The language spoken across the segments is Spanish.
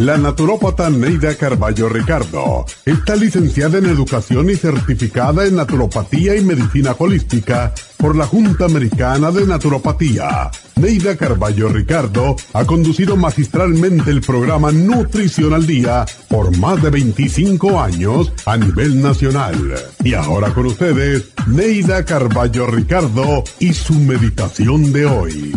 La naturópata Neida Carballo Ricardo está licenciada en Educación y certificada en Naturopatía y Medicina Holística por la Junta Americana de Naturopatía. Neida Carballo Ricardo ha conducido magistralmente el programa Nutrición al Día por más de 25 años a nivel nacional. Y ahora con ustedes, Neida Carballo Ricardo y su meditación de hoy.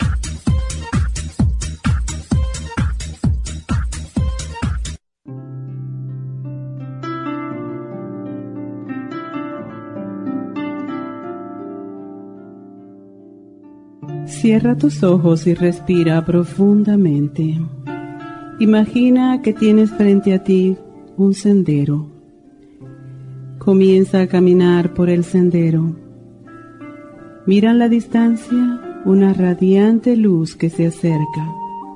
Cierra tus ojos y respira profundamente. Imagina que tienes frente a ti un sendero. Comienza a caminar por el sendero. Mira en la distancia una radiante luz que se acerca.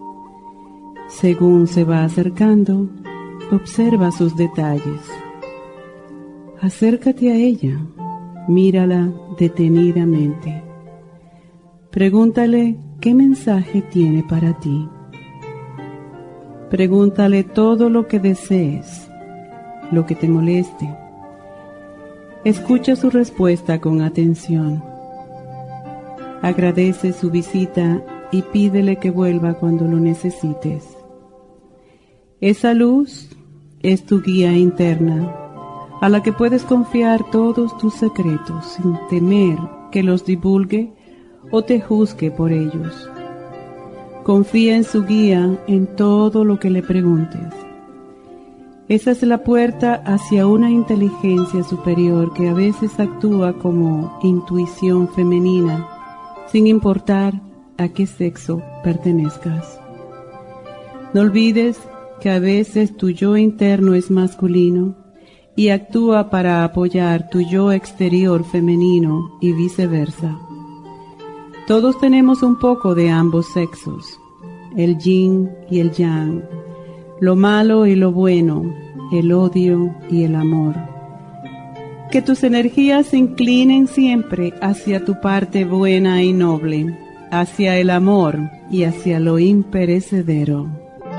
Según se va acercando, observa sus detalles. Acércate a ella, mírala detenidamente. Pregúntale qué mensaje tiene para ti. Pregúntale todo lo que desees, lo que te moleste. Escucha su respuesta con atención. Agradece su visita y pídele que vuelva cuando lo necesites. Esa luz es tu guía interna, a la que puedes confiar todos tus secretos sin temer que los divulgue o te juzgue por ellos. Confía en su guía en todo lo que le preguntes. Esa es la puerta hacia una inteligencia superior que a veces actúa como intuición femenina, sin importar a qué sexo pertenezcas. No olvides que a veces tu yo interno es masculino y actúa para apoyar tu yo exterior femenino y viceversa. Todos tenemos un poco de ambos sexos, el yin y el yang, lo malo y lo bueno, el odio y el amor. Que tus energías se inclinen siempre hacia tu parte buena y noble, hacia el amor y hacia lo imperecedero.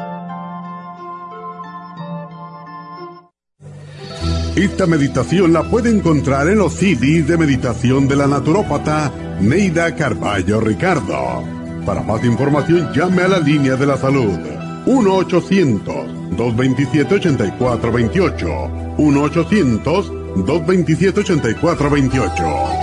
Esta meditación la puede encontrar en los CDs de meditación de la naturópata Neida Carballo Ricardo. Para más información, llame a la línea de la salud 1-800-227-8428. 1-800-227-8428.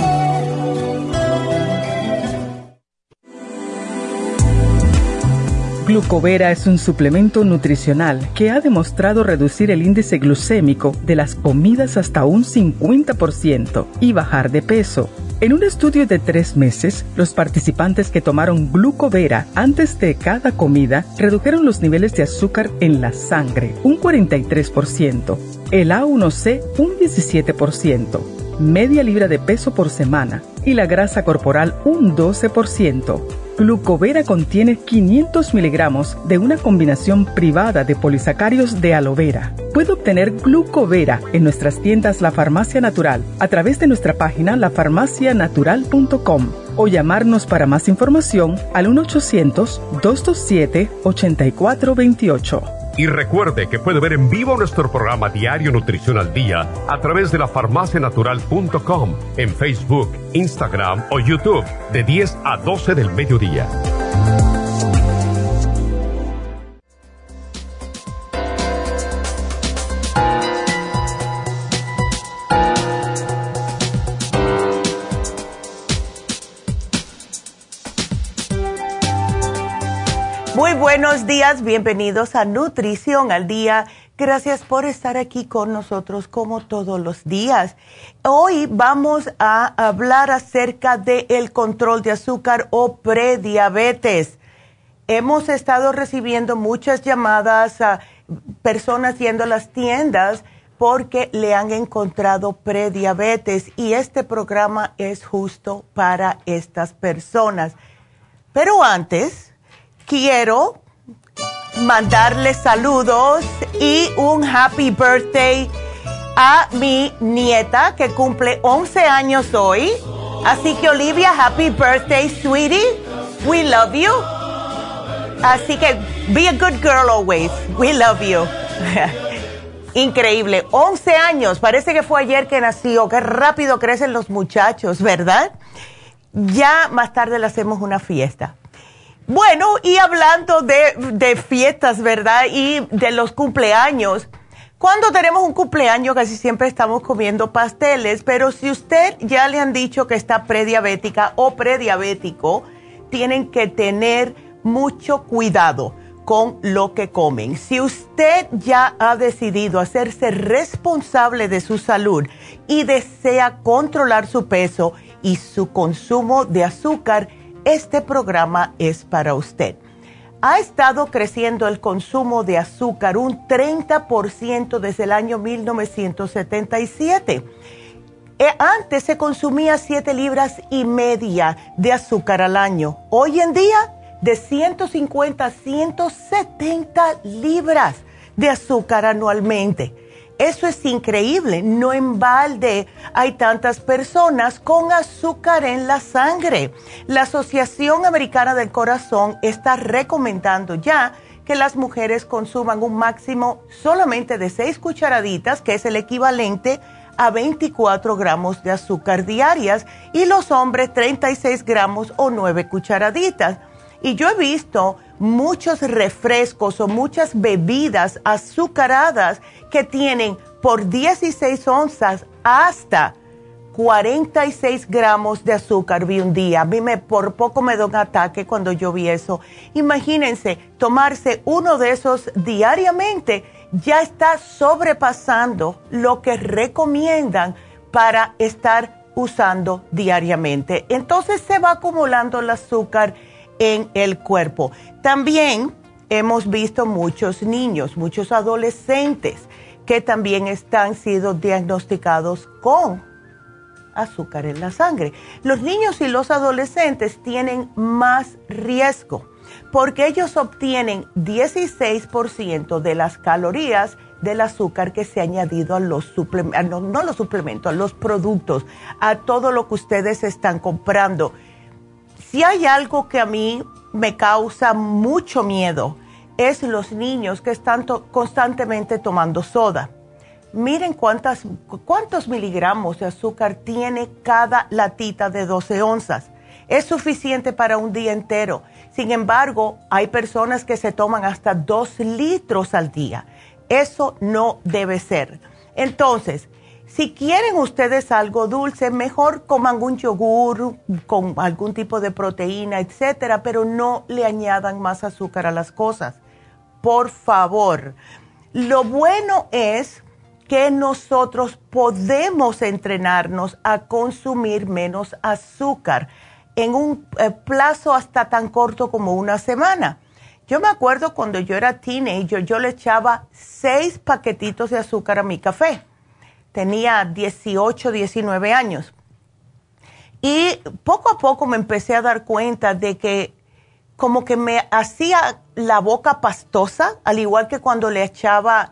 Glucovera es un suplemento nutricional que ha demostrado reducir el índice glucémico de las comidas hasta un 50% y bajar de peso. En un estudio de 3 meses, los participantes que tomaron Glucovera antes de cada comida redujeron los niveles de azúcar en la sangre un 43%, el A1C un 17%, media libra de peso por semana y la grasa corporal un 12%. Glucovera contiene 500 miligramos de una combinación privada de polisacáridos de aloe vera. Puede obtener Glucovera en nuestras tiendas La Farmacia Natural a través de nuestra página lafarmacianatural.com o llamarnos para más información al 1-800-227-8428. Y recuerde que puede ver en vivo nuestro programa Diario Nutrición al Día a través de lafarmacianatural.com, en Facebook, Instagram o YouTube, de 10 a 12 del mediodía. Muy buenos días, bienvenidos a Nutrición al Día. Gracias por estar aquí con nosotros como todos los días. Hoy vamos a hablar acerca del control de azúcar o prediabetes. Hemos estado recibiendo muchas llamadas a personas yendo a las tiendas porque le han encontrado prediabetes y este programa es justo para estas personas. Pero antes, quiero mandarles saludos y un happy birthday a mi nieta que cumple 11 años hoy. Así que Olivia, happy birthday, sweetie. We love you. Así que, be a good girl always. We love you. Increíble. 11 años. Parece que fue ayer que nació. Qué rápido crecen los muchachos, ¿verdad? Ya más tarde le hacemos una fiesta. Bueno, y hablando de fiestas, ¿verdad? Y de los cumpleaños. Cuando tenemos un cumpleaños casi siempre estamos comiendo pasteles, pero si usted ya le han dicho que está prediabética o prediabético, tienen que tener mucho cuidado con lo que comen. Si usted ya ha decidido hacerse responsable de su salud y desea controlar su peso y su consumo de azúcar, este programa es para usted. Ha estado creciendo el consumo de azúcar un 30% desde el año 1977. Antes se consumía 7,5 libras de azúcar al año. Hoy en día, de 150 a 170 libras de azúcar anualmente. Eso es increíble. No en balde hay tantas personas con azúcar en la sangre. La Asociación Americana del Corazón está recomendando ya que las mujeres consuman un máximo solamente de 6 cucharaditas, que es el equivalente a 24 gramos de azúcar diarias, y los hombres 36 gramos o 9 cucharaditas. Y yo he visto muchos refrescos o muchas bebidas azucaradas que tienen por 16 onzas hasta 46 gramos de azúcar. Vi un día, a mí por poco me da un ataque cuando yo vi eso. Imagínense, tomarse uno de esos diariamente ya está sobrepasando lo que recomiendan para estar usando diariamente. Entonces se va acumulando el azúcar en el cuerpo. También hemos visto muchos niños, muchos adolescentes que también están siendo diagnosticados con azúcar en la sangre. Los niños y los adolescentes tienen más riesgo porque ellos obtienen 16% de las calorías del azúcar que se ha añadido a los suplementos, no los suplementos, a los productos, a todo lo que ustedes están comprando. Si hay algo que a mí me causa mucho miedo, es los niños que están constantemente tomando soda. Miren cuántos miligramos de azúcar tiene cada latita de 12 onzas. Es suficiente para un día entero. Sin embargo, hay personas que se toman hasta 2 litros al día. Eso no debe ser. Entonces, si quieren ustedes algo dulce, mejor coman un yogur con algún tipo de proteína, etcétera, pero no le añadan más azúcar a las cosas. Por favor. Lo bueno es que nosotros podemos entrenarnos a consumir menos azúcar en un plazo hasta tan corto como una semana. Yo me acuerdo cuando yo era teenager, yo le echaba 6 paquetitos de azúcar a mi café. Tenía 18, 19 años. Y poco a poco me empecé a dar cuenta de que como que me hacía la boca pastosa, al igual que cuando le echaba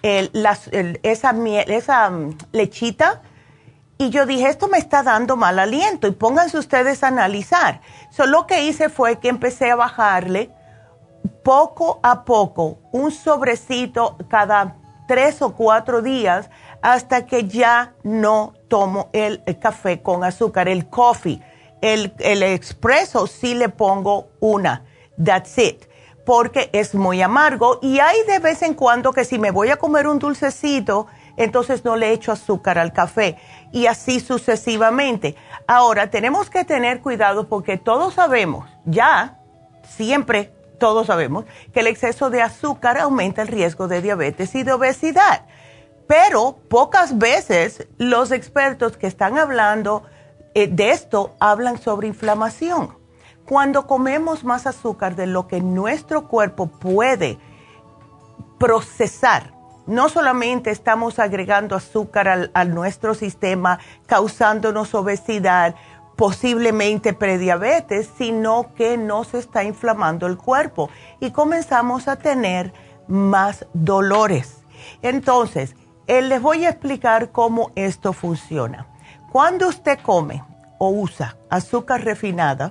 esa lechita. Y yo dije, esto me está dando mal aliento. Y pónganse ustedes a analizar. Lo que hice fue que empecé a bajarle poco a poco un sobrecito cada 3 o 4 días hasta que ya no tomo el café con azúcar, el coffee. El expreso sí le pongo una, that's it, porque es muy amargo y hay de vez en cuando que si me voy a comer un dulcecito, entonces no le echo azúcar al café y así sucesivamente. Ahora, tenemos que tener cuidado porque todos sabemos, ya, siempre todos sabemos, que el exceso de azúcar aumenta el riesgo de diabetes y de obesidad. Pero pocas veces los expertos que están hablando de esto hablan sobre inflamación. Cuando comemos más azúcar de lo que nuestro cuerpo puede procesar, no solamente estamos agregando azúcar a nuestro sistema, causándonos obesidad, posiblemente prediabetes, sino que nos está inflamando el cuerpo y comenzamos a tener más dolores. Entonces, les voy a explicar cómo esto funciona. Cuando usted come o usa azúcar refinada,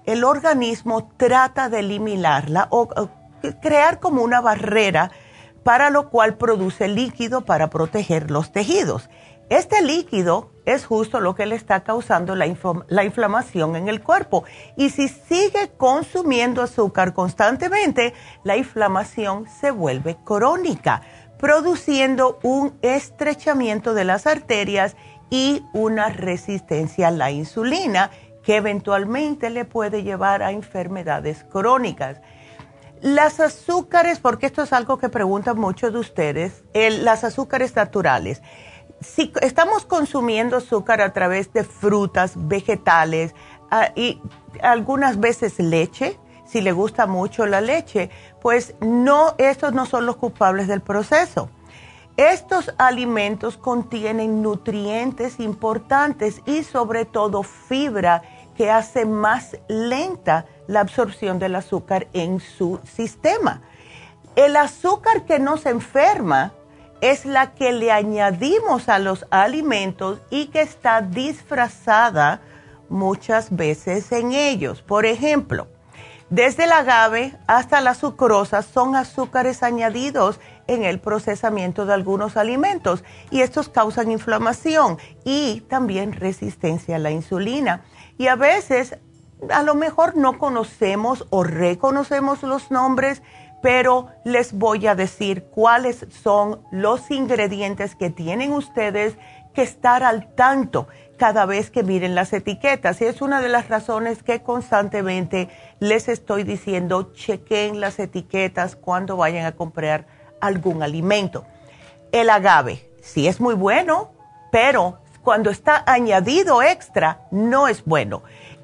el organismo trata de eliminarla o crear como una barrera, para lo cual produce líquido para proteger los tejidos. Este líquido es justo lo que le está causando la inflamación en el cuerpo. Y si sigue consumiendo azúcar constantemente, la inflamación se vuelve crónica, produciendo un estrechamiento de las arterias y una resistencia a la insulina, que eventualmente le puede llevar a enfermedades crónicas. Las azúcares, porque esto es algo que preguntan muchos de ustedes, las azúcares naturales. Si estamos consumiendo azúcar a través de frutas, vegetales y algunas veces leche, si le gusta mucho la leche, pues no, estos no son los culpables del proceso. Estos alimentos contienen nutrientes importantes y sobre todo fibra, que hace más lenta la absorción del azúcar en su sistema. El azúcar que nos enferma es la que le añadimos a los alimentos y que está disfrazada muchas veces en ellos. Por ejemplo, desde el agave hasta la sucrosa son azúcares añadidos en el procesamiento de algunos alimentos, y estos causan inflamación y también resistencia a la insulina. Y a veces, a lo mejor no conocemos o reconocemos los nombres, pero les voy a decir cuáles son los ingredientes que tienen ustedes que estar al tanto cada vez que miren las etiquetas. Y es una de las razones que constantemente les estoy diciendo: chequen las etiquetas cuando vayan a comprar algún alimento. El agave, sí es muy bueno, pero cuando está añadido extra, no es bueno.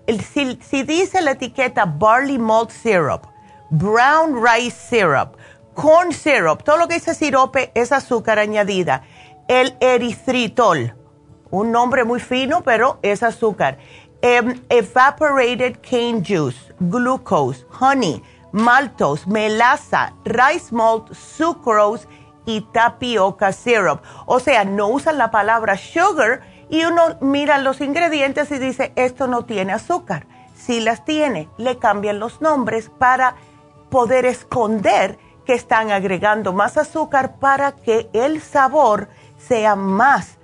Si dice la etiqueta barley malt syrup, brown rice syrup, corn syrup, todo lo que dice sirope es azúcar añadida. El eritritol, un nombre muy fino, pero es azúcar. Evaporated cane juice, glucose, honey, maltose, melaza, rice malt, sucrose y tapioca syrup. O sea, no usan la palabra sugar, y uno mira los ingredientes y dice, esto no tiene azúcar. Si las tiene, le cambian los nombres para poder esconder que están agregando más azúcar para que el sabor sea más,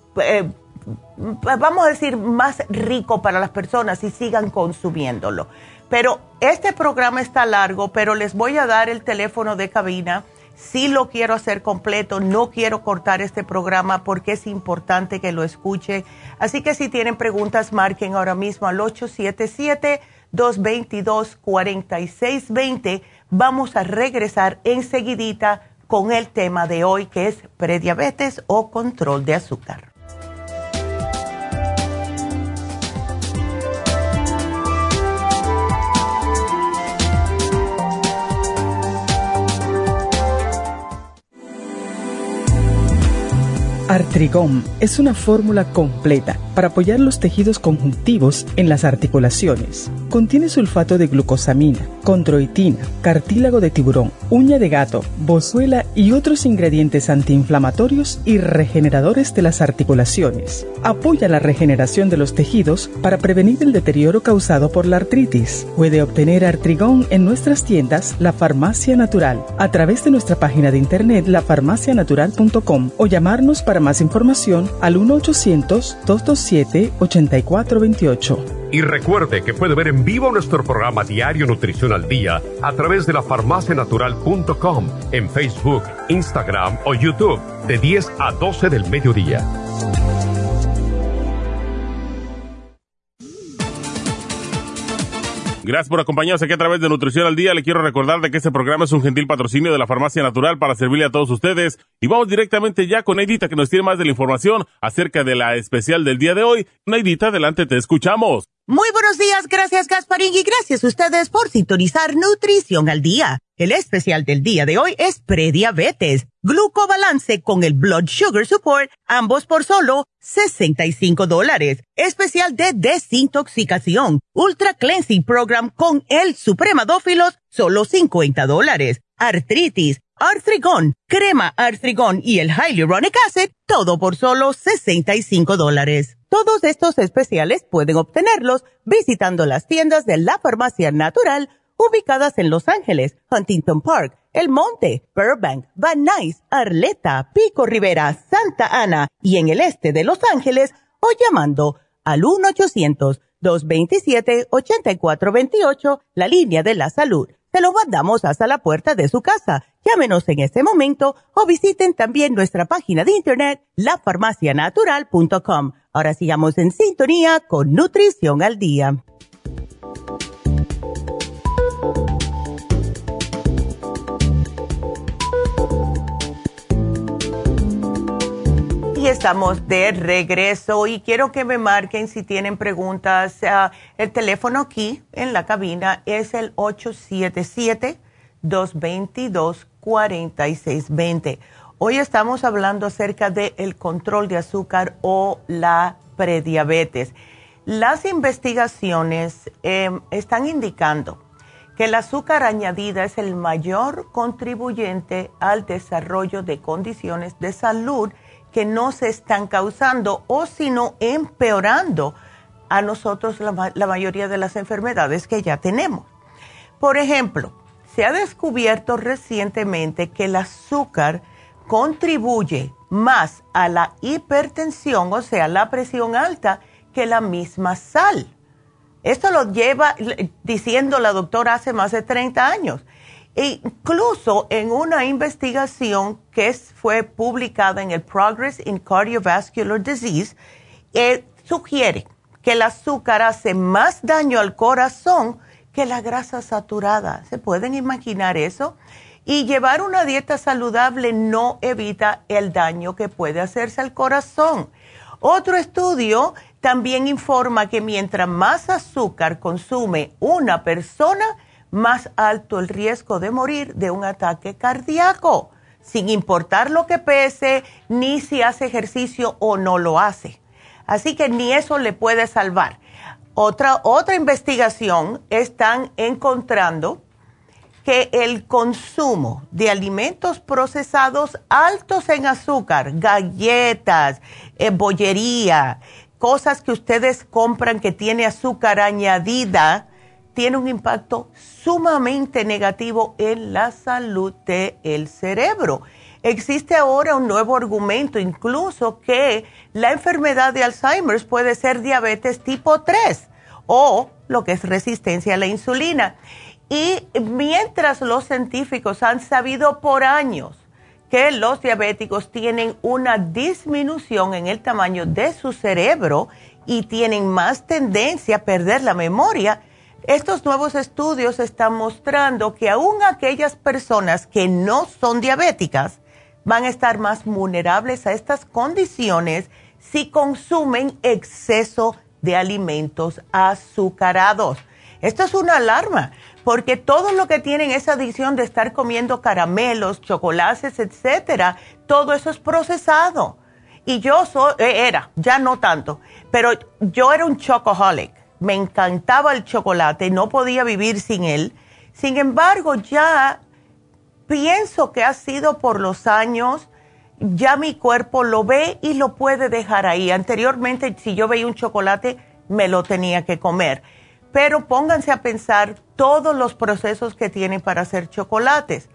vamos a decir, más rico para las personas y sigan consumiéndolo. Pero este programa está largo, pero les voy a dar el teléfono de cabina. Sí lo quiero hacer completo, no quiero cortar este programa porque es importante que lo escuche. Así que si tienen preguntas, marquen ahora mismo al 877-222-4620. Vamos a regresar enseguidita con el tema de hoy, que es prediabetes o control de azúcar. Artrigón es una fórmula completa para apoyar los tejidos conjuntivos en las articulaciones. Contiene sulfato de glucosamina, condroitina, cartílago de tiburón, uña de gato, boswellia y otros ingredientes antiinflamatorios y regeneradores de las articulaciones. Apoya la regeneración de los tejidos para prevenir el deterioro causado por la artritis. Puede obtener Artrigón en nuestras tiendas La Farmacia Natural, a través de nuestra página de internet lafarmacianatural.com, o llamarnos para más información al 1-800-227-8428. Y recuerde que puede ver en vivo nuestro programa Diario Nutrición al Día a través de lafarmacianatural.com, en Facebook, Instagram o YouTube, de 10 a 12 del mediodía. Gracias por acompañarnos aquí a través de Nutrición al Día. Le quiero recordar de que este programa es un gentil patrocinio de la Farmacia Natural para servirle a todos ustedes. Y vamos directamente ya con Neidita, que nos tiene más de la información acerca de la especial del día de hoy. Neidita, adelante, te escuchamos. Muy buenos días, gracias Gasparín, y gracias a ustedes por sintonizar Nutrición al Día. El especial del día de hoy es prediabetes, glucobalance con el Blood Sugar Support, ambos por solo $65. Especial de desintoxicación, Ultra Cleansing Program con el Supremadófilos, solo $50. Artritis, Artrigón, crema Artrigón y el Hyaluronic Acid, todo por solo $65. Todos estos especiales pueden obtenerlos visitando las tiendas de la Farmacia Natural ubicadas en Los Ángeles, Huntington Park, El Monte, Burbank, Van Nuys, Arleta, Pico Rivera, Santa Ana y en el este de Los Ángeles o llamando al 1-800-227-8428, la línea de la salud. Se lo mandamos hasta la puerta de su casa. Llámenos en este momento o visiten también nuestra página de internet, lafarmacianatural.com. Ahora sigamos en sintonía con Nutrición al Día. Y estamos de regreso y quiero que me marquen si tienen preguntas. El teléfono aquí en la cabina es el 877-222-4620. Hoy estamos hablando acerca del control de azúcar o la prediabetes. Las investigaciones están indicando que el azúcar añadida es el mayor contribuyente al desarrollo de condiciones de salud que no se están causando o sino empeorando a nosotros la mayoría de las enfermedades que ya tenemos. Por ejemplo, se ha descubierto recientemente que el azúcar contribuye más a la hipertensión, o sea, la presión alta, que la misma sal. Esto lo lleva diciendo la doctora hace más de 30 años. E incluso en una investigación que fue publicada en el Progress in Cardiovascular Disease, sugiere que el azúcar hace más daño al corazón que la grasa saturada. ¿Se pueden imaginar eso? Y llevar una dieta saludable no evita el daño que puede hacerse al corazón. Otro estudio también informa que mientras más azúcar consume una persona, más alto el riesgo de morir de un ataque cardíaco, sin importar lo que pese, ni si hace ejercicio o no lo hace. Así que ni eso le puede salvar. Otra investigación están encontrando que el consumo de alimentos procesados altos en azúcar, galletas, bollería, cosas que ustedes compran que tiene azúcar añadida, tiene un impacto sumamente negativo en la salud del cerebro. Existe ahora un nuevo argumento, incluso que la enfermedad de Alzheimer puede ser diabetes tipo 3 o lo que es resistencia a la insulina. Y mientras los científicos han sabido por años que los diabéticos tienen una disminución en el tamaño de su cerebro y tienen más tendencia a perder la memoria, estos nuevos estudios están mostrando que aún aquellas personas que no son diabéticas van a estar más vulnerables a estas condiciones si consumen exceso de alimentos azucarados. Esto es una alarma, porque todo lo que tienen esa adicción de estar comiendo caramelos, chocolates, etcétera, todo eso es procesado. Y yo ya no tanto, pero yo era un chocoholic. Me encantaba el chocolate, no podía vivir sin él. Sin embargo, ya pienso que ha sido por los años, ya mi cuerpo lo ve y lo puede dejar ahí. Anteriormente, si yo veía un chocolate, me lo tenía que comer. Pero pónganse a pensar todos los procesos que tienen para hacer chocolates.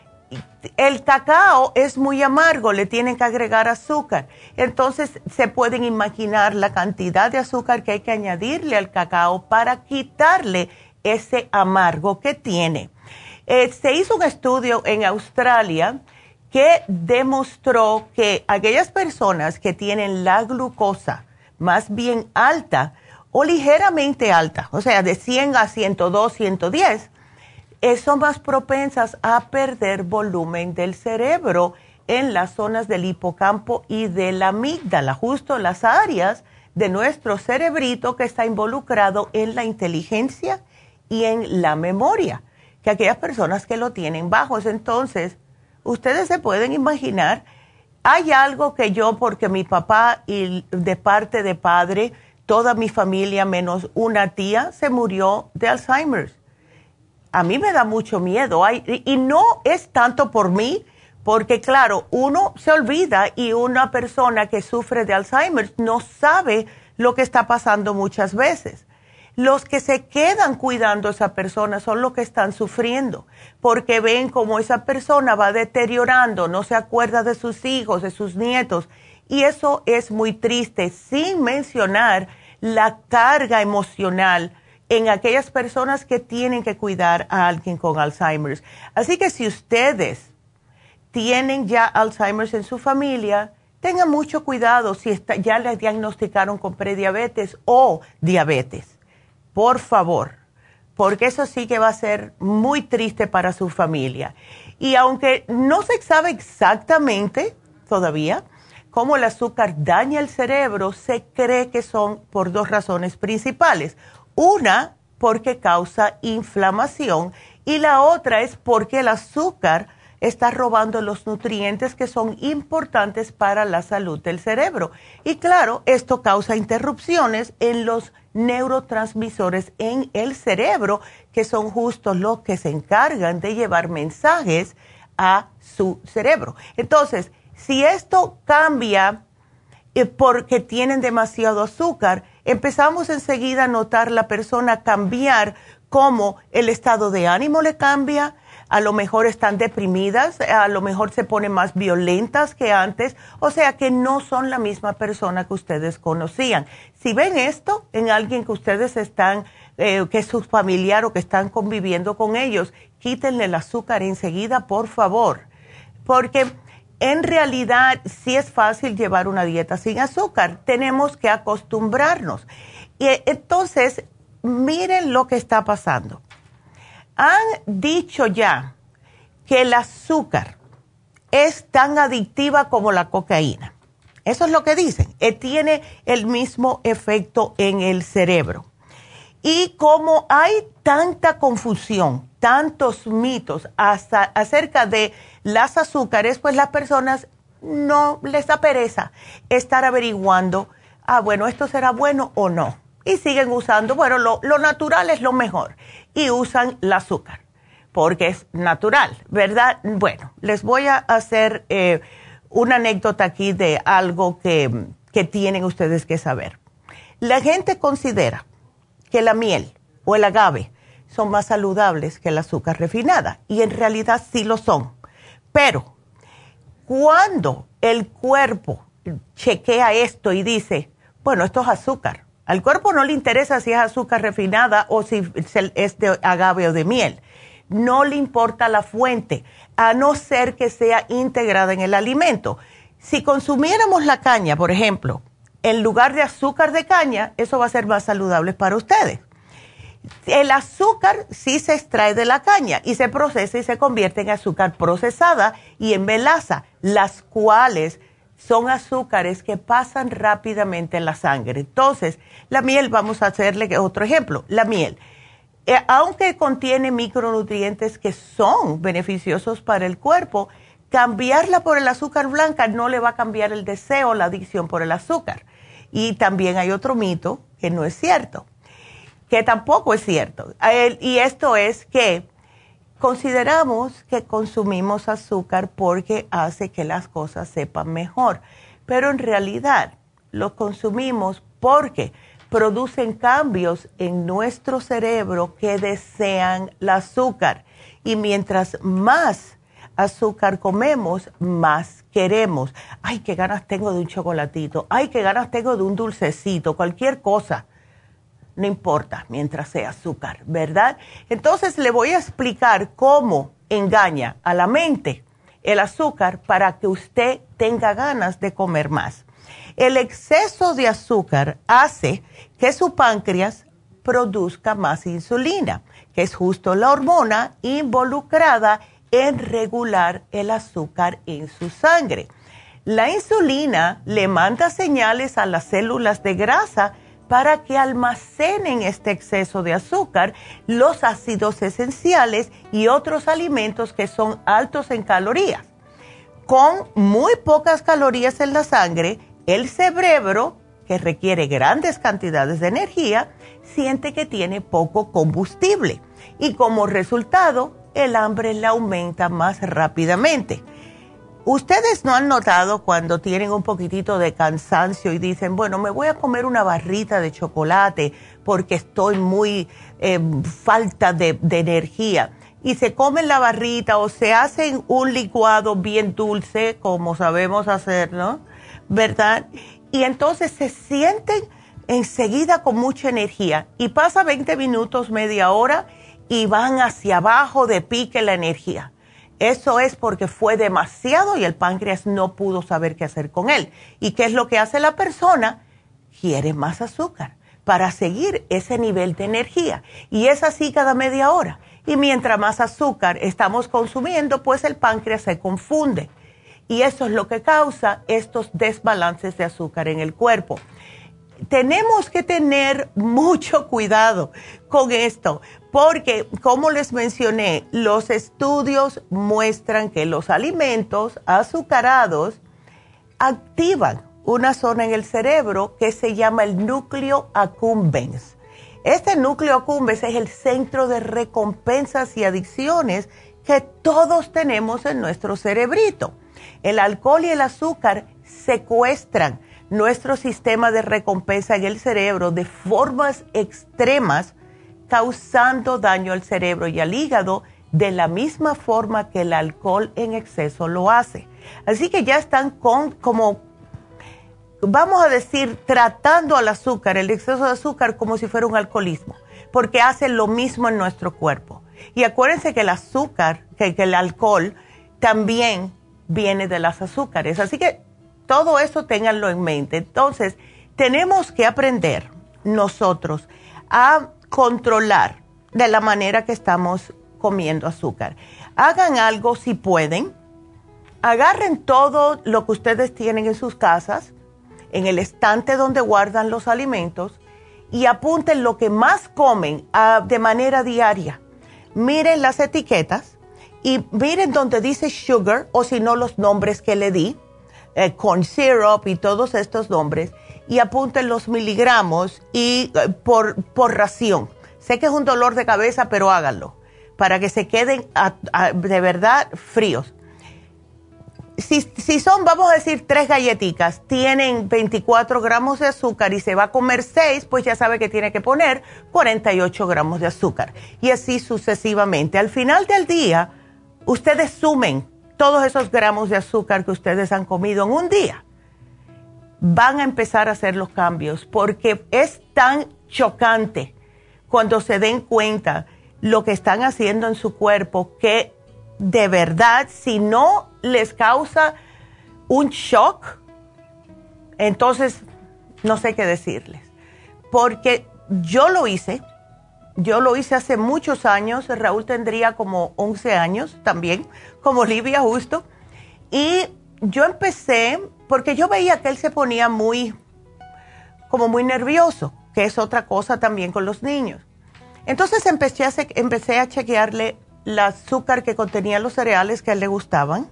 El cacao es muy amargo, le tienen que agregar azúcar. Entonces, se pueden imaginar la cantidad de azúcar que hay que añadirle al cacao para quitarle ese amargo que tiene. Se hizo un estudio en Australia que demostró que aquellas personas que tienen la glucosa más bien alta o ligeramente alta, o sea, de 100 a 102, 110, son más propensas a perder volumen del cerebro en las zonas del hipocampo y de la amígdala, justo las áreas de nuestro cerebrito que está involucrado en la inteligencia y en la memoria, que aquellas personas que lo tienen bajos. Entonces, ustedes se pueden imaginar, hay algo que yo, porque mi papá y de parte de padre, toda mi familia menos una tía se murió de Alzheimer. A mí me da mucho miedo y no es tanto por mí, porque claro, uno se olvida y una persona que sufre de Alzheimer no sabe lo que está pasando muchas veces. Los que se quedan cuidando a esa persona son los que están sufriendo, porque ven cómo esa persona va deteriorando, no se acuerda de sus hijos, de sus nietos, y eso es muy triste, sin mencionar la carga emocional en aquellas personas que tienen que cuidar a alguien con Alzheimer's. Así que si ustedes tienen ya Alzheimer's en su familia, tengan mucho cuidado si ya les diagnosticaron con prediabetes o diabetes. Por favor, porque eso sí que va a ser muy triste para su familia. Y aunque no se sabe exactamente todavía cómo el azúcar daña el cerebro, se cree que son por 2 razones principales. Una, porque causa inflamación, y la otra es porque el azúcar está robando los nutrientes que son importantes para la salud del cerebro. Y claro, esto causa interrupciones en los neurotransmisores en el cerebro, que son justo los que se encargan de llevar mensajes a su cerebro. Entonces, si esto cambia porque tienen demasiado azúcar, empezamos enseguida a notar la persona cambiar, como el estado de ánimo le cambia, a lo mejor están deprimidas, a lo mejor se ponen más violentas que antes, o sea que no son la misma persona que ustedes conocían. Si ven esto en alguien que ustedes están, que es su familiar o que están conviviendo con ellos, quítenle el azúcar enseguida, por favor, porque en realidad sí es fácil llevar una dieta sin azúcar, tenemos que acostumbrarnos. Y entonces, miren lo que está pasando. Han dicho ya que el azúcar es tan adictiva como la cocaína. Eso es lo que dicen. Tiene el mismo efecto en el cerebro. Y como hay tanta confusión, tantos mitos acerca de las azúcares, pues las personas no les da pereza estar averiguando, bueno, esto será bueno o no. Y siguen usando, bueno, lo natural es lo mejor. Y usan el azúcar, porque es natural, ¿verdad? Bueno, les voy a hacer una anécdota aquí de algo que tienen ustedes que saber. La gente considera que la miel o el agave son más saludables que el azúcar refinada, y en realidad sí lo son. Pero cuando el cuerpo chequea esto y dice, bueno, esto es azúcar, al cuerpo no le interesa si es azúcar refinada o si es de agave o de miel. No le importa la fuente, a no ser que sea integrada en el alimento. Si consumiéramos la caña, por ejemplo, en lugar de azúcar de caña, eso va a ser más saludable para ustedes. El azúcar sí se extrae de la caña y se procesa y se convierte en azúcar procesada y en melaza, las cuales son azúcares que pasan rápidamente en la sangre. Entonces, la miel, vamos a hacerle otro ejemplo. La miel, aunque contiene micronutrientes que son beneficiosos para el cuerpo, cambiarla por el azúcar blanca no le va a cambiar el deseo, la adicción por el azúcar. Y también hay otro mito que no es cierto, que tampoco es cierto. Y esto es que consideramos que consumimos azúcar porque hace que las cosas sepan mejor, pero en realidad lo consumimos porque producen cambios en nuestro cerebro que desean el azúcar. Y mientras más azúcar comemos, más queremos. Ay, qué ganas tengo de un chocolatito. Ay, qué ganas tengo de un dulcecito, cualquier cosa. No importa, mientras sea azúcar, ¿verdad? Entonces le voy a explicar cómo engaña a la mente el azúcar para que usted tenga ganas de comer más. El exceso de azúcar hace que su páncreas produzca más insulina, que es justo la hormona involucrada en regular el azúcar en su sangre. La insulina le manda señales a las células de grasa para que almacenen este exceso de azúcar, los ácidos esenciales y otros alimentos que son altos en calorías. Con muy pocas calorías en la sangre, el cerebro, que requiere grandes cantidades de energía, siente que tiene poco combustible y como resultado, el hambre le aumenta más rápidamente. ¿Ustedes no han notado cuando tienen un poquitito de cansancio y dicen, bueno, me voy a comer una barrita de chocolate porque estoy muy falta de energía? Y se comen la barrita o se hacen un licuado bien dulce, como sabemos hacerlo, ¿verdad? Y entonces se sienten enseguida con mucha energía. Y pasa 20 minutos, media hora, y van hacia abajo de pique la energía. Eso es porque fue demasiado y el páncreas no pudo saber qué hacer con él. ¿Y qué es lo que hace la persona? Quiere más azúcar para seguir ese nivel de energía. Y es así cada media hora. Y mientras más azúcar estamos consumiendo, pues el páncreas se confunde. Y eso es lo que causa estos desbalances de azúcar en el cuerpo. Tenemos que tener mucho cuidado con esto, porque como les mencioné, los estudios muestran que los alimentos azucarados activan una zona en el cerebro que se llama el núcleo accumbens. Este núcleo accumbens es el centro de recompensas y adicciones que todos tenemos en nuestro cerebrito. El alcohol y el azúcar secuestran nuestro sistema de recompensa en el cerebro de formas extremas, causando daño al cerebro y al hígado de la misma forma que el alcohol en exceso lo hace. Así que ya están como, vamos a decir, tratando al azúcar, el exceso de azúcar, como si fuera un alcoholismo, porque hace lo mismo en nuestro cuerpo. Y acuérdense que el azúcar, que el alcohol también viene de las azúcares. Así que todo eso ténganlo en mente. Entonces, tenemos que aprender nosotros a controlar de la manera que estamos comiendo azúcar. Hagan algo si pueden. Agarren todo lo que ustedes tienen en sus casas, en el estante donde guardan los alimentos, y apunten lo que más comen de manera diaria. Miren las etiquetas y miren donde dice sugar, o si no, los nombres que le di, corn syrup y todos estos nombres, y apunten los miligramos y por ración. Sé que es un dolor de cabeza, pero háganlo para que se queden de verdad fríos. Si son, vamos a decir, 3 galletitas, tienen 24 gramos de azúcar y se va a comer 6, pues ya sabe que tiene que poner 48 gramos de azúcar. Y así sucesivamente. Al final del día, ustedes sumen todos esos gramos de azúcar que ustedes han comido en un día. Van a empezar a hacer los cambios porque es tan chocante cuando se den cuenta lo que están haciendo en su cuerpo que de verdad, si no les causa un shock, entonces no sé qué decirles. Porque yo lo hice hace muchos años. Raúl tendría como 11 años también, como Olivia justo. Y yo empecé, porque yo veía que él se ponía muy nervioso, que es otra cosa también con los niños. Entonces empecé a chequearle el azúcar que contenían los cereales que a él le gustaban,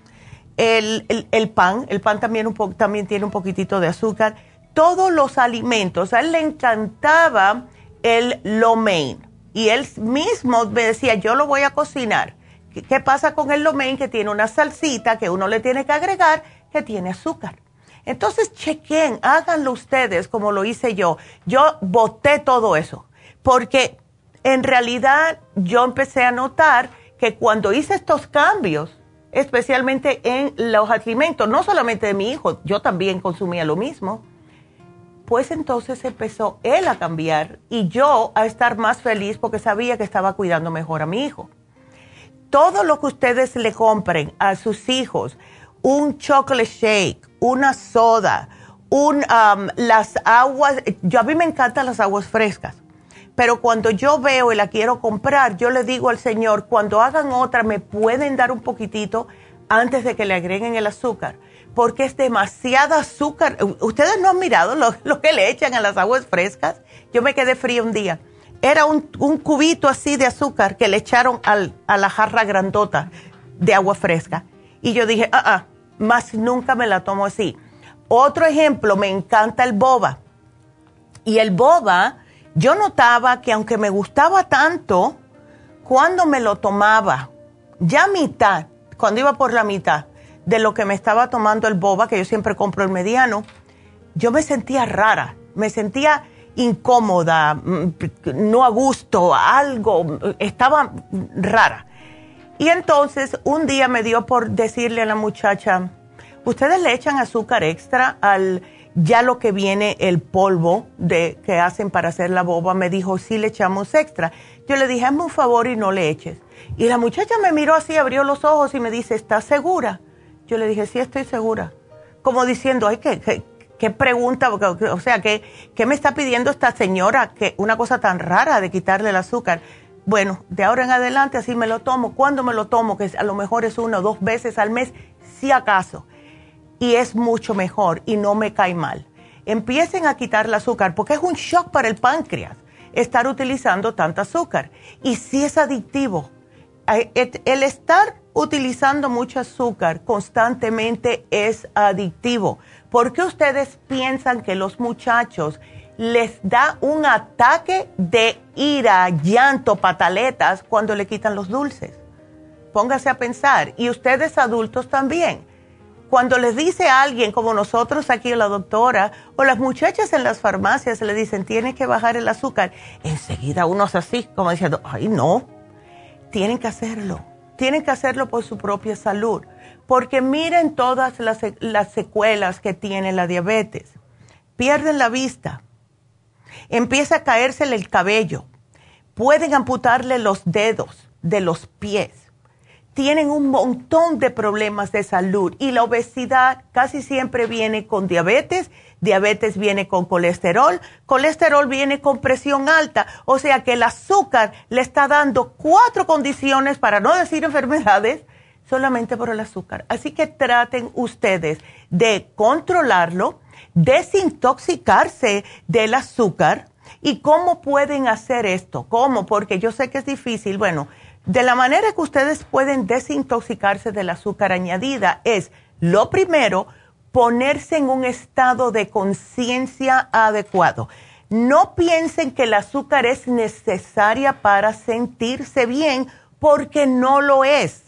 el pan también tiene un poquitito de azúcar, todos los alimentos. A él le encantaba el lo mein y él mismo me decía, yo lo voy a cocinar. ¿Qué pasa con el lo mein? Que tiene una salsita que uno le tiene que agregar que tiene azúcar. Entonces chequen, háganlo ustedes como lo hice yo. Yo boté todo eso porque en realidad yo empecé a notar que cuando hice estos cambios, especialmente en los alimentos, no solamente de mi hijo, yo también consumía lo mismo, pues entonces empezó él a cambiar y yo a estar más feliz porque sabía que estaba cuidando mejor a mi hijo. Todo lo que ustedes le compren a sus hijos, un chocolate shake, una soda, las aguas, a mí me encantan las aguas frescas. Pero cuando yo veo y la quiero comprar, yo le digo al señor, cuando hagan otra, ¿me pueden dar un poquitito antes de que le agreguen el azúcar? Porque es demasiada azúcar. ¿Ustedes no han mirado lo que le echan a las aguas frescas? Yo me quedé fría un día. Era un cubito así de azúcar que le echaron a la jarra grandota de agua fresca. Y yo dije, más nunca me la tomo así. Otro ejemplo, me encanta el boba. Y el boba, yo notaba que aunque me gustaba tanto, cuando me lo tomaba, ya mitad, cuando iba por la mitad, de lo que me estaba tomando el boba, que yo siempre compro el mediano, yo me sentía rara, me sentía incómoda, no a gusto, algo, estaba rara. Y entonces un día me dio por decirle a la muchacha, ¿ustedes le echan azúcar extra al ya lo que viene el polvo que hacen para hacer la boba? Me dijo, sí, le echamos extra. Yo le dije, hazme un favor y no le eches. Y la muchacha me miró así, abrió los ojos y me dice, ¿estás segura? Yo le dije, sí, estoy segura. Como diciendo, ay, ¿qué pregunta? O sea, ¿qué me está pidiendo esta señora? Que una cosa tan rara de quitarle el azúcar. Bueno, de ahora en adelante así me lo tomo. ¿Cuándo me lo tomo? Que a lo mejor es 1 o 2 veces al mes, si acaso. Y es mucho mejor y no me cae mal. Empiecen a quitar el azúcar porque es un shock para el páncreas estar utilizando tanta azúcar. Y sí es adictivo. El estar utilizando mucho azúcar constantemente es adictivo. ¿Por qué ustedes piensan que los muchachos les da un ataque de ira, llanto, pataletas cuando le quitan los dulces? Póngase a pensar. Y ustedes adultos también. Cuando les dice a alguien, como nosotros aquí, la doctora, o las muchachas en las farmacias le dicen, tienen que bajar el azúcar, enseguida uno es así, como diciendo, ay, no, tienen que hacerlo por su propia salud, porque miren todas las secuelas que tiene la diabetes. Pierden la vista, empieza a caérsele el cabello, pueden amputarle los dedos de los pies. Tienen un montón de problemas de salud y la obesidad casi siempre viene con diabetes, diabetes viene con colesterol, colesterol viene con presión alta, o sea que el azúcar le está dando 4 condiciones, para no decir enfermedades, solamente por el azúcar. Así que traten ustedes de controlarlo, desintoxicarse del azúcar. ¿Y cómo pueden hacer esto? ¿Cómo? Porque yo sé que es difícil. Bueno, de la manera que ustedes pueden desintoxicarse del azúcar añadida es, lo primero, ponerse en un estado de conciencia adecuado. No piensen que el azúcar es necesaria para sentirse bien, porque no lo es.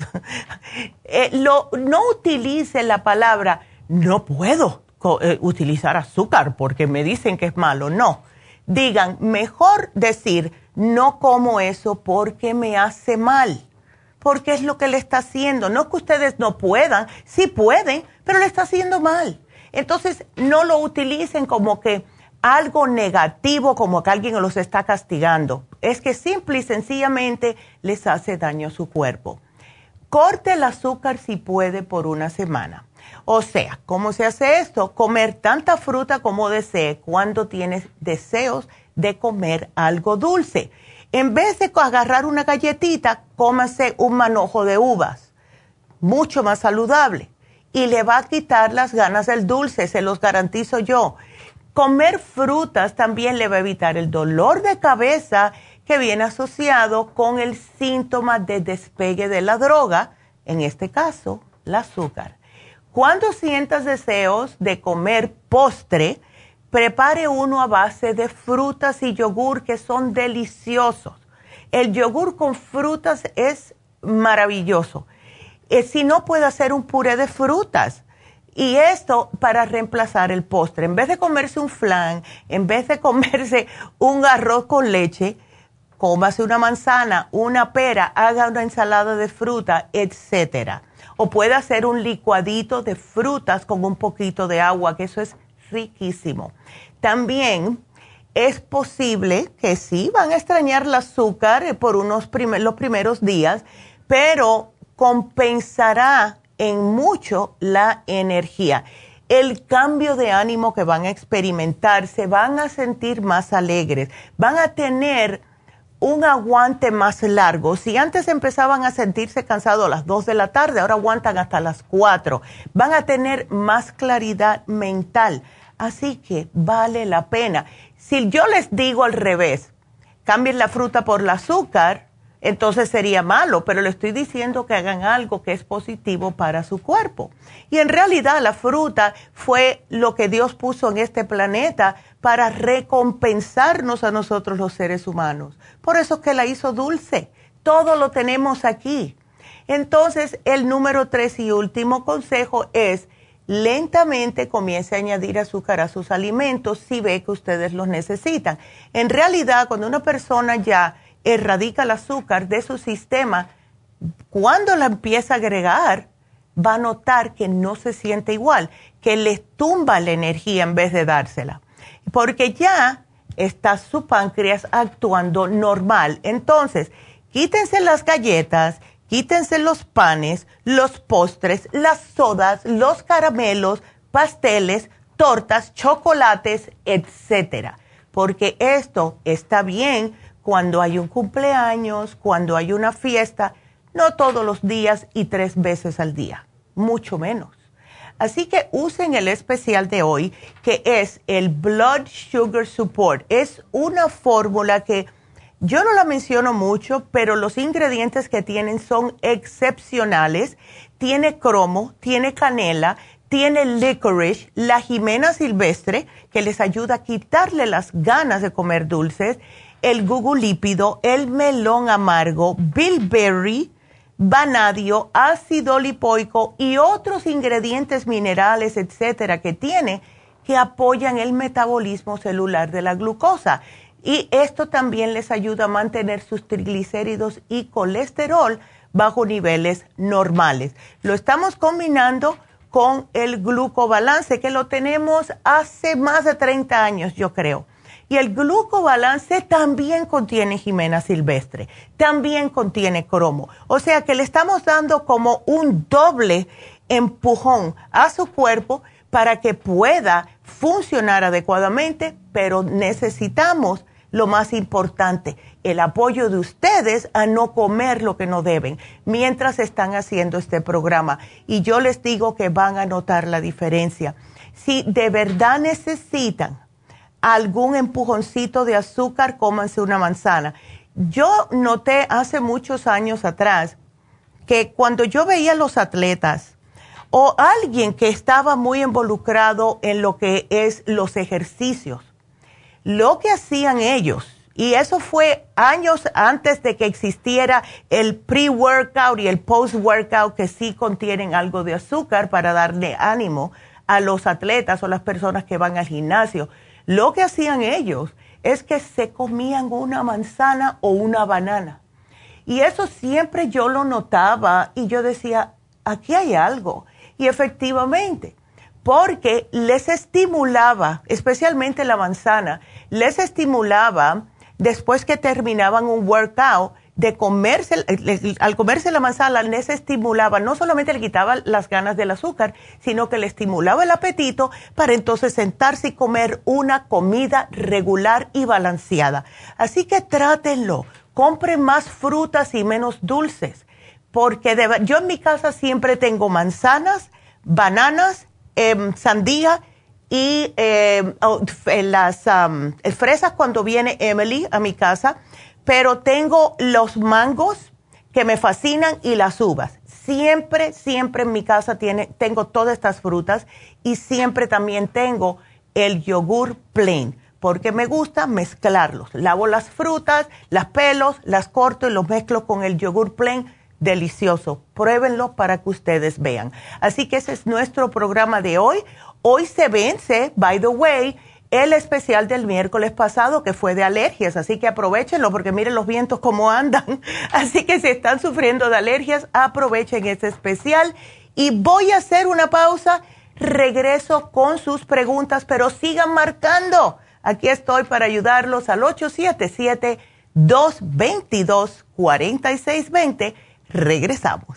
No utilicen la palabra, no puedo utilizar azúcar porque me dicen que es malo. No, digan, mejor decir, no como eso porque me hace mal, porque es lo que le está haciendo. No que ustedes no puedan, sí pueden, pero le está haciendo mal. Entonces, no lo utilicen como que algo negativo, como que alguien los está castigando. Es que simple y sencillamente les hace daño a su cuerpo. Corte el azúcar si puede por 1 semana. O sea, ¿cómo se hace esto? Comer tanta fruta como desee cuando tienes deseos de comer algo dulce. En vez de agarrar una galletita, cómase un manojo de uvas. Mucho más saludable. Y le va a quitar las ganas del dulce, se los garantizo yo. Comer frutas también le va a evitar el dolor de cabeza que viene asociado con el síntoma de despegue de la droga, en este caso, el azúcar. Cuando sientas deseos de comer postre, prepare uno a base de frutas y yogur que son deliciosos. El yogur con frutas es maravilloso. Si no, puede hacer un puré de frutas. Y esto para reemplazar el postre. En vez de comerse un flan, en vez de comerse un arroz con leche, cómase una manzana, una pera, haga una ensalada de fruta, etcétera. O puede hacer un licuadito de frutas con un poquito de agua, que eso es riquísimo. También es posible que sí van a extrañar el azúcar por los primeros días, pero compensará en mucho la energía. El cambio de ánimo que van a experimentar, se van a sentir más alegres, van a tener un aguante más largo. Si antes empezaban a sentirse cansados a las 2 de la tarde, ahora aguantan hasta las 4. Van a tener más claridad mental. Así que vale la pena. Si yo les digo al revés, cambien la fruta por el azúcar, entonces sería malo, pero le estoy diciendo que hagan algo que es positivo para su cuerpo. Y en realidad la fruta fue lo que Dios puso en este planeta para recompensarnos a nosotros los seres humanos. Por eso es que la hizo dulce. Todo lo tenemos aquí. Entonces, el número 3 y último consejo es lentamente comience a añadir azúcar a sus alimentos si ve que ustedes los necesitan. En realidad, cuando una persona ya erradica el azúcar de su sistema, cuando la empieza a agregar, va a notar que no se siente igual, que les tumba la energía en vez de dársela, porque ya está su páncreas actuando normal. Entonces, quítense las galletas, quítense los panes, los postres, las sodas, los caramelos, pasteles, tortas, chocolates, etcétera, porque esto está bien cuando hay un cumpleaños, cuando hay una fiesta, no todos los días y 3 veces al día, mucho menos. Así que usen el especial de hoy, que es el Blood Sugar Support. Es una fórmula que yo no la menciono mucho, pero los ingredientes que tienen son excepcionales. Tiene cromo, tiene canela, tiene licorice, la jimena silvestre, que les ayuda a quitarle las ganas de comer dulces, el gugu lípido, el melón amargo, bilberry, vanadio, ácido lipoico y otros ingredientes minerales, etcétera, que tiene, que apoyan el metabolismo celular de la glucosa. Y esto también les ayuda a mantener sus triglicéridos y colesterol bajo niveles normales. Lo estamos combinando con el glucobalance, que lo tenemos hace más de 30 años, yo creo. Y el glucobalance también contiene jimena silvestre, también contiene cromo. O sea que le estamos dando como un doble empujón a su cuerpo para que pueda funcionar adecuadamente, pero necesitamos lo más importante, el apoyo de ustedes a no comer lo que no deben mientras están haciendo este programa. Y yo les digo que van a notar la diferencia. Si de verdad necesitan algún empujoncito de azúcar, cómanse una manzana. Yo noté hace muchos años atrás que cuando yo veía a los atletas o alguien que estaba muy involucrado en lo que es los ejercicios, lo que hacían ellos, y eso fue años antes de que existiera el pre-workout y el post-workout, que sí contienen algo de azúcar para darle ánimo a los atletas o las personas que van al gimnasio. Lo que hacían ellos es que se comían una manzana o una banana. Y eso siempre yo lo notaba y yo decía, aquí hay algo. Y efectivamente, porque les estimulaba, especialmente la manzana, les estimulaba después que terminaban un workout, de comerse, al comerse la manzana les estimulaba, no solamente le quitaba las ganas del azúcar, sino que le estimulaba el apetito para entonces sentarse y comer una comida regular y balanceada. Así que trátenlo, compren más frutas y menos dulces, porque yo en mi casa siempre tengo manzanas, bananas, sandía y las fresas cuando viene Emily a mi casa, pero tengo los mangos que me fascinan y las uvas. Siempre en mi casa tengo todas estas frutas y siempre también tengo el yogur plain, porque me gusta mezclarlos. Lavo las frutas, las pelo, las corto y los mezclo con el yogur plain. Delicioso. Pruébenlo para que ustedes vean. Así que ese es nuestro programa de hoy. Hoy se vence, by the way, el especial del miércoles pasado, que fue de alergias, así que aprovechenlo porque miren los vientos cómo andan. Así que si están sufriendo de alergias, aprovechen este especial. Y voy a hacer una pausa, regreso con sus preguntas, pero sigan marcando. Aquí estoy para ayudarlos al 877-222-4620. Regresamos.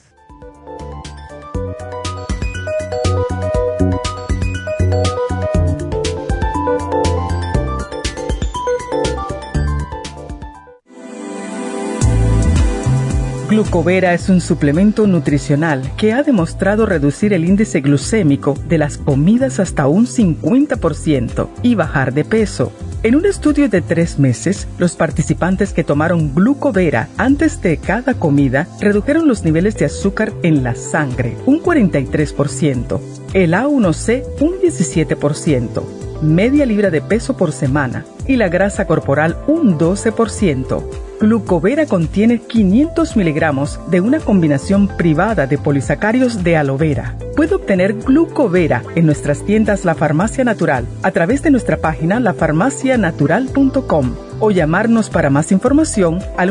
Glucovera es un suplemento nutricional que ha demostrado reducir el índice glucémico de las comidas hasta un 50% y bajar de peso. En un estudio de 3 meses, los participantes que tomaron Glucovera antes de cada comida redujeron los niveles de azúcar en la sangre un 43%, el A1C un 17%, media libra de peso por semana y la grasa corporal un 12%. Glucovera contiene 500 miligramos de una combinación privada de polisacáridos de aloe vera. Puede obtener Glucovera en nuestras tiendas La Farmacia Natural a través de nuestra página lafarmacianatural.com o llamarnos para más información al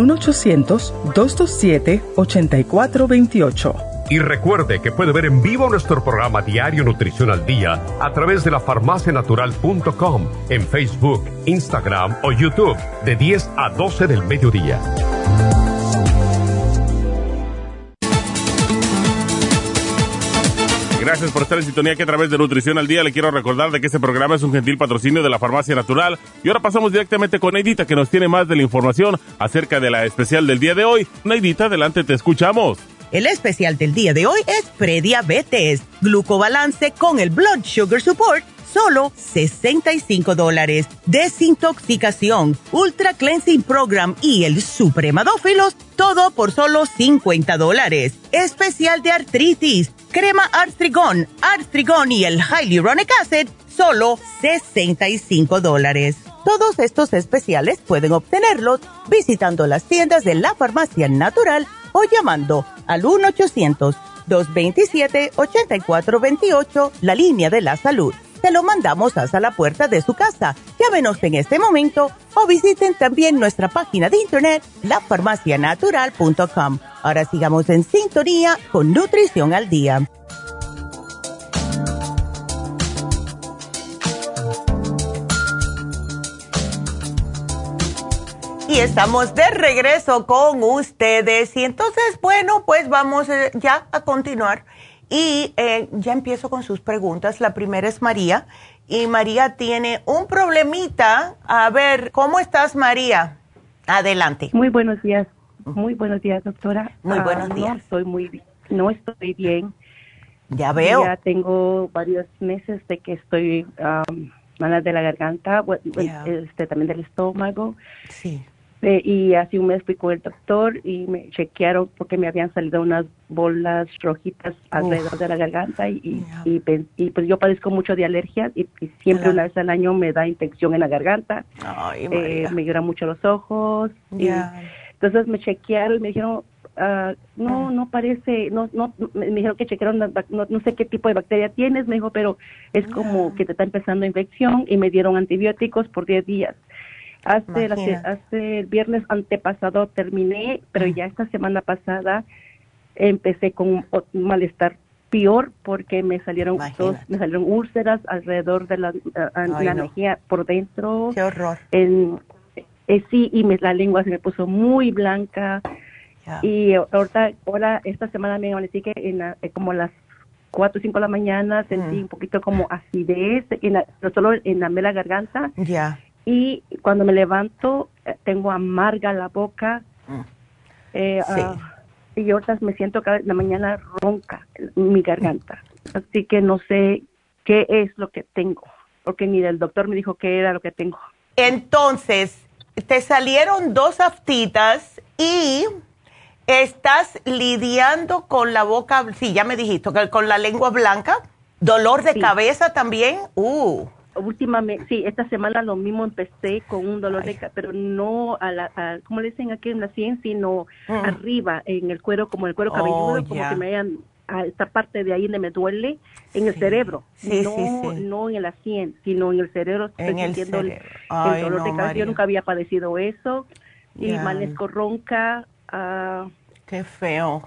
1-800-227-8428. Y recuerde que puede ver en vivo nuestro programa Diario Nutrición al Día a través de lafarmacianatural.com en Facebook, Instagram o YouTube de 10 a 12 del mediodía. Gracias por estar en sintonía que a través de Nutrición al Día le quiero recordar de que este programa es un gentil patrocinio de la Farmacia Natural. Y ahora pasamos directamente con Neidita, que nos tiene más de la información acerca de la especial del día de hoy. Neidita, adelante, te escuchamos. El especial del día de hoy es prediabetes, glucobalance con el Blood Sugar Support, solo $65. Desintoxicación, Ultra Cleansing Program y el Supremadófilos, todo por solo $50. Especial de artritis, crema Artrigón y el Hyaluronic Acid, solo $65. Todos estos especiales pueden obtenerlos visitando las tiendas de la Farmacia Natural o llamando al 1-800-227-8428, la línea de la salud. Te lo mandamos hasta la puerta de su casa. Llámenos en este momento o visiten también nuestra página de internet, lafarmacianatural.com. Ahora sigamos en sintonía con Nutrición al Día. Y estamos de regreso con ustedes. Y entonces, bueno, pues vamos ya a continuar. Y ya empiezo con sus preguntas. La primera es María. Y María tiene un problemita. A ver, ¿cómo estás, María? Adelante. Muy buenos días. Muy buenos días, doctora. Muy buenos días. No estoy bien. Ya veo. Ya tengo varios meses de que estoy mal de la garganta, también del estómago. Sí. Y hace un mes fui con el doctor y me chequearon porque me habían salido unas bolas rojitas alrededor de la garganta y pues yo padezco mucho de alergias y siempre una vez al año me da infección en la garganta. Ay, me lloran mucho los ojos. Y entonces me chequearon y me dijeron, no parece, me dijeron que chequearon, no sé qué tipo de bacteria tienes, me dijo, pero es como que te está empezando infección y me dieron antibióticos por 10 días. Hace el viernes antepasado terminé, pero ya esta semana pasada empecé con un malestar peor porque me salieron úlceras alrededor de la mejilla por dentro. ¡Qué horror! Sí, y la lengua se me puso muy blanca. Y ahora esta semana me amanecí que como a las 4 o 5 de la mañana sentí un poquito como acidez, no solo en la mera garganta. Y cuando me levanto, tengo amarga la boca. Y ahorita me siento cada la mañana ronca mi garganta. Así que no sé qué es lo que tengo, porque ni el doctor me dijo qué era lo que tengo. Entonces, te salieron 2 aftitas y estás lidiando con la boca, sí, ya me dijiste, con la lengua blanca, dolor de cabeza también. Últimamente, sí, esta semana lo mismo empecé con un dolor de cabeza, pero no como le dicen aquí en la sien, sino arriba, en el cuero, como el cuero cabelludo, como que me hayan, a esta parte de ahí donde me duele, en el cerebro, no en la sien, sino en el cerebro, estoy sintiendo el dolor de cabeza. María. Yo nunca había padecido eso, y amanezco ronca. Qué feo,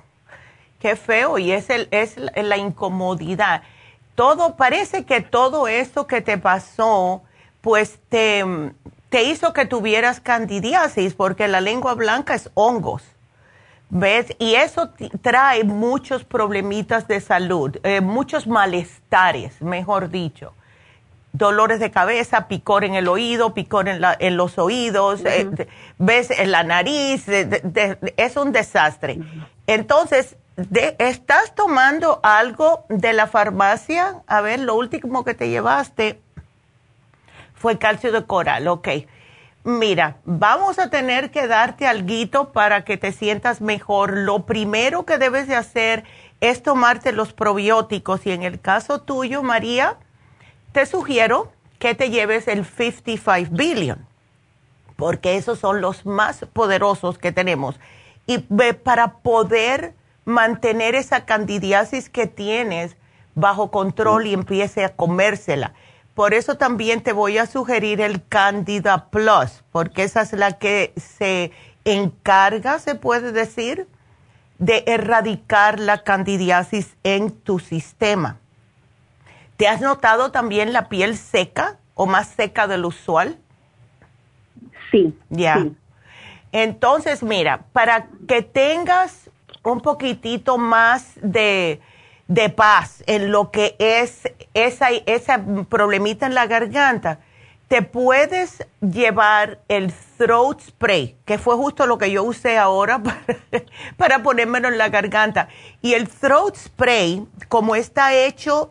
y es la incomodidad. Parece que todo esto que te pasó, pues te hizo que tuvieras candidiasis, porque la lengua blanca es hongos, ¿ves? Y eso trae muchos problemitas de salud, muchos malestares, mejor dicho. Dolores de cabeza, picor en el oído, picor en los oídos, ¿ves? En la nariz, es un desastre. Entonces, ¿estás tomando algo de la farmacia? A ver, lo último que te llevaste fue calcio de coral, ok. Mira, vamos a tener que darte alguito para que te sientas mejor. Lo primero que debes de hacer es tomarte los probióticos y en el caso tuyo, María, te sugiero que te lleves el 55 Billion. porque esos son los más poderosos que tenemos. Y para poder mantener esa candidiasis que tienes bajo control y empiece a comérsela. Por eso también te voy a sugerir el Candida Plus, porque esa es la que se encarga, se puede decir, de erradicar la candidiasis en tu sistema. ¿Te has notado también la piel seca o más seca de lo usual? Sí. Ya. Sí. Entonces, mira, para que tengas un poquitito más de paz en lo que es esa problemita en la garganta, te puedes llevar el throat spray, que fue justo lo que yo usé ahora para ponérmelo en la garganta. Y el throat spray, como está hecho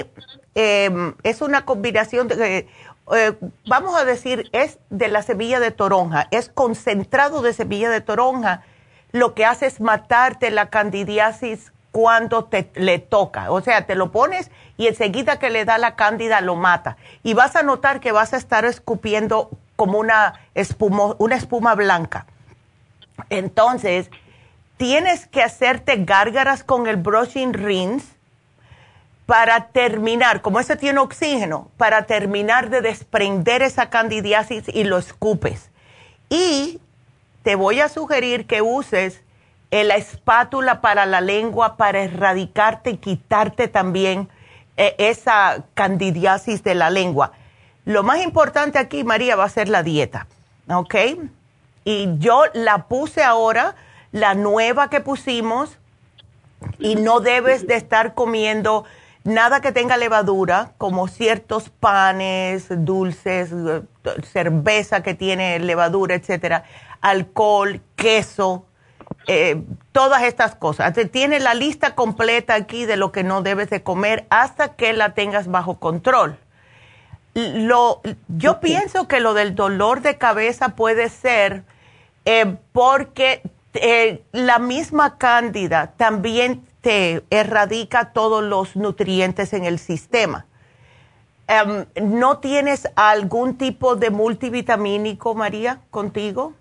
es una combinación de, vamos a decir, es de la semilla de toronja, es concentrado de semilla de toronja, lo que hace es matarte la candidiasis cuando le toca. O sea, te lo pones y enseguida que le da la cándida lo mata. Y vas a notar que vas a estar escupiendo como una espuma blanca. Entonces, tienes que hacerte gárgaras con el brushing rinse para terminar, como ese tiene oxígeno, para terminar de desprender esa candidiasis y lo escupes. Y te voy a sugerir que uses la espátula para la lengua para erradicarte y quitarte también esa candidiasis de la lengua. Lo más importante aquí, María, va a ser la dieta, ¿ok? Y yo la puse ahora, la nueva que pusimos, y no debes de estar comiendo nada que tenga levadura, como ciertos panes, dulces, cerveza que tiene levadura, etcétera, alcohol, queso, todas estas cosas. Tiene la lista completa aquí de lo que no debes de comer hasta que la tengas bajo control. Yo pienso que lo del dolor de cabeza puede ser porque la misma cándida también te erradica todos los nutrientes en el sistema. ¿No tienes algún tipo de multivitamínico, María, contigo?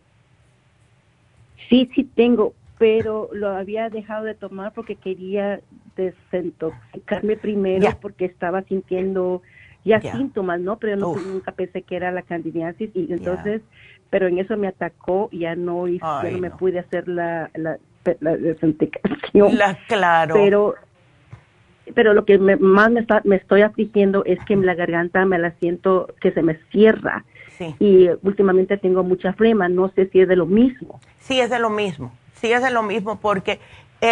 Sí tengo, pero lo había dejado de tomar porque quería desintoxicarme primero porque estaba sintiendo síntomas, ¿no? Pero nunca pensé que era la candidiasis y entonces, pero en eso me atacó y ya no me pude hacer la desintoxicación. Claro. Pero lo que más me estoy afligiendo es que la garganta me la siento que se me cierra. Sí. Y últimamente tengo mucha flema, no sé si es de lo mismo. Sí, es de lo mismo. Sí, es de lo mismo porque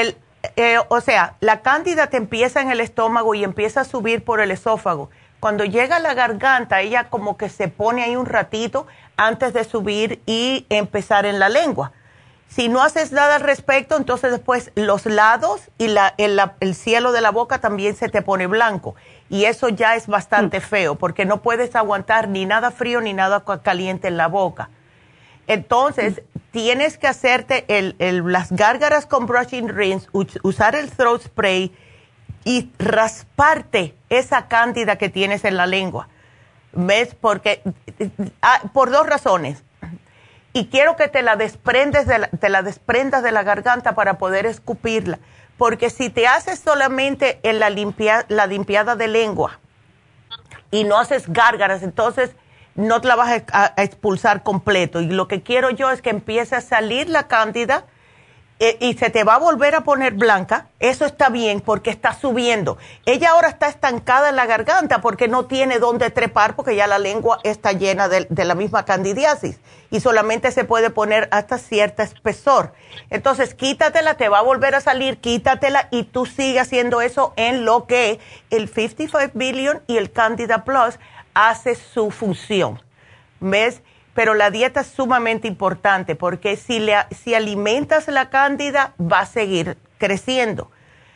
o sea, la cándida te empieza en el estómago y empieza a subir por el esófago. Cuando llega a la garganta, ella como que se pone ahí un ratito antes de subir y empezar en la lengua. Si no haces nada al respecto, entonces después los lados y el cielo de la boca también se te pone blanco. Y eso ya es bastante feo porque no puedes aguantar ni nada frío ni nada caliente en la boca. Entonces, tienes que hacerte las gárgaras con brushing rinse, usar el throat spray y rasparte esa cándida que tienes en la lengua. ¿Ves? Porque, por dos razones. Y quiero que te la desprendas de la garganta para poder escupirla. Porque si te haces solamente en la limpiada de lengua y no haces gárgaras, entonces no te la vas a expulsar completo. Y lo que quiero yo es que empiece a salir la cándida y se te va a volver a poner blanca. Eso está bien porque está subiendo. Ella ahora está estancada en la garganta porque no tiene dónde trepar porque ya la lengua está llena de la misma candidiasis y solamente se puede poner hasta cierto espesor. Entonces quítatela, te va a volver a salir, quítatela y tú sigue haciendo eso en lo que el 55 Billion y el Candida Plus hace su función. ¿Ves? Pero la dieta es sumamente importante porque si alimentas la cándida va a seguir creciendo.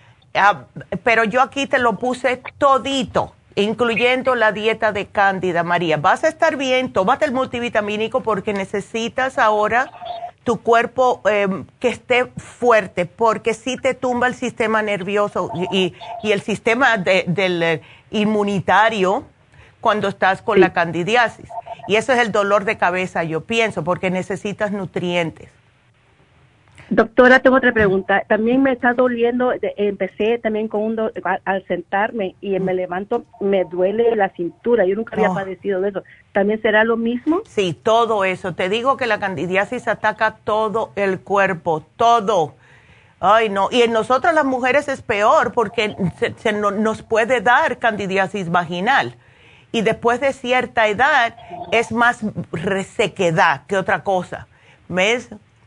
Pero yo aquí te lo puse todito, incluyendo la dieta de cándida, María. Vas a estar bien, tómate el multivitamínico porque necesitas ahora tu cuerpo que esté fuerte porque si te tumba el sistema nervioso y el sistema del inmunitario cuando estás con la candidiasis. Y eso es el dolor de cabeza, yo pienso, porque necesitas nutrientes. Doctora, tengo otra pregunta. También me está doliendo, empecé también con al sentarme y me levanto, me duele la cintura. Yo nunca había padecido de eso. ¿También será lo mismo? Sí, todo eso. Te digo que la candidiasis ataca todo el cuerpo, todo. Ay, no. Y en nosotras las mujeres es peor porque nos puede dar candidiasis vaginal. Y después de cierta edad es más resequedad que otra cosa. ¿Ves?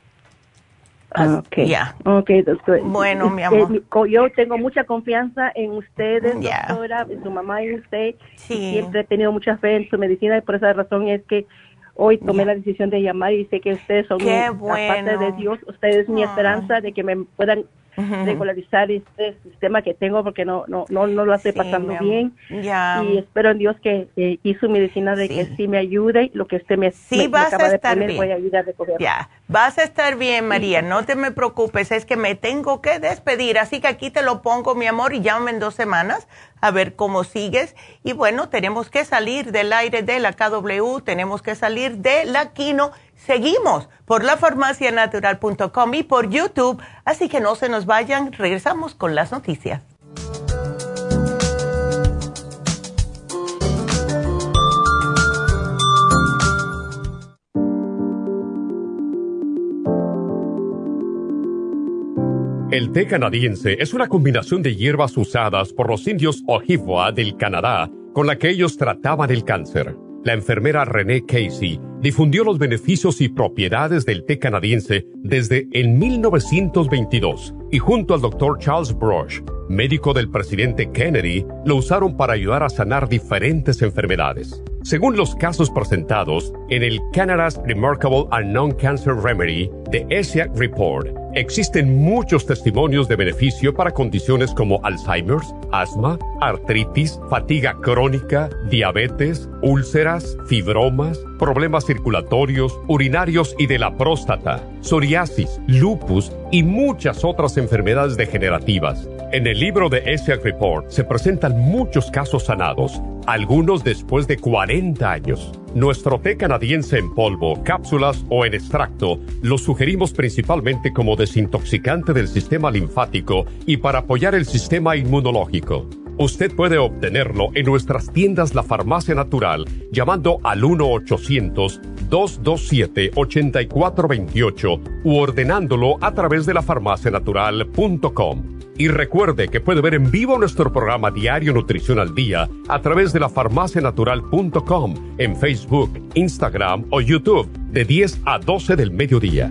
Okay. Yeah. Ok, doctor. Bueno, mi amor. Yo tengo mucha confianza en ustedes, doctora, en su mamá y en usted. Sí. Y siempre he tenido mucha fe en su medicina y por esa razón es que hoy tomé la decisión de llamar y sé que ustedes son aparte de Dios, ustedes mi esperanza de que me puedan regularizar este sistema que tengo porque no lo estoy pasando bien. Y espero en Dios que y su medicina de que sí me ayude, lo que usted me acaba de poner bien. Voy a ayudar a recoger. Vas a estar bien, María, no te me preocupes, es que me tengo que despedir, así que aquí te lo pongo, mi amor, y llámame en 2 semanas a ver cómo sigues. Y bueno, tenemos que salir del aire de la KW, tenemos que salir de la Quino. Seguimos por lafarmacianatural.com y por YouTube, así que no se nos vayan, regresamos con las noticias. El té canadiense es una combinación de hierbas usadas por los indios Ojibwa del Canadá con la que ellos trataban el cáncer. La enfermera Renee Casey difundió los beneficios y propiedades del té canadiense desde el 1922 y junto al Dr. Charles Brush, médico del presidente Kennedy, lo usaron para ayudar a sanar diferentes enfermedades. Según los casos presentados en el Canada's Remarkable and Non-Cancer Remedy de ESIAC Report, existen muchos testimonios de beneficio para condiciones como Alzheimer's, asma, artritis, fatiga crónica, diabetes, úlceras, fibromas, problemas circulatorios, urinarios y de la próstata, psoriasis, lupus y muchas otras enfermedades degenerativas. En el libro de ESIAC Report se presentan muchos casos sanados, algunos después de 40 años. Nuestro té canadiense en polvo, cápsulas o en extracto lo sugerimos principalmente como desintoxicante del sistema linfático y para apoyar el sistema inmunológico. Usted puede obtenerlo en nuestras tiendas La Farmacia Natural llamando al 1-800-227-8428 u ordenándolo a través de lafarmacianatural.com. Y recuerde que puede ver en vivo nuestro programa Diario Nutrición al Día a través de lafarmacianatural.com en Facebook, Instagram o YouTube de 10 a 12 del mediodía.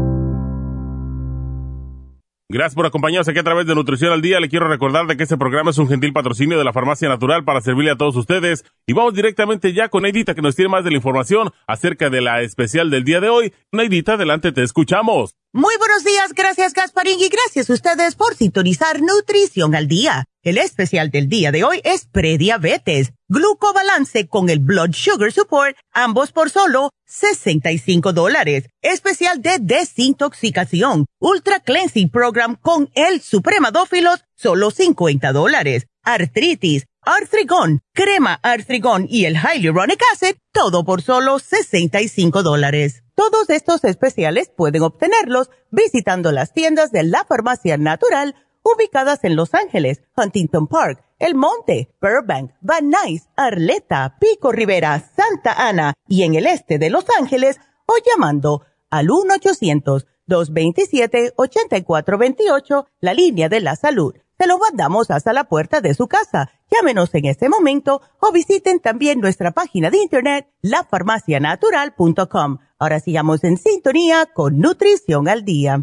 Gracias por acompañarnos aquí a través de Nutrición al Día. Le quiero recordar de que este programa es un gentil patrocinio de la Farmacia Natural para servirle a todos ustedes. Y vamos directamente ya con Neidita, que nos tiene más de la información acerca de la especial del día de hoy. Neidita, adelante, te escuchamos. Muy buenos días, gracias Gasparín y gracias a ustedes por sintonizar Nutrición al Día. El especial del día de hoy es prediabetes, glucobalance con el Blood Sugar Support, ambos por solo $65. Especial de desintoxicación, Ultra Cleansing Program con el Supremadófilos, solo $50. Artritis, Arthrigon, crema Arthrigon y el Hyaluronic Acid, todo por solo $65. Todos estos especiales pueden obtenerlos visitando las tiendas de la Farmacia Natural ubicadas en Los Ángeles, Huntington Park, El Monte, Burbank, Van Nuys, Arleta, Pico Rivera, Santa Ana y en el este de Los Ángeles o llamando al 1-800-227-8428, la línea de la salud. Se lo mandamos hasta la puerta de su casa. Llámenos en este momento o visiten también nuestra página de internet, lafarmacianatural.com. Ahora sigamos en sintonía con Nutrición al Día.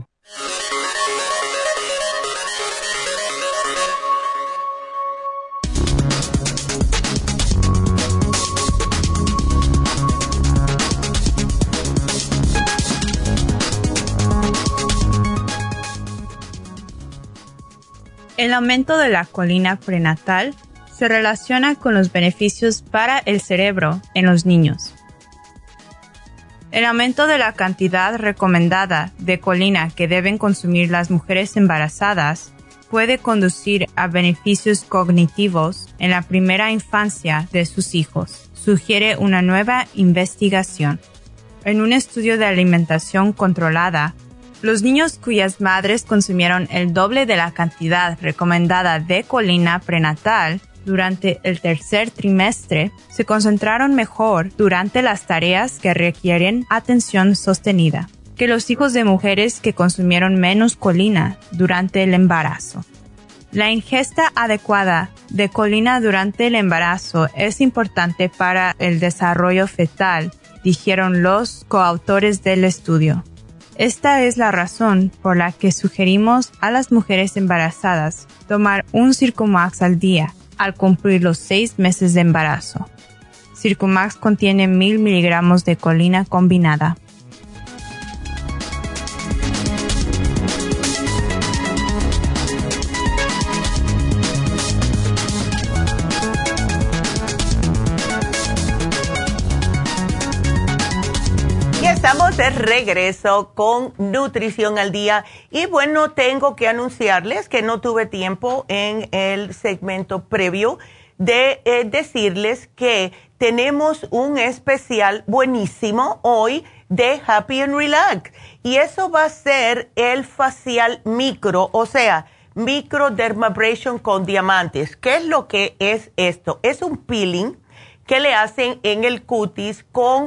El aumento de la colina prenatal se relaciona con los beneficios para el cerebro en los niños. El aumento de la cantidad recomendada de colina que deben consumir las mujeres embarazadas puede conducir a beneficios cognitivos en la primera infancia de sus hijos, sugiere una nueva investigación. En un estudio de alimentación controlada, los niños cuyas madres consumieron el doble de la cantidad recomendada de colina prenatal durante el tercer trimestre se concentraron mejor durante las tareas que requieren atención sostenida que los hijos de mujeres que consumieron menos colina durante el embarazo. La ingesta adecuada de colina durante el embarazo es importante para el desarrollo fetal, dijeron los coautores del estudio. Esta es la razón por la que sugerimos a las mujeres embarazadas tomar un Circumax al día al cumplir los 6 meses de embarazo. Circumax contiene 1000 miligramos de colina combinada. Estamos de regreso con Nutrición al Día y bueno, tengo que anunciarles que no tuve tiempo en el segmento previo de decirles que tenemos un especial buenísimo hoy de Happy and Relax y eso va a ser el facial micro, o sea, microdermabrasion con diamantes. ¿Qué es lo que es esto? Es un peeling que le hacen en el cutis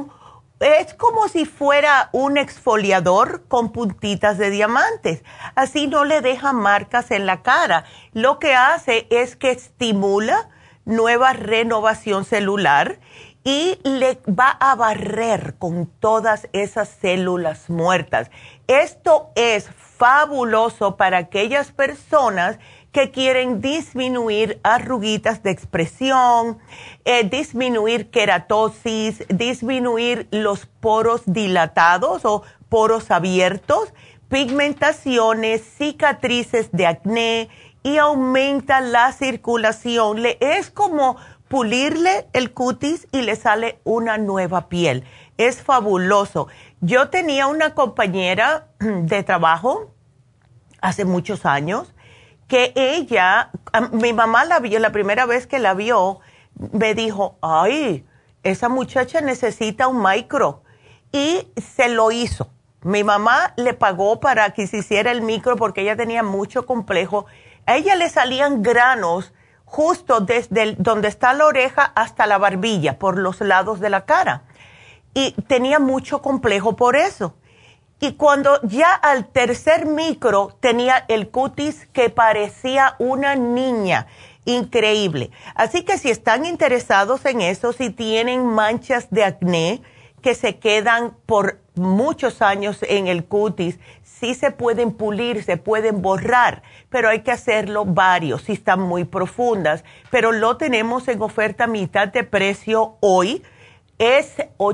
es como si fuera un exfoliador con puntitas de diamantes. Así no le deja marcas en la cara. Lo que hace es que estimula nueva renovación celular y le va a barrer con todas esas células muertas. Esto es fabuloso para aquellas personas que quieren disminuir arruguitas de expresión, disminuir queratosis, disminuir los poros dilatados o poros abiertos, pigmentaciones, cicatrices de acné y aumenta la circulación. Es como pulirle el cutis y le sale una nueva piel. Es fabuloso. Yo tenía una compañera de trabajo hace muchos años que ella, mi mamá la vio, la primera vez que la vio, me dijo, ay, esa muchacha necesita un micro. Y se lo hizo. Mi mamá le pagó para que se hiciera el micro porque ella tenía mucho complejo. A ella le salían granos justo desde donde está la oreja hasta la barbilla, por los lados de la cara. Y tenía mucho complejo por eso. Y cuando ya al tercer micro tenía el cutis que parecía una niña, increíble. Así que si están interesados en eso, si tienen manchas de acné que se quedan por muchos años en el cutis, sí se pueden pulir, se pueden borrar, pero hay que hacerlo varios si están muy profundas. Pero lo tenemos en oferta a mitad de precio hoy. Es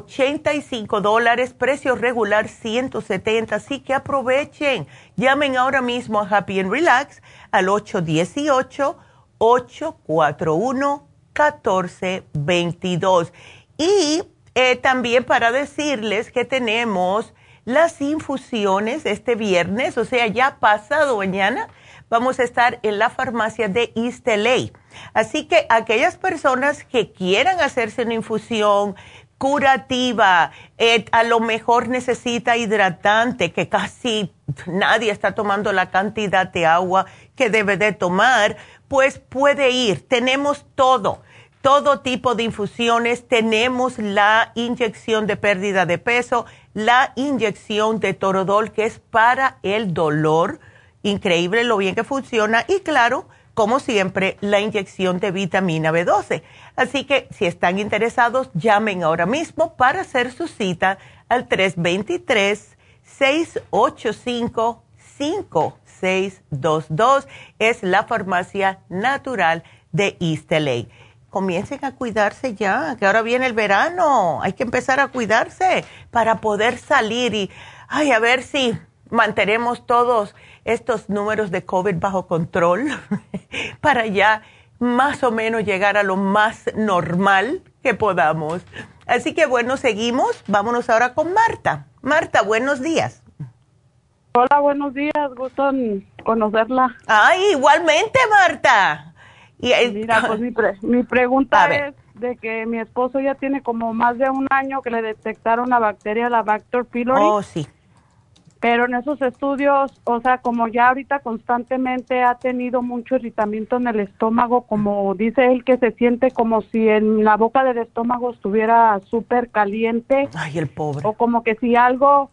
$85, precio regular $170, así que aprovechen. Llamen ahora mismo a Happy and Relax al 818-841-1422. Y también para decirles que tenemos las infusiones este viernes, o sea, ya pasado mañana, vamos a estar en la farmacia de East LA. Así que aquellas personas que quieran hacerse una infusión curativa, a lo mejor necesita hidratante, que casi nadie está tomando la cantidad de agua que debe de tomar, pues puede ir. Tenemos todo tipo de infusiones. Tenemos la inyección de pérdida de peso, la inyección de Torodol, que es para el dolor. Increíble lo bien que funciona. Y claro, como siempre, la inyección de vitamina B12. Así que si están interesados, llamen ahora mismo para hacer su cita al 323-685-5622. Es la farmacia natural de East LA. Comiencen a cuidarse ya, que ahora viene el verano. Hay que empezar a cuidarse para poder salir y a ver si mantenemos todos estos números de COVID bajo control para ya más o menos llegar a lo más normal que podamos. Así que bueno, seguimos. Vámonos ahora con Marta. Marta, buenos días. Hola, buenos días. Gusto en conocerla. Ay, igualmente, Marta. Mira, pues mi pregunta es de que mi esposo ya tiene como más de un año que le detectaron la bacteria, la Bacter pylori. Oh, sí. Pero en esos estudios, o sea, como ya ahorita constantemente ha tenido mucho irritamiento en el estómago, como dice él que se siente como si en la boca del estómago estuviera súper caliente. Ay, el pobre. O como que si algo,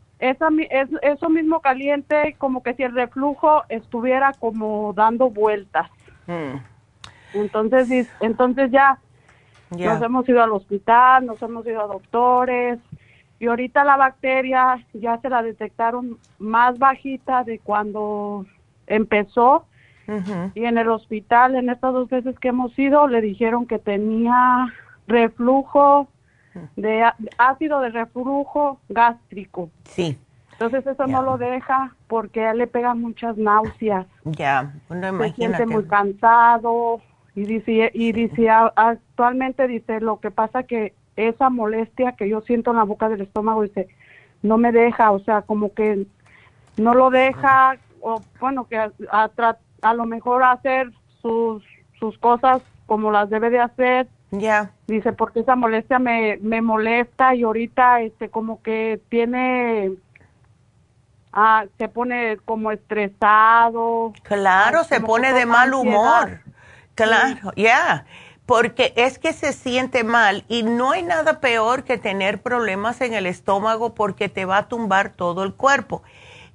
eso mismo caliente, como que si el reflujo estuviera como dando vueltas. Entonces ya nos hemos ido al hospital, nos hemos ido a doctores. Y ahorita la bacteria ya se la detectaron más bajita de cuando empezó. Y en el hospital, en estas 2 veces que hemos ido, le dijeron que tenía reflujo, de ácido de reflujo gástrico. Sí. Entonces eso no lo deja porque a él le pegan muchas náuseas. Ya, bueno, imagínate. Se siente muy cansado y dice actualmente dice lo que pasa que esa molestia que yo siento en la boca del estómago, dice, no me deja, o sea, como que no lo deja, o bueno, que a lo mejor hacer sus cosas como las debe de hacer. Ya. Dice, porque esa molestia me molesta y ahorita como que tiene, se pone como estresado. Claro, se pone de mal humor. Claro, ya. Porque es que se siente mal y no hay nada peor que tener problemas en el estómago porque te va a tumbar todo el cuerpo.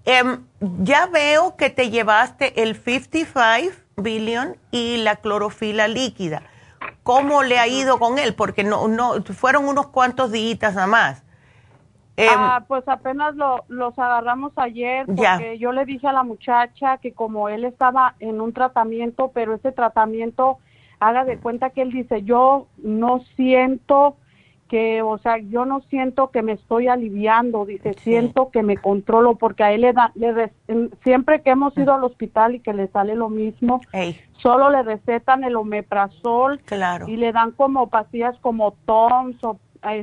Ya veo que te llevaste el 55 billion y la clorofila líquida. ¿Cómo le ha ido con él? Porque no fueron unos cuantos días nada más. Pues apenas los agarramos ayer porque yo le dije a la muchacha que como él estaba en un tratamiento, pero ese tratamiento, haga de cuenta que él dice, yo no siento que, o sea, yo no siento que me estoy aliviando, dice, siento que me controlo, porque a él siempre que hemos ido al hospital y que le sale lo mismo, solo le recetan el omeprazol y le dan como pastillas como Tums o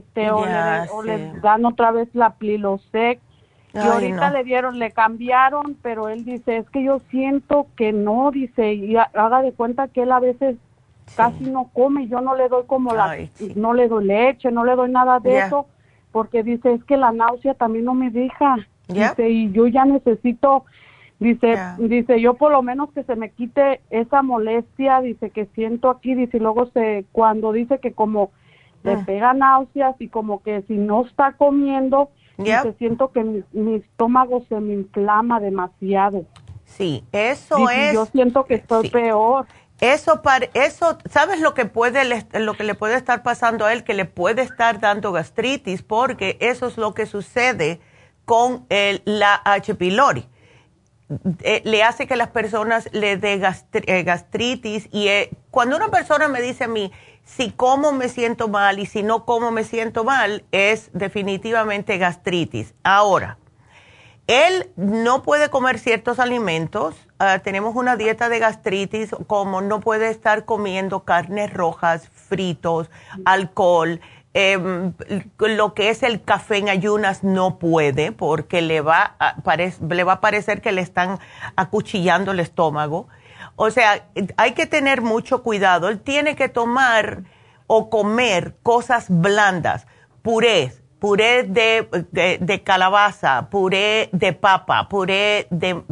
le dan otra vez la Prilosec. Y ahorita le cambiaron, pero él dice, es que yo siento que no, dice, y haga de cuenta que él a veces casi no come, yo no le doy como no le doy leche, no le doy nada de eso, porque dice, es que la náusea también no me deja, dice, y yo ya necesito, dice, yo por lo menos que se me quite esa molestia, dice, que siento aquí, dice, y luego cuando dice que como le pega náuseas y como que si no está comiendo, dice, siento que mi estómago se me inflama demasiado. Sí, eso dice, yo siento que estoy peor. Eso, ¿sabes lo que le puede estar pasando a él? Que le puede estar dando gastritis, porque eso es lo que sucede con la H. pylori. Le hace que las personas le dé gastritis y cuando una persona me dice a mí, si como me siento mal y si no como me siento mal, es definitivamente gastritis. Ahora, él no puede comer ciertos alimentos. Tenemos una dieta de gastritis, como no puede estar comiendo carnes rojas, fritos, alcohol, lo que es el café en ayunas no puede porque le va a parecer que le están acuchillando el estómago. O sea, hay que tener mucho cuidado. Él tiene que tomar o comer cosas blandas, puré de calabaza, puré de papa, puré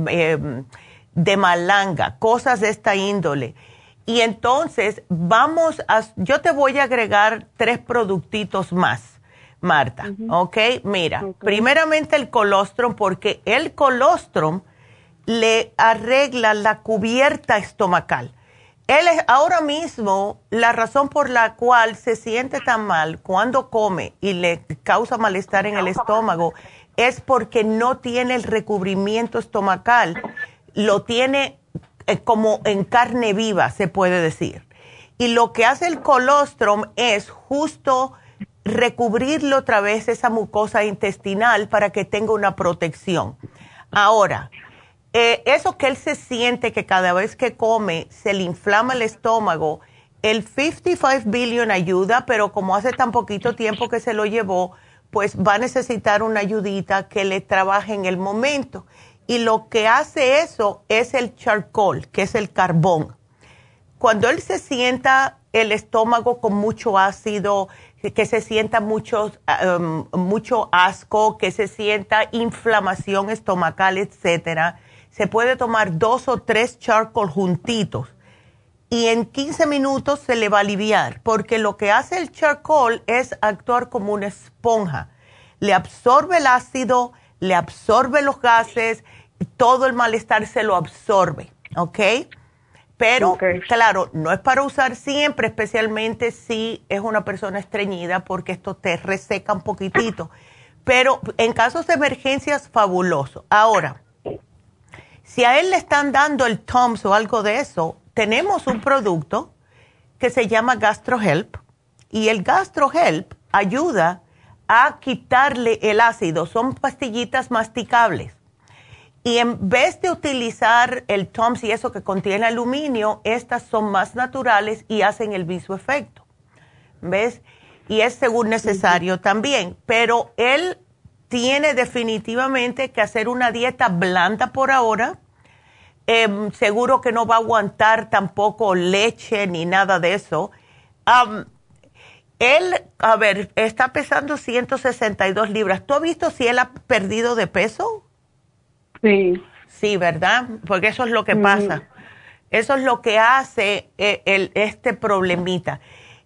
de malanga, cosas de esta índole. Y entonces yo te voy a agregar 3 productitos más, Marta, ¿ok? Mira, primeramente el colostrum, porque el colostrum le arregla la cubierta estomacal. Él es ahora mismo la razón por la cual se siente tan mal cuando come y le causa malestar en el estómago es porque no tiene el recubrimiento estomacal, lo tiene como en carne viva, se puede decir. Y lo que hace el colostrum es justo recubrirle otra vez esa mucosa intestinal para que tenga una protección. Ahora, eso que él se siente que cada vez que come se le inflama el estómago, el 55 billion ayuda, pero como hace tan poquito tiempo que se lo llevó, pues va a necesitar una ayudita que le trabaje en el momento. Y lo que hace eso es el charcoal, que es el carbón. Cuando él se sienta el estómago con mucho ácido, que se sienta mucho asco, que se sienta inflamación estomacal, etcétera, se puede tomar 2 o 3 charcoal juntitos y en 15 minutos se le va a aliviar, porque lo que hace el charcoal es actuar como una esponja. Le absorbe el ácido, le absorbe los gases, todo el malestar se lo absorbe, ¿ok? Pero, claro, no es para usar siempre, especialmente si es una persona estreñida, porque esto te reseca un poquitito. Pero en casos de emergencias, fabuloso. Ahora, si a él le están dando el TUMS o algo de eso, tenemos un producto que se llama GastroHelp, y el GastroHelp ayuda a quitarle el ácido. Son pastillitas masticables. Y en vez de utilizar el TUMS y eso que contiene aluminio, estas son más naturales y hacen el mismo efecto. ¿Ves? Y es según necesario también. Pero él tiene definitivamente que hacer una dieta blanda por ahora. Seguro que no va a aguantar tampoco leche ni nada de eso. Él, a ver, está pesando 162 libras. ¿Tú has visto si él ha perdido de peso? Sí. Sí, ¿verdad? Porque eso es lo que pasa. Eso es lo que hace este problemita.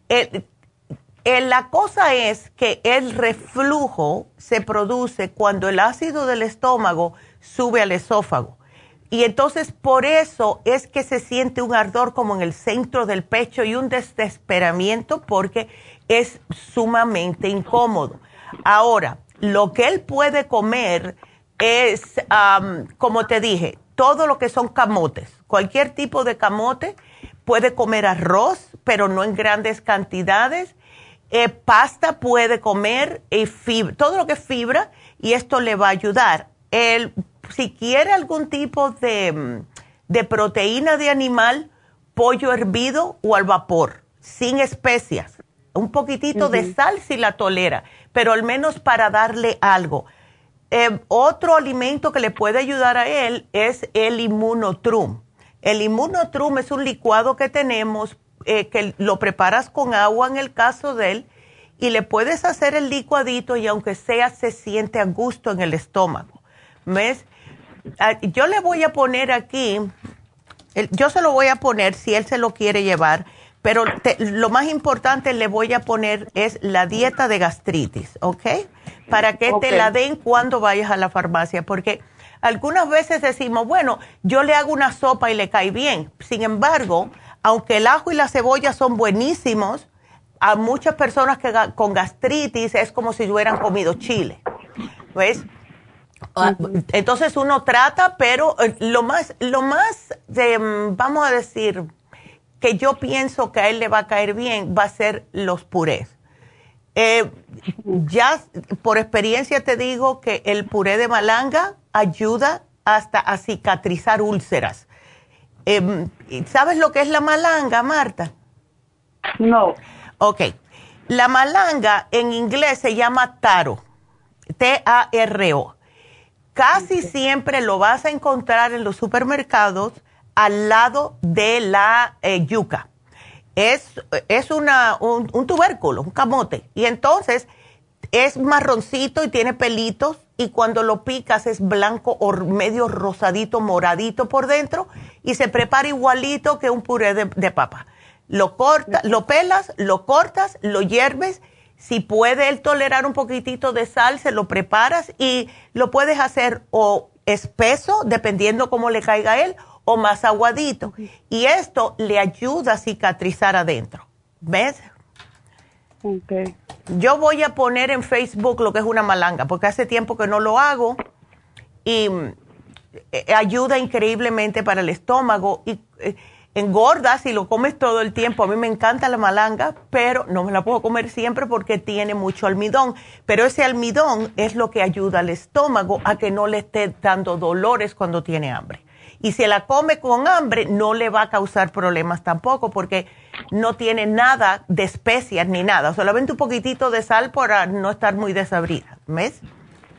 La cosa es que el reflujo se produce cuando el ácido del estómago sube al esófago. Y entonces por eso es que se siente un ardor como en el centro del pecho y un desesperamiento porque es sumamente incómodo. Ahora, lo que él puede comer es, como te dije, todo lo que son camotes. Cualquier tipo de camote. Puede comer arroz, pero no en grandes cantidades. Pasta puede comer, fibra, todo lo que es fibra, y esto le va a ayudar. Si quiere algún tipo de proteína de animal, pollo hervido o al vapor, sin especias. Un poquitito de sal si la tolera, pero al menos para darle algo. Otro alimento que le puede ayudar a él es el Immunotrum. El Immunotrum es un licuado que tenemos que lo preparas con agua en el caso de él y le puedes hacer el licuadito y aunque sea se siente a gusto en el estómago. ¿Ves? Yo le voy a poner aquí, yo se lo voy a poner si él se lo quiere llevar, pero lo más importante le voy a poner es la dieta de gastritis, ¿ok? Para que te la den cuando vayas a la farmacia, porque algunas veces decimos, bueno, yo le hago una sopa y le cae bien. Sin embargo, aunque el ajo y la cebolla son buenísimos, a muchas personas con gastritis es como si hubieran comido chile, ¿ves? Entonces uno trata, pero lo más vamos a decir, que yo pienso que a él le va a caer bien, va a ser los purés. Ya por experiencia te digo que el puré de malanga ayuda hasta a cicatrizar úlceras. ¿Sabes lo que es la malanga, Marta? No. Ok. La malanga en inglés se llama taro, T-A-R-O. Casi siempre lo vas a encontrar en los supermercados al lado de la yuca. Es un tubérculo, un camote. Y entonces es marroncito y tiene pelitos y cuando lo picas es blanco o medio rosadito, moradito por dentro y se prepara igualito que un puré de papa. Lo pelas, lo cortas, lo hierves. Si puede él tolerar un poquitito de sal, se lo preparas y lo puedes hacer o espeso, dependiendo cómo le caiga a él, o más aguadito. Y esto le ayuda a cicatrizar adentro. ¿Ves? Okay. Yo voy a poner en Facebook lo que es una malanga, porque hace tiempo que no lo hago y ayuda increíblemente para el estómago y engorda si lo comes todo el tiempo. A mí me encanta la malanga, pero no me la puedo comer siempre porque tiene mucho almidón. Pero ese almidón es lo que ayuda al estómago a que no le esté dando dolores cuando tiene hambre. Y si la come con hambre, no le va a causar problemas tampoco porque no tiene nada de especias ni nada. Solamente un poquitito de sal para no estar muy desabrida. ¿Ves?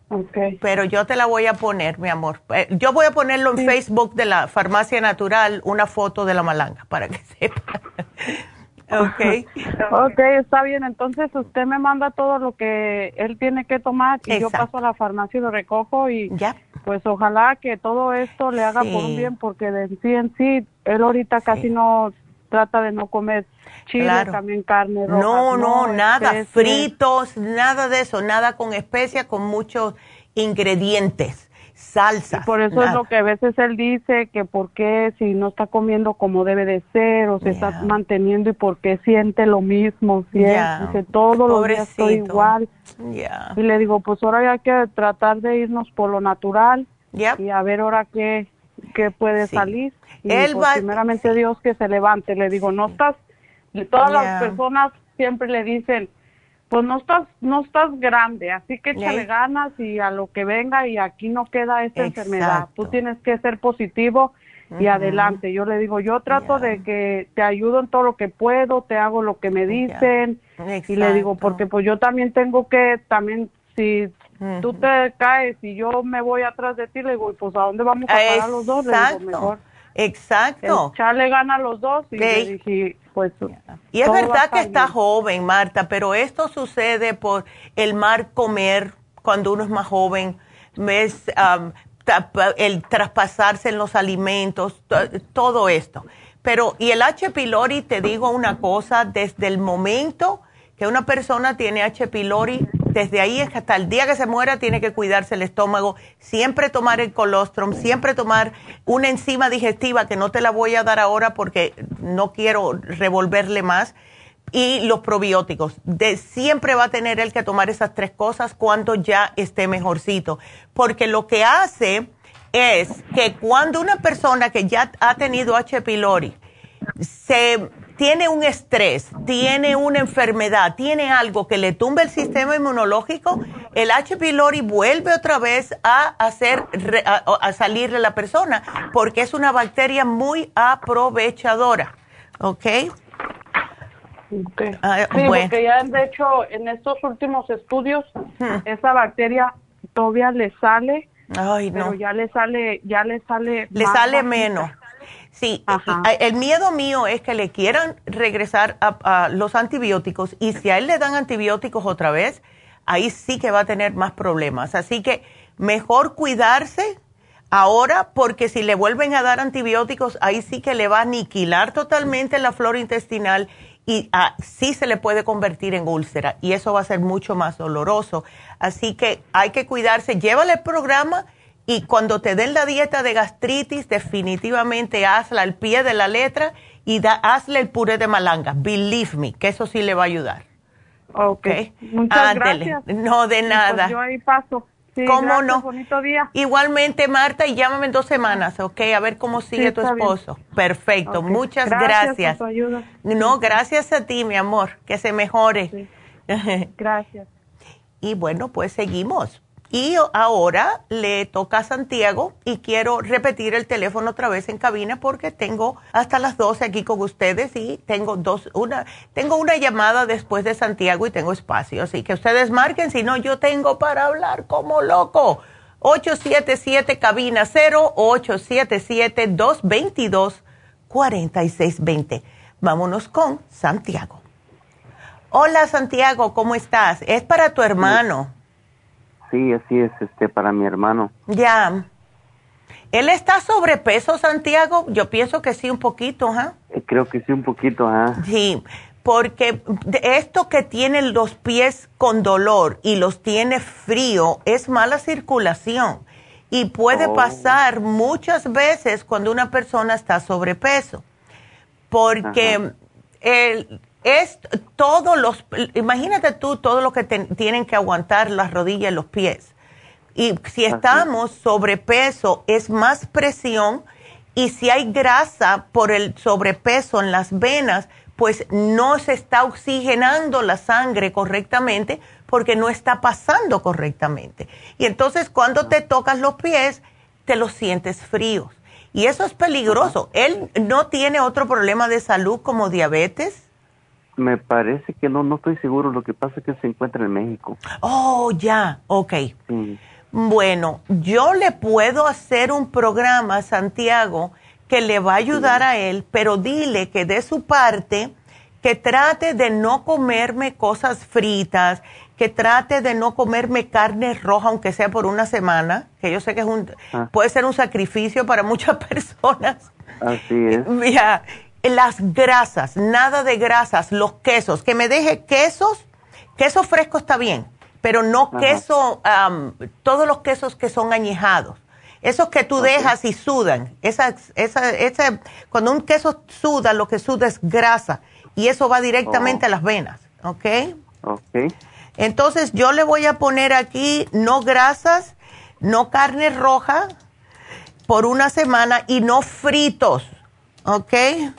Okay. Pero yo te la voy a poner, mi amor. Yo voy a ponerlo en Facebook de la Farmacia Natural, una foto de la malanga, para que sepa. Okay. Okay, está bien. Entonces usted me manda todo lo que él tiene que tomar y yo paso a la farmacia y lo recojo y pues ojalá que todo esto le haga por un bien, porque de en sí él ahorita casi no trata de no comer chile, también carne roja. No, nada, fritos, nada de eso, nada con especias, con muchos ingredientes. Salsa. Por eso es lo que a veces él dice, que por qué si no está comiendo como debe de ser o se está manteniendo y por qué siente lo mismo, dice todos los días estoy igual. Y le digo, pues ahora hay que tratar de irnos por lo natural y a ver ahora qué puede salir. Y él pues, primeramente Dios que se levante. Le digo, no estás, todas las personas siempre le dicen, pues no estás grande, así que échale ganas y a lo que venga y aquí no queda esta enfermedad. Tú tienes que ser positivo y adelante. Yo le digo, yo trato de que te ayudo en todo lo que puedo, te hago lo que me dicen y le digo, porque pues yo también tengo que, si tú te caes y yo me voy atrás de ti, le digo, pues ¿a dónde vamos a parar los dos? Le digo, mejor. Exacto. Echarle gana a los dos y le dije, pues... Y es verdad que está joven, Marta, pero esto sucede por el mal comer cuando uno es más joven, el traspasarse en los alimentos, todo esto. Pero, y el H. pylori, te digo una cosa, desde el momento que una persona tiene H. pylori, desde ahí hasta el día que se muera tiene que cuidarse el estómago, siempre tomar el colostrum, siempre tomar una enzima digestiva que no te la voy a dar ahora porque no quiero revolverle más, y los probióticos. Siempre va a tener él que tomar esas 3 cosas cuando ya esté mejorcito, porque lo que hace es que cuando una persona que ya ha tenido H. pylori tiene un estrés, tiene una enfermedad, tiene algo que le tumbe el sistema inmunológico, el H. pylori vuelve otra vez a salir de la persona, porque es una bacteria muy aprovechadora, ¿ok? Sí, porque ya de hecho en estos últimos estudios esa bacteria todavía le sale, pero ya le sale menos. Sí, el miedo mío es que le quieran regresar a los antibióticos y si a él le dan antibióticos otra vez, ahí sí que va a tener más problemas. Así que mejor cuidarse ahora porque si le vuelven a dar antibióticos, ahí sí que le va a aniquilar totalmente la flora intestinal y sí se le puede convertir en úlcera y eso va a ser mucho más doloroso. Así que hay que cuidarse, llévale el programa. Y cuando te den la dieta de gastritis, definitivamente hazla al pie de la letra y hazle el puré de malanga. Believe me, que eso sí le va a ayudar. Okay. Muchas gracias. No, de nada. Pues yo ahí paso. Sí, ¿cómo gracias, no? Bonito día. Igualmente, Marta, y llámame en 2 semanas, ¿ok? A ver cómo sigue tu esposo. Bien. Perfecto. Muchas gracias. Por tu ayuda. No, gracias a ti, mi amor. Que se mejore. Sí. Gracias. Y bueno, pues seguimos. Y ahora le toca a Santiago y quiero repetir el teléfono otra vez en cabina porque tengo hasta las 12 aquí con ustedes y tengo una llamada después de Santiago y tengo espacio. Así que ustedes marquen, si no yo tengo para hablar como loco. 877 0 877-222-4620. Vámonos con Santiago. Hola Santiago, ¿cómo estás? Es para tu hermano. Sí, así es, para mi hermano. Ya. ¿Él está sobrepeso, Santiago? Yo pienso que sí, un poquito, ¿ah? Creo que sí, un poquito, ¿ah? Sí, porque esto que tiene los pies con dolor y los tiene frío es mala circulación y puede pasar muchas veces cuando una persona está sobrepeso, porque imagínate tú todo lo que tienen que aguantar las rodillas y los pies. Y si estamos sobrepeso, es más presión y si hay grasa por el sobrepeso en las venas, pues no se está oxigenando la sangre correctamente porque no está pasando correctamente. Y entonces cuando te tocas los pies, te los sientes fríos. Y eso es peligroso. ¿Él no tiene otro problema de salud como diabetes? Me parece que no estoy seguro. Lo que pasa es que se encuentra en México. Oh, ya, ok. Sí. Bueno, yo le puedo hacer un programa, Santiago, que le va a ayudar a él, pero dile que de su parte, que trate de no comerme cosas fritas, que trate de no comerme carne roja, aunque sea por una semana, que yo sé que puede ser un sacrificio para muchas personas. Así es. Mira, las grasas, nada de grasas, los quesos, que me deje queso fresco está bien, pero no queso, todos los quesos que son añejados. Esos que tú dejas y sudan, cuando un queso suda, lo que suda es grasa y eso va directamente a las venas, ¿ok? Ok. Entonces yo le voy a poner aquí no grasas, no carne roja por una semana y no fritos, ¿ok?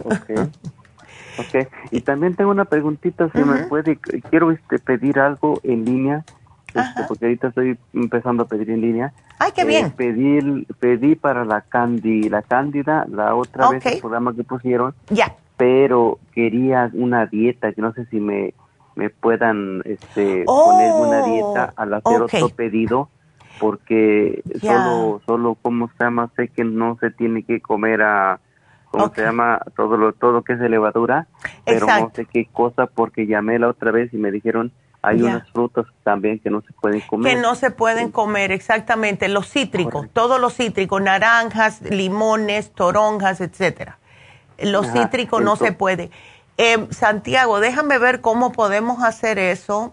Ok. Y también tengo una preguntita, si me puede, quiero pedir algo en línea. Porque ahorita estoy empezando a pedir en línea. ¡Ay, qué bien! Pedí para la Cándida, la otra vez el programa que pusieron. Ya. Pero quería una dieta, que no sé si me puedan poner una dieta al hacer otro pedido, porque solo, ¿cómo se llama? Sé que no se tiene que comer ¿cómo se llama? Todo que es de levadura, pero no sé qué cosa, porque llamé la otra vez y me dijeron hay unas frutas también que no se pueden comer. Que no se pueden comer, exactamente. Los cítricos, todos los cítricos, naranjas, limones, toronjas, etcétera. Los cítricos no se puede. Santiago, déjame ver cómo podemos hacer eso,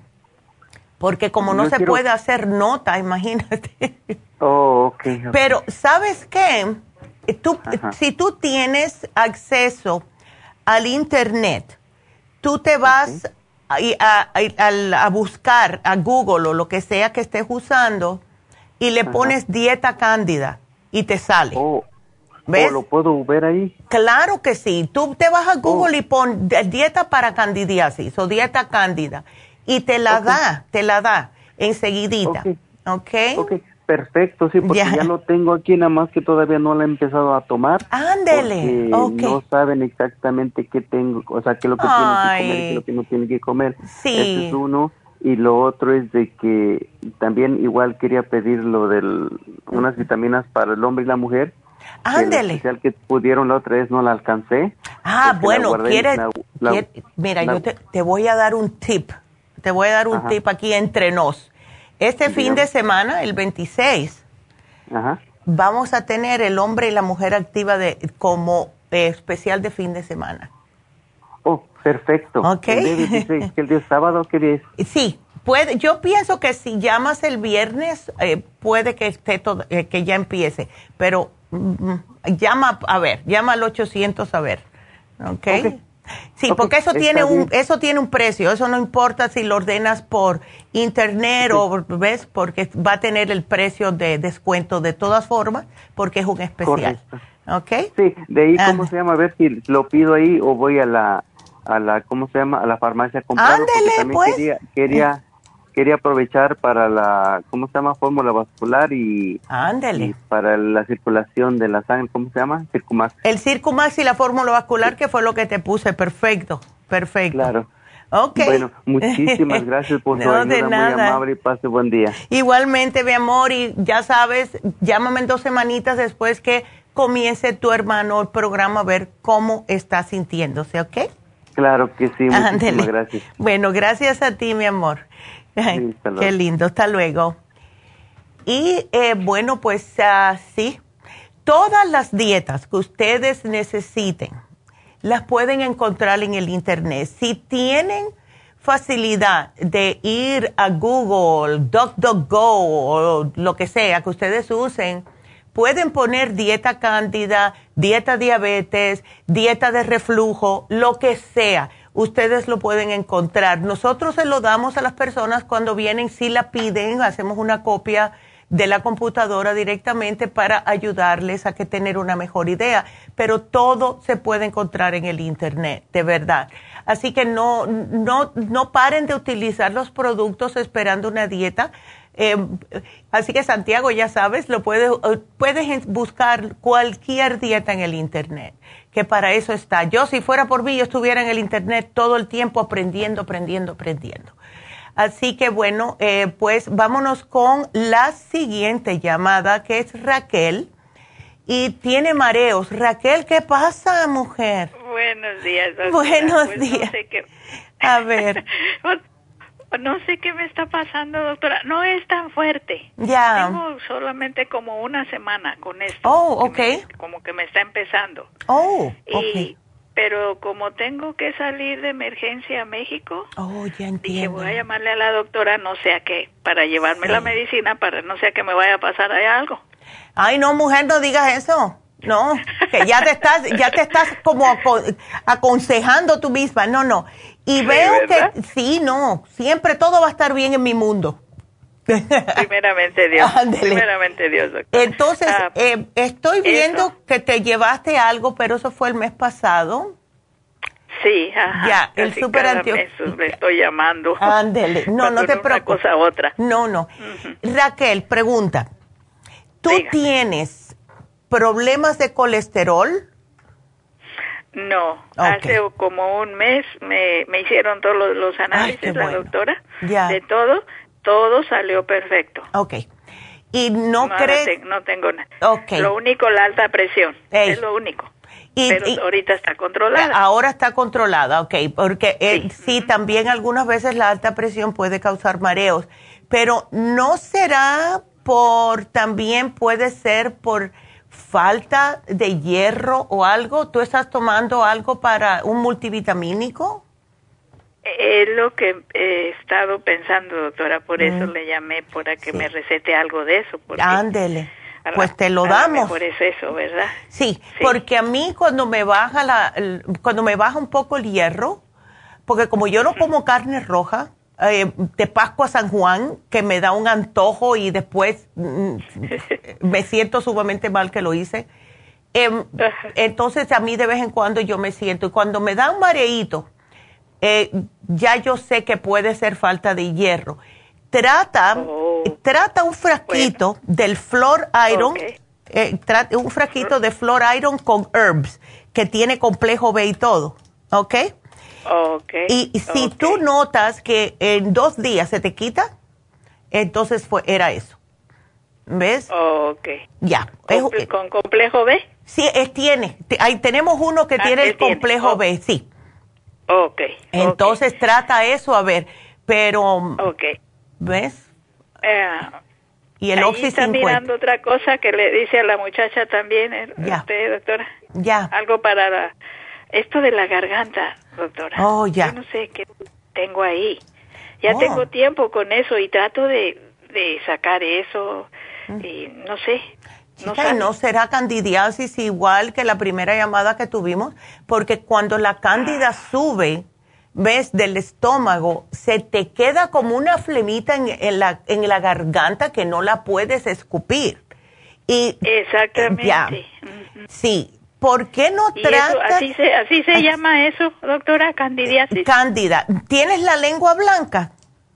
porque como no se puede hacer nota, imagínate. Okay. Pero, ¿sabes qué? Si tú tienes acceso al Internet, tú te vas a buscar a Google o lo que sea que estés usando y le pones dieta cándida y te sale. ¿Ves? ¿Lo puedo ver ahí? Claro que sí. Tú te vas a Google y pon dieta para candidiasis o dieta cándida y te la da enseguidita. ¿Ok? Perfecto, sí, porque ya lo tengo aquí, nada más que todavía no la he empezado a tomar. Ándele, no saben exactamente qué tengo, o sea, qué es lo que tiene que comer y qué es lo que no tiene que comer. Sí. Ese es uno. Y lo otro es de que también igual quería pedir unas vitaminas para el hombre y la mujer. Ándele. El especial que pudieron la otra vez no la alcancé. Bueno, mira, yo te voy a dar un tip. Te voy a dar un tip aquí entre nos. Fin de semana, el 26, vamos a tener el hombre y la mujer activa como especial de fin de semana. Oh, perfecto. Ok. ¿El día sábado qué día es? Sí, yo pienso que si llamas el viernes, puede que que ya empiece, pero llama al 800 a ver, ¿ok? Sí, porque eso tiene un precio, eso no importa si lo ordenas por internet o, ¿ves? Porque va a tener el precio de descuento de todas formas, porque es un especial. Correcto. ¿Ok? Sí, de ahí, ¿cómo se llama? A ver si lo pido ahí o voy a la ¿cómo se llama? A la farmacia a comprarlo. Ándele, pues. Quería aprovechar para la, ¿cómo se llama? Fórmula vascular y para la circulación de la sangre, ¿cómo se llama? Circumax. El Circumax y la fórmula vascular, que fue lo que te puse. Perfecto. Claro. Ok. Bueno, muchísimas gracias por su ayuda, muy amable y pase buen día. Igualmente, mi amor, y ya sabes, llámame en 2 semanitas después que comience tu hermano el programa a ver cómo está sintiéndose, ¿ok? Claro que sí, muchísimas gracias. Bueno, gracias a ti, mi amor. Sí, qué lindo, hasta luego. Y bueno, pues sí, todas las dietas que ustedes necesiten las pueden encontrar en el internet. Si tienen facilidad de ir a Google, DuckDuckGo o lo que sea que ustedes usen, pueden poner dieta cándida, dieta diabetes, dieta de reflujo, lo que sea. Ustedes lo pueden encontrar. Nosotros se lo damos a las personas cuando vienen, si la piden, hacemos una copia de la computadora directamente para ayudarles a tener una mejor idea. Pero todo se puede encontrar en el internet, de verdad. Así que no paren de utilizar los productos esperando una dieta. Así que Santiago, ya sabes, puedes buscar cualquier dieta en el internet, que para eso está. Yo, si fuera por mí, yo estuviera en el internet todo el tiempo aprendiendo. Así que bueno, pues vámonos con la siguiente llamada, que es Raquel, y tiene mareos. Raquel, ¿qué pasa, mujer? Buenos días, doctora. Buenos días. No sé qué... A ver. No sé qué me está pasando, doctora. No es tan fuerte. Ya. Tengo solamente como una semana con esto. Oh, ok. Como que me está empezando. Oh, ok. Pero como tengo que salir de emergencia a México, ya entiendo. Dije, voy a llamarle a la doctora, no sé a qué, para llevarme la medicina, para no sea que me vaya a pasar ahí algo. Ay, no, mujer, no digas eso. No, que ya te estás como aconsejando tú misma. No. Y veo ¿verdad? que sí, no, siempre todo va a estar bien en mi mundo. Primeramente Dios. Primeramente Dios, doctor. Entonces, estoy viendo que te llevaste algo, pero eso fue el mes pasado. Sí, ajá. Ya, el super antioxidante. Le estoy llamando. Ándele. No te preocupes. Una cosa a otra. No. Raquel, pregunta. ¿Tú tienes problemas de colesterol? No, hace como un mes me hicieron todos los análisis, la doctora, de todo salió perfecto. Ok. ¿Y no crees? No tengo nada. Okay. Lo único, la alta presión, es lo único. Pero ahorita está controlada. Ahora está controlada, ok, porque sí, también algunas veces la alta presión puede causar mareos, pero ¿no será también puede ser por falta de hierro o algo? ¿Tú estás tomando algo para un multivitamínico? Es lo que he estado pensando, doctora, por eso le llamé, para que me recete algo de eso. Ándele, pues te lo damos. Por eso, ¿verdad? Sí, porque a mí cuando me baja un poco el hierro, porque como yo no como carne roja, de Pascua a San Juan, que me da un antojo y después me siento sumamente mal que lo hice. Entonces a mí de vez en cuando yo me siento, y cuando me da un mareíto, ya yo sé que puede ser falta de hierro. Trata un frasquito del Flor Iron, un frasquito de Flor Iron con herbs, que tiene complejo B y todo, ¿ok? Y si tú notas que en 2 días se te quita, entonces era eso. ¿Ves? Ya. ¿Con complejo B? Sí, tiene. Ahí tenemos uno que tiene el complejo B, sí. Entonces trata eso, a ver. Pero, ¿ves? Y el Oxy 50. Está mirando otra cosa que le dice a la muchacha también, usted, doctora. Algo para esto de la garganta, doctora. Yo no sé qué tengo ahí. Ya tengo tiempo con eso y trato de sacar eso y no sé. Chica, ¿no será candidiasis igual que la primera llamada que tuvimos? Porque cuando la cándida sube, ves, del estómago, se te queda como una flemita en la garganta que no la puedes escupir. Exactamente. Sí. ¿Por qué no tratas? Así se llama eso, doctora, candidiasis. Cándida. ¿Tienes la lengua blanca?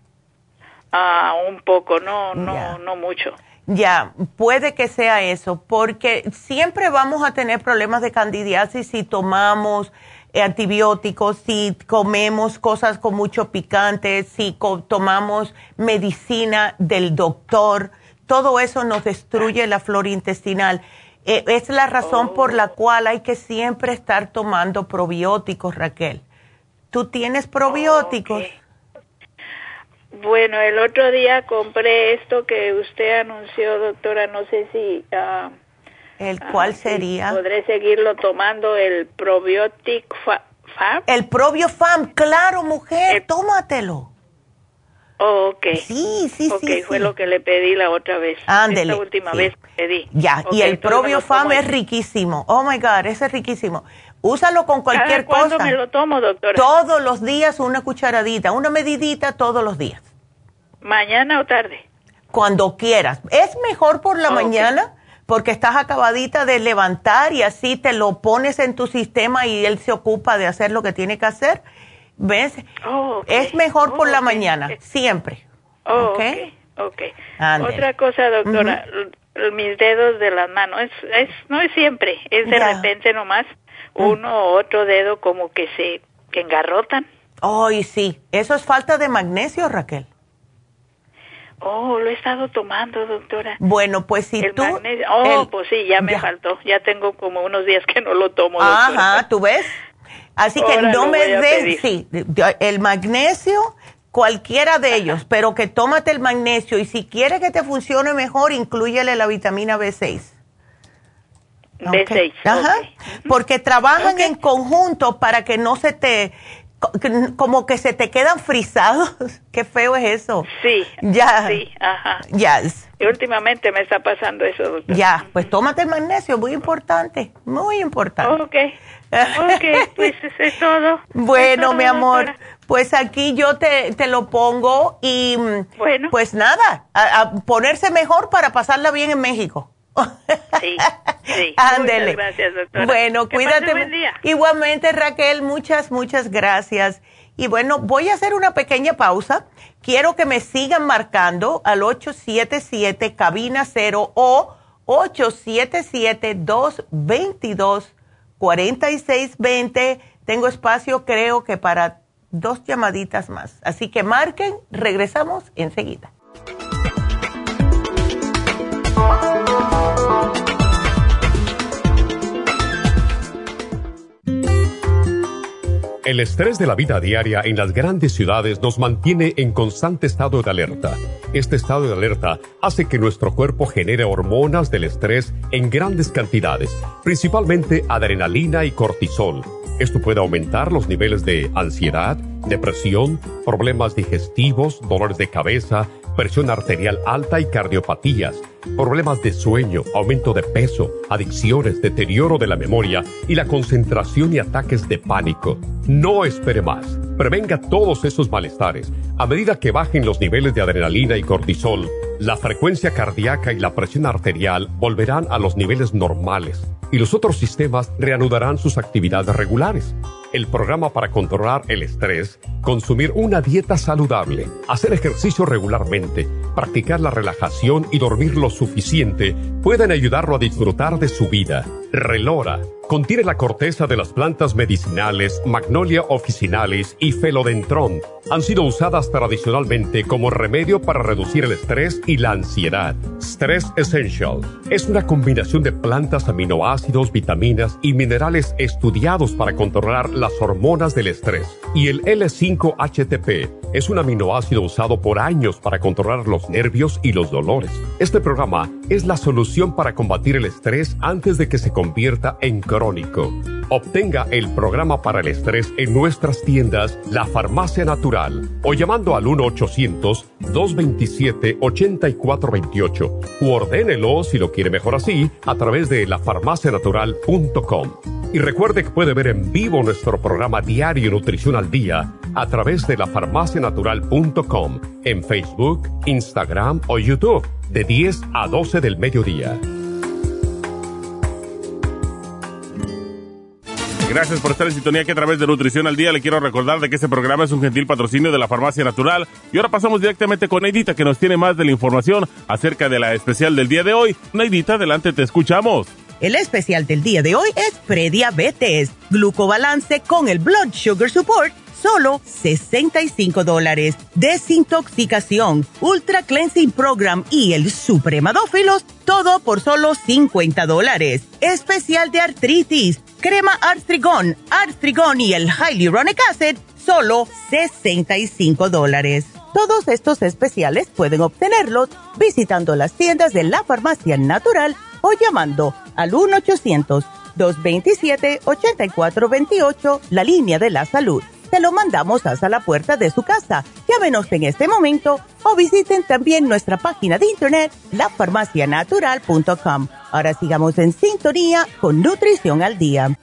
Un poco, no mucho. Ya, puede que sea eso, porque siempre vamos a tener problemas de candidiasis si tomamos antibióticos, si comemos cosas con mucho picante, si tomamos medicina del doctor. Todo eso nos destruye la flora intestinal. Es la razón por la cual hay que siempre estar tomando probióticos, Raquel. ¿Tú tienes probióticos? Bueno, el otro día compré esto que usted anunció, doctora, no sé si... ¿El cuál sería? Si podré seguirlo tomando, el Probiotic Farm. El ProbioFarm, claro, mujer, tómatelo. Sí, fue lo que le pedí la otra vez. Ándele. Esta última vez pedí. Ya, y el ProbioFarm es riquísimo. Oh, my God, ese es riquísimo. Úsalo con cualquier cosa. ¿Cuándo me lo tomo, doctora? Todos los días una cucharadita, una medidita todos los días. ¿Mañana o tarde? Cuando quieras. Es mejor por la mañana porque estás acabadita de levantar y así te lo pones en tu sistema y él se ocupa de hacer lo que tiene que hacer. ¿Ves? Es mejor por la mañana, siempre. Otra cosa, doctora, mis dedos de las manos, no es siempre, es de repente nomás, uno o otro dedo como que engarrotan. Sí, eso es falta de magnesio, Raquel. Oh, lo he estado tomando, doctora. Bueno, pues si el tú... magnesio. Pues sí, ya me faltó. Ya tengo como unos días que no lo tomo, doctora. Ajá, ¿tú ves? Así que ahora no me des... Sí, el magnesio, cualquiera de ellos, pero que tómate el magnesio. Y si quieres que te funcione mejor, inclúyele la vitamina B6. B6. Ajá, porque trabajan en conjunto para que no se te... como que se te quedan frisados. Qué feo es eso. Sí. Ya. Sí, ajá. Yes. Y últimamente me está pasando eso, doctor. Ya, pues tómate el magnesio, muy importante, muy importante. Ok, pues eso es todo. Bueno, todo, mi amor, doctora. pues aquí yo te lo pongo y bueno. Pues nada, a ponerse mejor para pasarla bien en México. Sí. Ándele. Muchas gracias, doctora. Bueno, cuídate. Buen día. Igualmente, Raquel, muchas gracias. Y bueno, voy a hacer una pequeña pausa. Quiero que me sigan marcando al 877-cabina-0 o 877-222-4620. Tengo espacio, creo que para 2 llamaditas más. Así que marquen, regresamos enseguida. El estrés de la vida diaria en las grandes ciudades nos mantiene en constante estado de alerta. Este estado de alerta hace que nuestro cuerpo genere hormonas del estrés en grandes cantidades, principalmente adrenalina y cortisol. Esto puede aumentar los niveles de ansiedad, depresión, problemas digestivos, dolores de cabeza, presión arterial alta y cardiopatías, problemas de sueño, aumento de peso, adicciones, deterioro de la memoria y la concentración y ataques de pánico. No espere más. Prevenga todos esos malestares. A medida que bajen los niveles de adrenalina y cortisol, la frecuencia cardíaca y la presión arterial volverán a los niveles normales y los otros sistemas reanudarán sus actividades regulares. El programa para controlar el estrés, consumir una dieta saludable, hacer ejercicio regularmente, practicar la relajación y dormir lo suficiente pueden ayudarlo a disfrutar de su vida. Relora contiene la corteza de las plantas medicinales Magnolia officinalis y Philodendron. Han sido usadas tradicionalmente como remedio para reducir el estrés y la ansiedad. Stress Essential es una combinación de plantas, aminoácidos, vitaminas y minerales estudiados para controlar las hormonas del estrés. Y el L5-HTP es un aminoácido usado por años para controlar los nervios y los dolores. Este programa es la solución para combatir el estrés antes de que se convierta en crónico. Obtenga el programa para el estrés en nuestras tiendas La Farmacia Natural o llamando al 1-800-227-8428 u ordénelo si lo quiere mejor así a través de lafarmacianatural.com. Y recuerde que puede ver en vivo nuestro programa diario Nutrición al Día a través de lafarmacianatural.com en Facebook, Instagram o YouTube de 10 a 12 del mediodía. Gracias por estar en sintonía, que a través de Nutrición al Día le quiero recordar de que este programa es un gentil patrocinio de la Farmacia Natural. Y ahora pasamos directamente con Neidita, que nos tiene más de la información acerca de la especial del día de hoy. Neidita, adelante, te escuchamos. El especial del día de hoy es prediabetes, glucobalance con el Blood Sugar Support, solo $65. Desintoxicación, Ultra Cleansing Program y el Supremadófilos, todo por solo $50. Especial de artritis, crema Artrigón y el Hyaluronic Acid, solo $65. Todos estos especiales pueden obtenerlos visitando las tiendas de la Farmacia Natural o llamando al 1-800-227-8428, la línea de la salud. Te lo mandamos hasta la puerta de su casa. Llámenos en este momento o visiten también nuestra página de internet, lafarmacianatural.com. Ahora sigamos en sintonía con Nutrición al Día.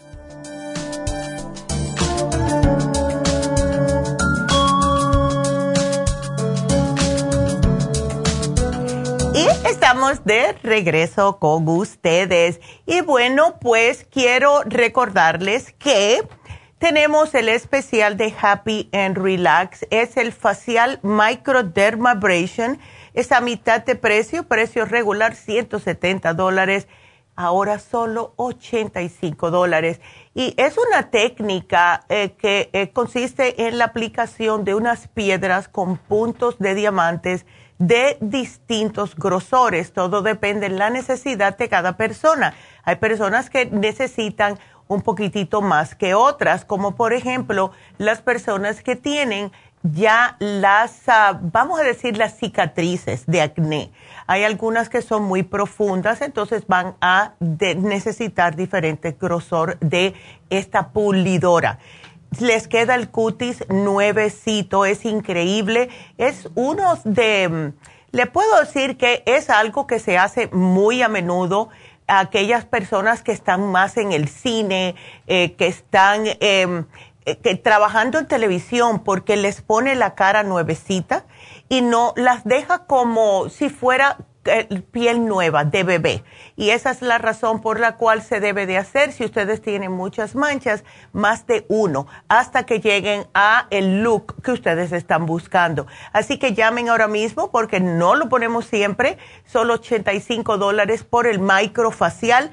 Estamos de regreso con ustedes. Y bueno, pues quiero recordarles que tenemos el especial de Happy and Relax. Es el facial microdermabrasion. Es a mitad de precio regular $170. Ahora solo $85. Y es una técnica que consiste en la aplicación de unas piedras con puntos de diamantes de distintos grosores. Todo depende de la necesidad de cada persona. Hay personas que necesitan un poquitito más que otras, como por ejemplo las personas que tienen ya las, vamos a decir, las cicatrices de acné. Hay algunas que son muy profundas, entonces van a necesitar diferente grosor de esta pulidora. Les queda el cutis nuevecito, es increíble. Es uno de, le puedo decir que es algo que se hace muy a menudo a aquellas personas que están más en el cine, que están trabajando en televisión, porque les pone la cara nuevecita y no las deja como si fuera piel nueva de bebé. Y esa es la razón por la cual se debe de hacer si ustedes tienen muchas manchas, más de uno, hasta que lleguen a el look que ustedes están buscando. Así que llamen ahora mismo porque no lo ponemos siempre, solo $85 por el microfacial,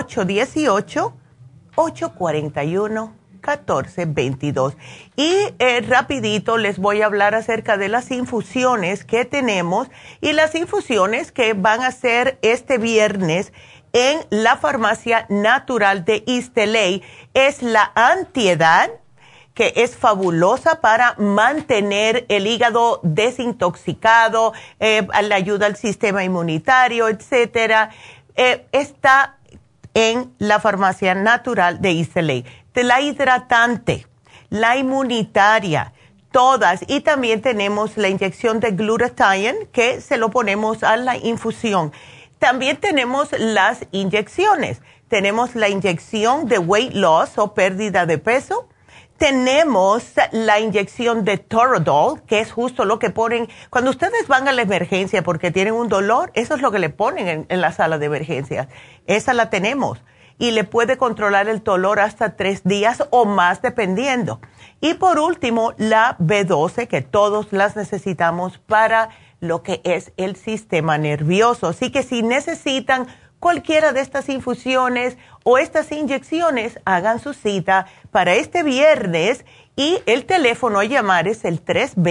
818-841-1422. Y rapidito les voy a hablar acerca de las infusiones que tenemos y las infusiones que van a ser este viernes en la Farmacia Natural de East LA. Es la antiedad, que es fabulosa para mantener el hígado desintoxicado, le ayuda al sistema inmunitario, etcétera. Está en la Farmacia Natural de East LA. De la hidratante, la inmunitaria, todas. Y también tenemos la inyección de glutathione, que se lo ponemos a la infusión. También tenemos las inyecciones. Tenemos la inyección de weight loss o pérdida de peso. Tenemos la inyección de Toradol, que es justo lo que ponen cuando ustedes van a la emergencia porque tienen un dolor. Eso es lo que le ponen en la sala de emergencias. Esa la tenemos. Y le puede controlar el dolor hasta 3 días o más dependiendo. Y por último, la B12, que todos las necesitamos para lo que es el sistema nervioso. Así que si necesitan cualquiera de estas infusiones o estas inyecciones, hagan su cita para este viernes y el teléfono a llamar es el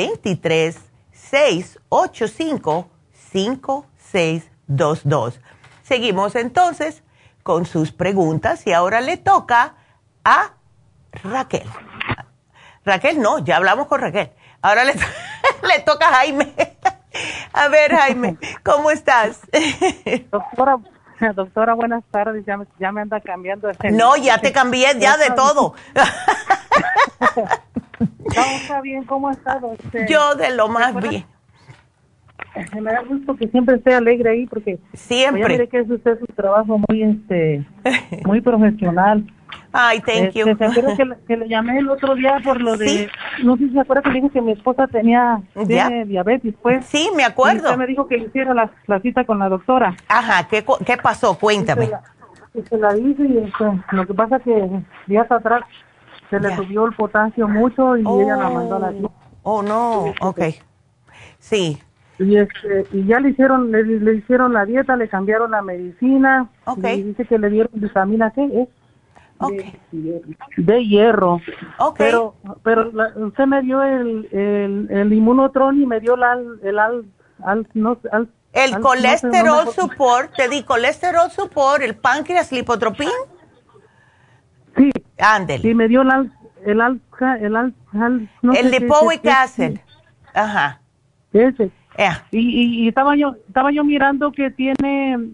323-685-5622. Seguimos entonces con sus preguntas y ahora le toca a Raquel. Raquel, no, ya hablamos con Raquel. Ahora le toca a Jaime. A ver, Jaime, ¿cómo estás? Doctora, buenas tardes. Ya me anda cambiando. No, ya te cambié ya de todo. Está bien, ¿cómo está, doctor? Yo de lo más bien. Me da gusto que siempre esté alegre ahí porque siempre. Ya mire que es usted su trabajo muy profesional. Ay, thank you. ¿Se acuerda que le llamé el otro día por lo de, no sé si se acuerda que le dije que mi esposa tiene diabetes, pues? Sí, me acuerdo. Y usted me dijo que le hiciera la cita con la doctora. Ajá, ¿qué pasó? Cuéntame. Se la hice y lo que pasa que días atrás se le subió el potasio mucho y ella la mandó a la cita. Oh, no, okay. Sí. Y ya le hicieron la dieta, le cambiaron la medicina. Okay. Y dice que le dieron vitamina C, Okay. De hierro. Okay. Pero usted me dio el Immunotron y me dio el colesterol support, te di colesterol support, el páncreas lipotropín. Sí. Ándele. Y me dio el lipoic acid. Ajá. Ese. Y estaba yo mirando que tiene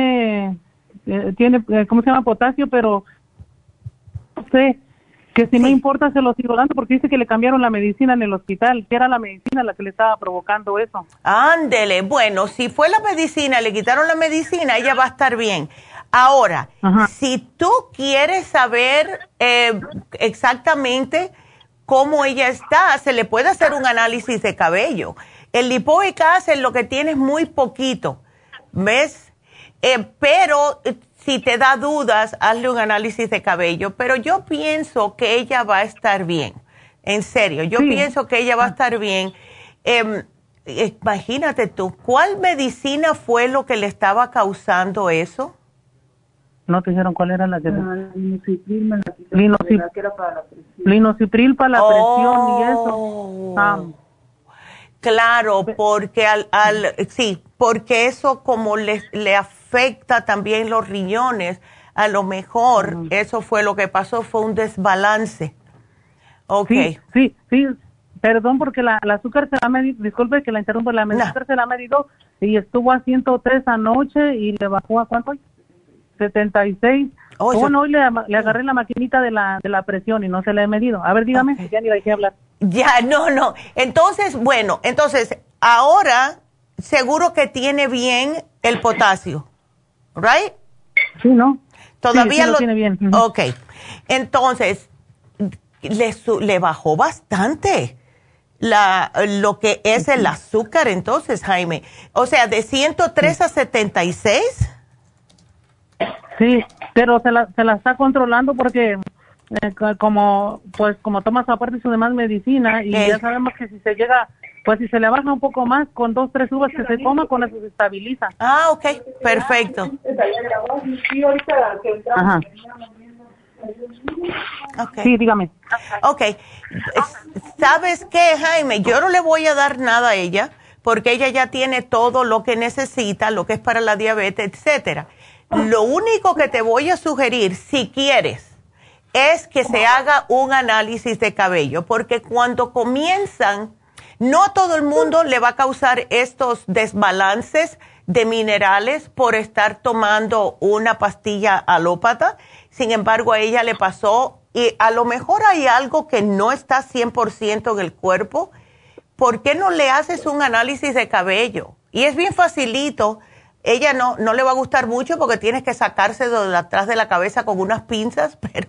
¿cómo se llama? Potasio, pero no sé, que si no importa se lo sigo dando porque dice que le cambiaron la medicina en el hospital, que era la medicina la que le estaba provocando eso. Ándele, bueno, si fue la medicina, le quitaron la medicina, ella va a estar bien. Ahora, si tú quieres saber exactamente cómo ella está, se le puede hacer un análisis de cabello. El lipoic acid lo que tiene es muy poquito, ¿ves? Pero si te da dudas, hazle un análisis de cabello. Pero yo pienso que ella va a estar bien. En serio, yo pienso que ella va a estar bien. Imagínate tú, ¿cuál medicina fue lo que le estaba causando eso? No te dijeron cuál era la que... Linocipril para la presión y eso. Claro, porque sí, porque eso como le afecta también los riñones, a lo mejor eso fue lo que pasó, fue un desbalance. Okay. Sí, perdón porque la azúcar se la ha medido, disculpe que la interrumpo, azúcar se la ha medido y estuvo a 103 anoche y le bajó a ¿cuánto? 76. Bueno, hoy le agarré la maquinita de la presión y no se le he medido. A ver, dígame, ya ni dejé hablar. Ya, no. Entonces, ahora seguro que tiene bien el potasio, ¿right? Sí, ¿no? Todavía sí, lo tiene bien. Ok. Entonces, le bajó bastante lo que es el azúcar, entonces, Jaime. O sea, de 103 a 76. Sí, pero se la está controlando porque como toma su aparte su demás medicina y ya sabemos que si se llega, pues si se le baja un poco más con 2, 3 uvas que se toma, con eso se estabiliza. Ah, ok, perfecto. Ajá. Okay. Sí, dígame. Ok, ¿sabes qué, Jaime? Yo no le voy a dar nada a ella porque ella ya tiene todo lo que necesita, lo que es para la diabetes, etcétera. Lo único que te voy a sugerir, si quieres, es que se haga un análisis de cabello, porque cuando comienzan, no a todo el mundo le va a causar estos desbalances de minerales por estar tomando una pastilla alópata. Sin embargo, a ella le pasó y a lo mejor hay algo que no está 100% en el cuerpo. ¿Por qué no le haces un análisis de cabello? Y es bien facilito. Ella no le va a gustar mucho porque tienes que sacarse de atrás de la cabeza con unas pinzas, pero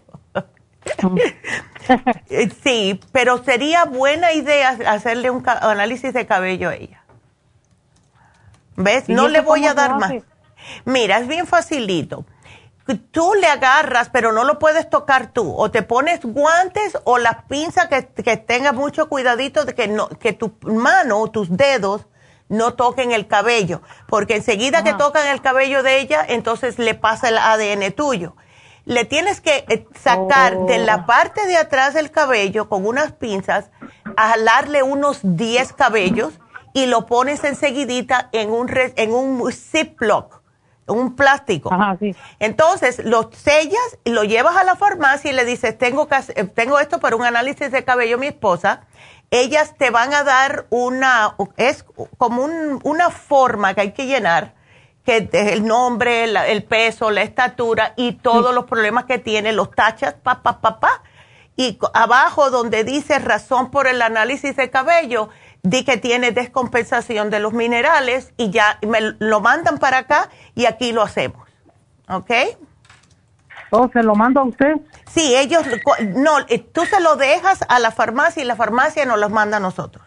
sí, pero sería buena idea hacerle un análisis de cabello a ella. ¿Ves? No le voy a dar más. Mira, es bien facilito. Tú le agarras, pero no lo puedes tocar tú. O te pones guantes o las pinzas que tengas mucho cuidadito de que tu mano o tus dedos no toquen el cabello, porque enseguida que tocan el cabello de ella, entonces le pasa el ADN tuyo. Le tienes que sacar de la parte de atrás del cabello con unas pinzas, a jalarle unos 10 cabellos y lo pones enseguidita en un Ziploc, un plástico. Ajá, sí. Entonces lo sellas, lo llevas a la farmacia y le dices, tengo esto para un análisis de cabello, mi esposa. Ellas te van a dar es como una forma que hay que llenar, que es el nombre, el peso, la estatura y todos los problemas que tiene, los tachas, y abajo donde dice razón por el análisis de cabello, di que tiene descompensación de los minerales y ya me lo mandan para acá y aquí lo hacemos, ¿ok? ¿O se lo mando a usted? Sí, tú se lo dejas a la farmacia y la farmacia nos los manda a nosotros.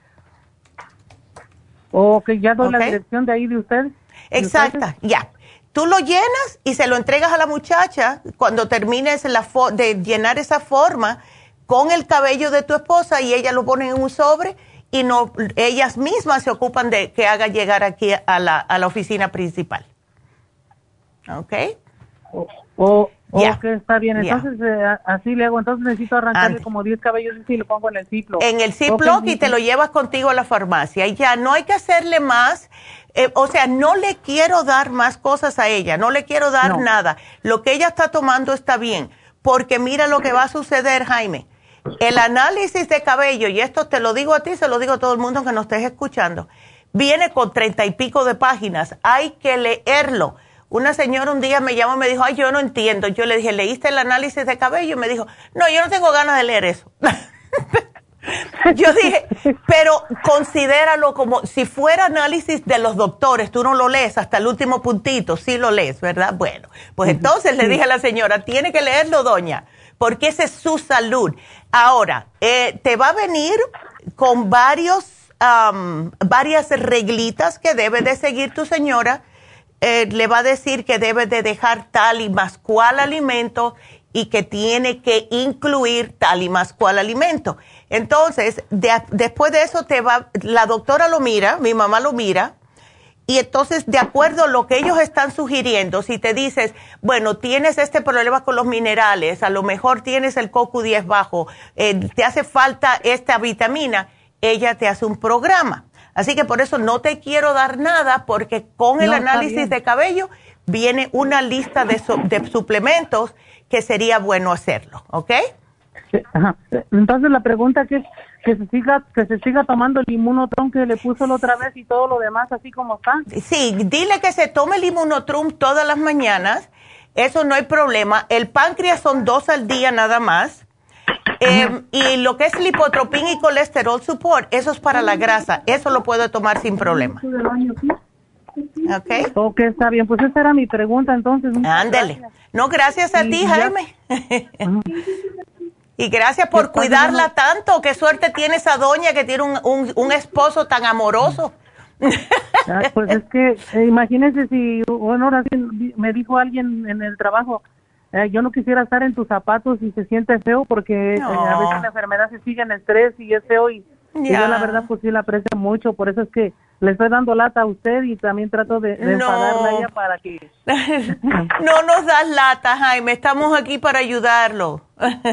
Ok, ya doy la dirección de ahí de usted. Exacta, ya. Tú lo llenas y se lo entregas a la muchacha cuando termines de llenar esa forma con el cabello de tu esposa y ella lo pone en un sobre y ellas mismas se ocupan de que haga llegar aquí a la oficina principal. ¿Ok? Ok, está bien. Entonces, así le hago. Entonces, necesito arrancarle como 10 cabellos y lo pongo en el Ziploc. En el Ziploc y te lo llevas contigo a la farmacia. Y ya, no hay que hacerle más. No le quiero dar más cosas a ella. No le quiero dar nada. Lo que ella está tomando está bien. Porque mira lo que va a suceder, Jaime. El análisis de cabello, y esto te lo digo a ti, se lo digo a todo el mundo que nos estés escuchando, viene con 30 y pico de páginas. Hay que leerlo. Una señora un día me llamó y me dijo, ay, yo no entiendo. Yo le dije, ¿leíste el análisis de cabello? Y me dijo, no, yo no tengo ganas de leer eso. Yo dije, pero considéralo como si fuera análisis de los doctores. Tú no lo lees hasta el último puntito, sí lo lees, ¿verdad? Bueno, pues entonces le dije a la señora, tiene que leerlo, doña, porque esa es su salud. Ahora, te va a venir con varias reglitas que debe de seguir tu señora. Le va a decir que debe de dejar tal y más cual alimento y que tiene que incluir tal y más cual alimento. Entonces, después de eso la doctora lo mira, mi mamá lo mira, y entonces, de acuerdo a lo que ellos están sugiriendo, si te dices, bueno, tienes este problema con los minerales, a lo mejor tienes el CoQ10 bajo, te hace falta esta vitamina, ella te hace un programa. Así que por eso no te quiero dar nada, porque con el análisis de cabello viene una lista de suplementos que sería bueno hacerlo, ¿ok? Ajá. Entonces la pregunta que es que se siga tomando el Immunotrum que le puso la otra vez y todo lo demás así como está. Sí, dile que se tome el Immunotrum todas las mañanas, eso no hay problema. El páncreas son 2 al día nada más. Y lo que es lipotropín y colesterol support, eso es para la grasa, eso lo puedo tomar sin problema. ¿Ok? Ok, está bien, pues esa era mi pregunta entonces. Ándele. No, gracias a ti, Jaime. Y gracias por cuidarla tanto. Qué suerte tiene esa doña que tiene un esposo tan amoroso. Pues es que imagínese si, bueno, ahora sí me dijo alguien en el trabajo, yo no quisiera estar en tus zapatos y se siente feo porque a veces la enfermedad se sigue en estrés y es feo y yo la verdad pues sí la aprecio mucho, por eso es que le estoy dando lata a usted y también trato de enfadarla a ella para que... No nos das lata, Jaime, estamos aquí para ayudarlo.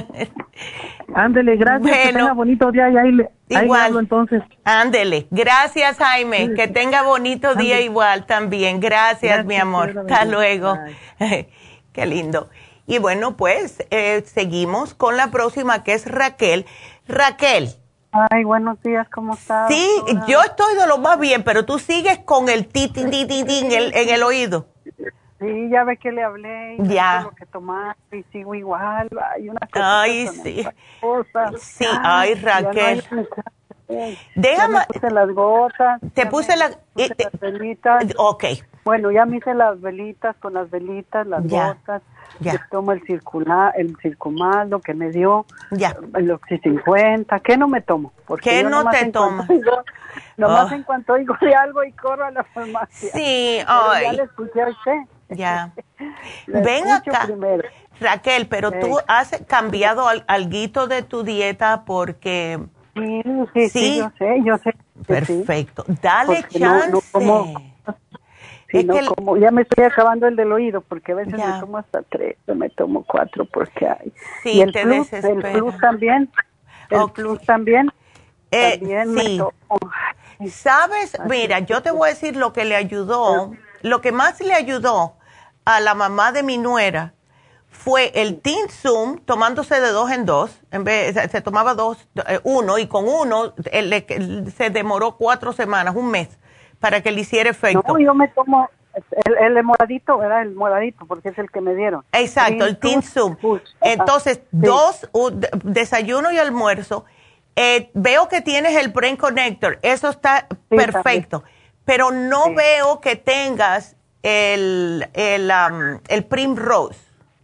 Ándele, gracias, bueno, que tenga bonito día y ahí le hablo entonces. Ándele, gracias Jaime, que tenga bonito día igual también, gracias mi amor, hasta luego. Qué lindo. Y bueno, pues seguimos con la próxima que es Raquel. Raquel. Ay, buenos días, ¿cómo estás? Sí, yo estoy de lo más bien, pero tú sigues con el en el oído. Sí, ya ve que le hablé y ya tengo que tomar y sigo igual. Hay una cosa. Ay, sí. Sí, ay, Raquel. Déjame. Ya me puse las gotas. Te puse las velitas. Ok. Bueno, ya me hice las velitas con las velitas, las gotas. Ya. Yo tomo el Circumal, lo que me dio, el Oxy 50. ¿Qué no me tomo? Porque ¿qué no te tomas? Nomás en cuanto oigo de algo y corro a la farmacia. Sí, ay. Ya le escuché a usted. Ya. Ven acá, primero. Raquel, pero tú has cambiado alguito de tu dieta porque... Sí, yo sé. Perfecto. Sí. Dale porque chance. No como... Sí, como ya me estoy acabando el del oído, porque a veces me tomo hasta 3, me tomo 4 porque hay. Sí, y el te plus, desespera. El plus también, también sí. ¿Sabes? Mira, yo te voy a decir lo que le ayudó, lo que más le ayudó a la mamá de mi nuera fue el Tinsum, tomándose de 2 en 2, en vez se tomaba 1 y con 1 se demoró 4 semanas, un mes, para que le hiciera efecto. No, yo me tomo el moradito, ¿verdad? El moradito, porque es el que me dieron. Exacto, el Tinsum. Entonces, 2, desayuno y almuerzo. Veo que tienes el Brain Connector, eso está perfecto, pero no veo que tengas el Primrose.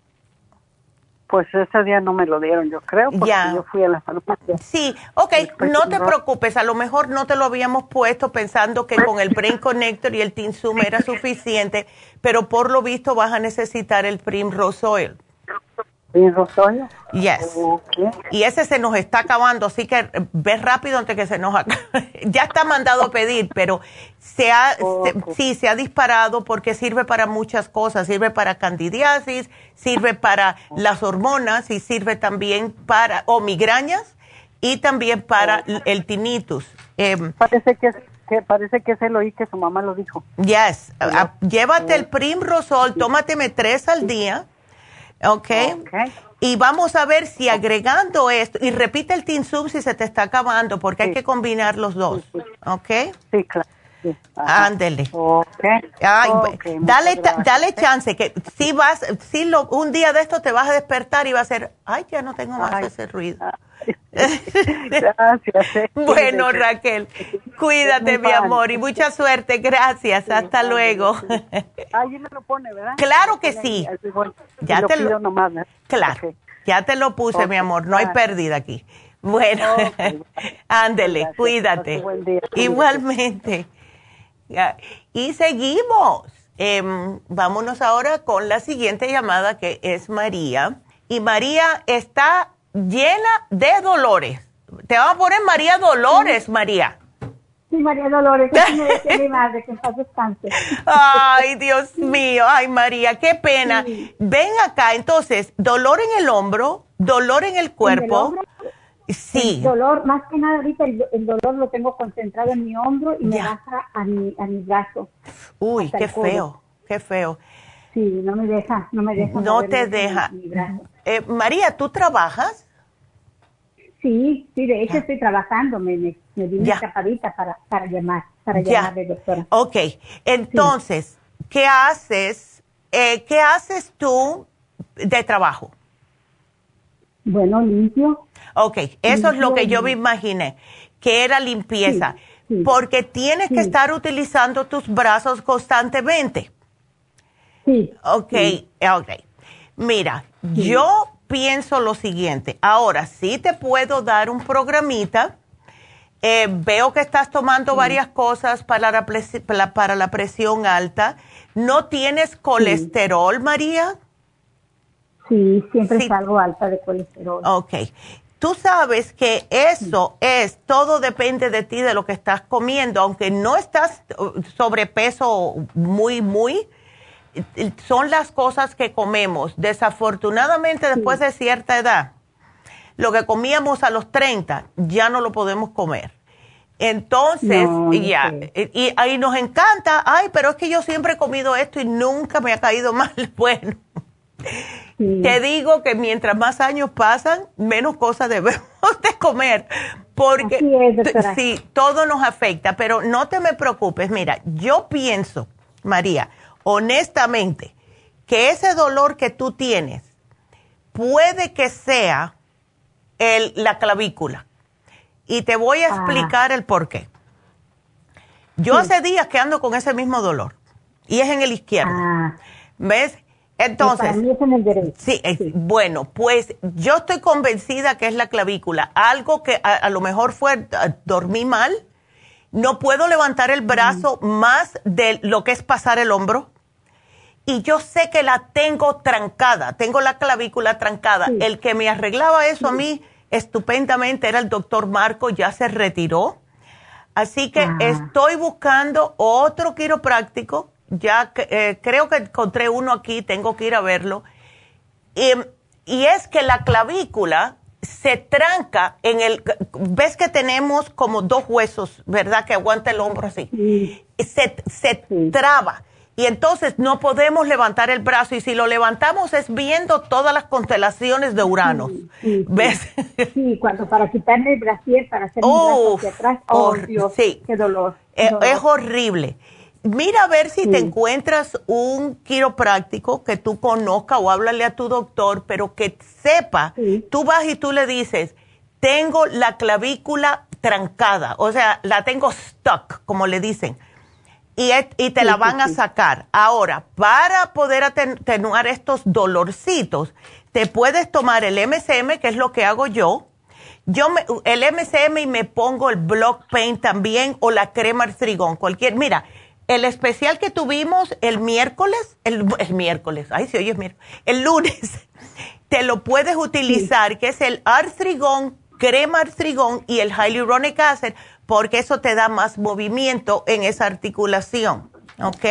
Pues ese día no me lo dieron, yo creo, porque yo fui a la farmacia. Sí, no te preocupes, a lo mejor no te lo habíamos puesto pensando que con el Brain Connector y el Tinsum era suficiente, pero por lo visto vas a necesitar el Primrose Oil. ¿Primrose Oil? Yes. Okay. Y ese se nos está acabando, así que ve rápido antes que se nos acabe. Ya está mandado a pedir, pero se ha disparado porque sirve para muchas cosas. Sirve para candidiasis, sirve para las hormonas y sirve también para migrañas y también para el tinnitus. Parece que se lo oí que su mamá lo dijo. Yes. Llévate el Primrosol, tómateme 3 al día. Okay. Y vamos a ver si agregando esto, y repite el Tinsum si se te está acabando, porque hay que combinar los dos, ¿ok? Sí, claro. Sí. Ándele. Ay, dale chance, que un día de esto te vas a despertar y va a ser, ya no tengo más ese ruido. Gracias. Bueno, Raquel, cuídate, mi amor, y mucha suerte. Gracias. Hasta luego. Ahí me lo pone, ¿verdad? Claro que sí. Ya te lo pido nomás, ¿no? Claro. Ya te lo puse, mi amor. No hay pérdida aquí. Bueno, ándele, cuídate. Buen día. Igualmente. Y seguimos. Vámonos ahora con la siguiente llamada, que es María. Y María está llena de dolores. Te vamos a poner María Dolores, María. Sí, María Dolores, que mi madre, que en paz descanse. Ay, Dios mío, ay, María, qué pena. Sí. Ven acá, entonces, dolor en el hombro, dolor en el cuerpo. Sí. El dolor, más que nada ahorita el dolor lo tengo concentrado en mi hombro y me baja a mi brazo. Uy, qué feo, qué feo. Sí, no me deja. No te deja. Mi brazo. María, ¿tú trabajas? Sí, de hecho estoy trabajando, me di una escapadita para llamarle, doctora. Ok, entonces, ¿qué haces tú de trabajo? Bueno, limpio. Ok, eso es lo que yo me imaginé, que era limpieza, porque tienes que estar utilizando tus brazos constantemente. Sí. Ok. Mira, yo pienso lo siguiente. Ahora, sí te puedo dar un programita. Veo que estás tomando varias cosas para la presión alta. ¿No tienes colesterol, María? Sí, siempre salgo alta de colesterol. Ok. Tú sabes que eso todo depende de ti, de lo que estás comiendo. Aunque no estás sobrepeso muy, son las cosas que comemos. Desafortunadamente, después de cierta edad, lo que comíamos a los 30 ya no lo podemos comer. Entonces, y ahí nos encanta, pero es que yo siempre he comido esto y nunca me ha caído mal. Bueno, te digo que mientras más años pasan, menos cosas debemos de comer, porque sí, todo nos afecta, pero no te me preocupes. Mira, yo pienso, María, honestamente, que ese dolor que tú tienes puede que sea la clavícula. Y te voy a explicar el por qué. Yo hace días que ando con ese mismo dolor. Y es en el izquierdo. ¿Ves? Entonces, para mí es en el derecho. Sí. Bueno, pues yo estoy convencida que es la clavícula. Algo que a lo mejor fue, dormí mal. No puedo levantar el brazo más de lo que es pasar el hombro. Y yo sé que la tengo trancada. Tengo la clavícula trancada. El que me arreglaba eso a mí estupendamente era el doctor Marco, ya se retiró. Así que estoy buscando otro quiropráctico. Ya creo que encontré uno aquí, tengo que ir a verlo. Y es que la clavícula se tranca ves que tenemos como dos huesos, ¿verdad? Que aguanta el hombro así. Se traba. Y entonces no podemos levantar el brazo. Y si lo levantamos es viendo todas las constelaciones de Urano. ¿Ves? Sí, para quitarme el brasier, para hacer mi brazo hacia atrás. ¡Oh, Dios! Sí. ¡Qué dolor! Es horrible. Mira a ver si te encuentras un quiropráctico que tú conozcas o háblale a tu doctor, pero que sepa. Tú vas y tú le dices, tengo la clavícula trancada, o sea, la tengo stuck, como le dicen. Y te la van a sacar. Ahora, para poder atenuar estos dolorcitos, te puedes tomar el MSM, que es lo que hago yo. El MSM y me pongo el Block Pain también, o la crema artrigón, mira, el especial que tuvimos el miércoles, el lunes, te lo puedes utilizar, que es el artrigón, crema artrigón y el hyaluronic acid, porque eso te da más movimiento en esa articulación, ¿ok?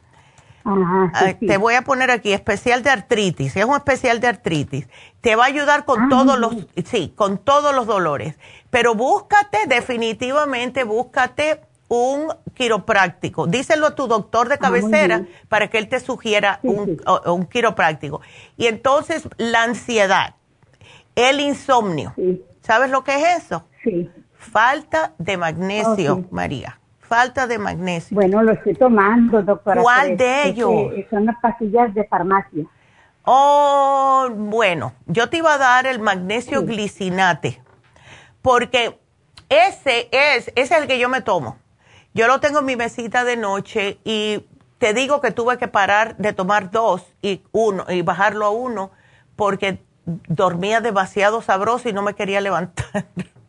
Te voy a poner aquí, especial de artritis, es un especial de artritis. Te va a ayudar con todos los dolores. Pero definitivamente búscate un quiropráctico. Díselo a tu doctor de cabecera para que él te sugiera un quiropráctico. Y entonces, la ansiedad, el insomnio, ¿sabes lo que es eso? Sí. Falta de magnesio, María. Falta de magnesio. Bueno, lo estoy tomando, doctora. ¿Cuál de ellos? Son las pastillas de farmacia. Oh, bueno, yo te iba a dar el magnesio glicinate, porque ese es el que yo me tomo. Yo lo tengo en mi mesita de noche y te digo que tuve que parar de tomar 2 y bajarlo a 1 porque dormía demasiado sabroso y no me quería levantar.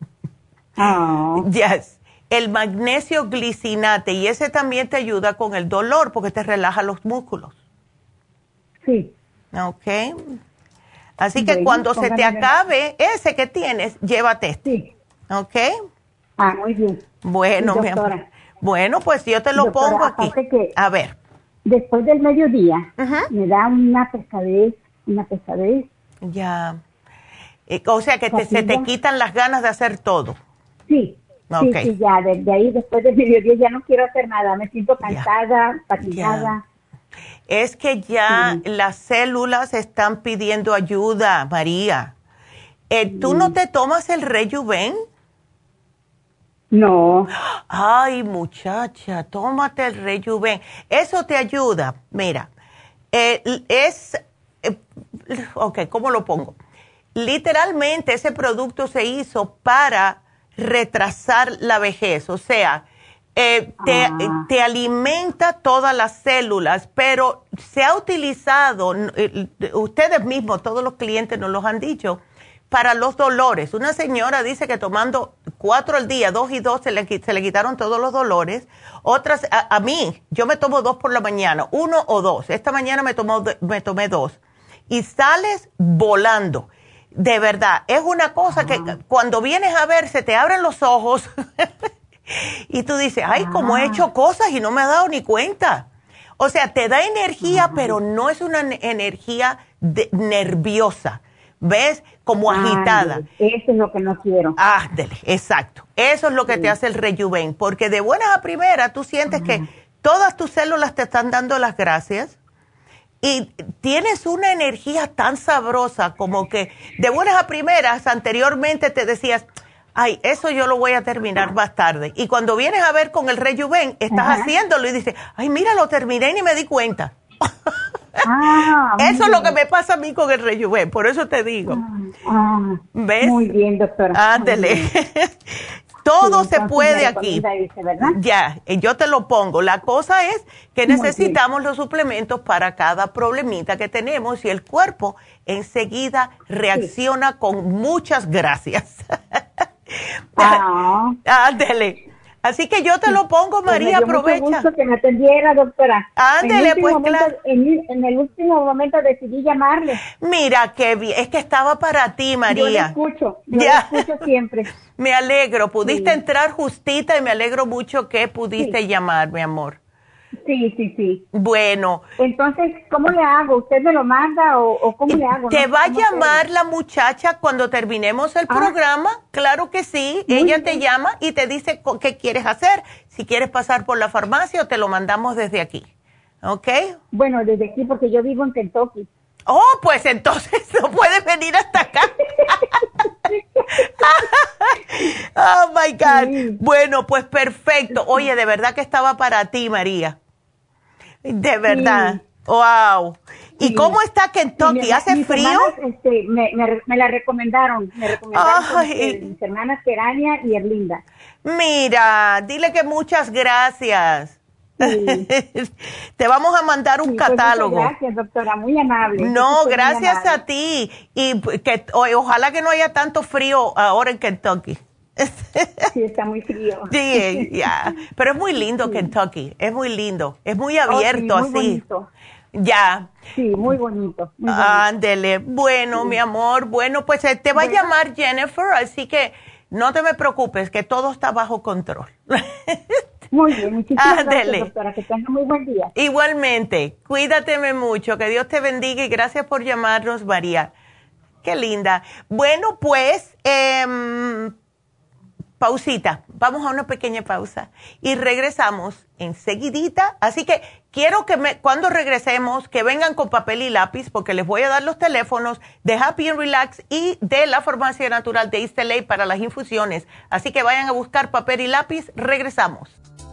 Yes. El magnesio glicinate, y ese también te ayuda con el dolor porque te relaja los músculos. Sí. Ok. Así que cuando se te acabe ese que tienes, llévate este. Sí. Ok. Muy bien. Bueno, mi amor. Bueno, pues yo te lo pongo aquí. A ver. Después del mediodía me da una pesadez. Ya. O sea, que se te quitan las ganas de hacer todo. Sí. Okay. Sí, ya, de ahí después del mediodía ya no quiero hacer nada, me siento cansada, fatigada. Es que ya las células están pidiendo ayuda, María. ¿Tú no te tomas el Rejuven? No. Ay, muchacha, tómate el Rejuven. Eso te ayuda. Mira, ok, ¿cómo lo pongo? Literalmente ese producto se hizo para retrasar la vejez, o sea, te alimenta todas las células, pero se ha utilizado, ustedes mismos, todos los clientes nos los han dicho, para los dolores. Una señora dice que tomando 4 al día, 2 y 2, se le quitaron todos los dolores. Otras, a mí, yo me tomo 2 por la mañana, 1 o 2. Esta mañana me tomé 2. Y sales volando. De verdad, es una cosa que cuando vienes a ver, se te abren los ojos y tú dices, ay, como he hecho cosas y no me he dado ni cuenta. O sea, te da energía, pero no es una energía nerviosa. ¿Ves? Como agitada. Eso es lo que no quiero. Dele, exacto. Eso es lo que te hace el Rejuven, porque de buenas a primeras tú sientes que todas tus células te están dando las gracias. Y tienes una energía tan sabrosa como que de buenas a primeras anteriormente te decías, ay, eso yo lo voy a terminar más tarde. Y cuando vienes a ver con el Rejuven, estás haciéndolo y dices, ay, mira, lo terminé y ni me di cuenta. Eso es lo que me pasa a mí con el Rejuven, por eso te digo. ¿Ves? Muy bien, doctora. Ándele. Todo se puede aquí. Ya, yo te lo pongo. La cosa es que necesitamos los suplementos para cada problemita que tenemos y el cuerpo enseguida reacciona con muchas gracias. Ándele. Así que yo te lo pongo, María, aprovecha. Mucho gusto que me atendiera, doctora. Ándele, pues claro. En el último momento decidí llamarle. Mira, qué bien. Es que estaba para ti, María. Yo la escucho siempre. Me alegro. Pudiste entrar justita y me alegro mucho que pudiste llamar, mi amor. Sí. Bueno. Entonces, ¿cómo le hago? ¿Usted me lo manda o cómo le hago? Te va a llamar la muchacha cuando terminemos el programa. Claro que sí. Ella te llama y te dice qué quieres hacer. Si quieres pasar por la farmacia o te lo mandamos desde aquí. ¿Ok? Bueno, desde aquí porque yo vivo en Kentucky. Oh, pues entonces no puedes venir hasta acá. Oh, my God. Bueno, pues perfecto. Oye, de verdad que estaba para ti, María. De verdad. Wow. ¿Y cómo está Kentucky? ¿Hace frío? Hermanas, me la recomendaron. Me recomendaron mis hermanas Gerania y Erlinda. Mira, dile que muchas gracias. Sí. Te vamos a mandar un catálogo. Pues gracias, doctora, muy amable. No, gracias a ti. Y que ojalá que no haya tanto frío ahora en Kentucky. Sí, está muy frío. Sí, ya. Pero es muy lindo Kentucky, es muy lindo, es muy abierto, sí, muy así. Bonito. Ya. Sí, muy bonito. Ándele. Bueno, mi amor, bueno, pues te va a llamar Jennifer, así que no te me preocupes, que todo está bajo control. Muy bien, muchísimas gracias, doctora, que tenga muy buen día. Igualmente, cuídateme mucho, que Dios te bendiga y gracias por llamarnos, María. Qué linda. Bueno, pues, pausita, vamos a una pequeña pausa y regresamos enseguidita. Así que quiero que cuando regresemos, que vengan con papel y lápiz, porque les voy a dar los teléfonos de Happy and Relax y de la Farmacia Natural de East LA para las infusiones. Así que vayan a buscar papel y lápiz, regresamos.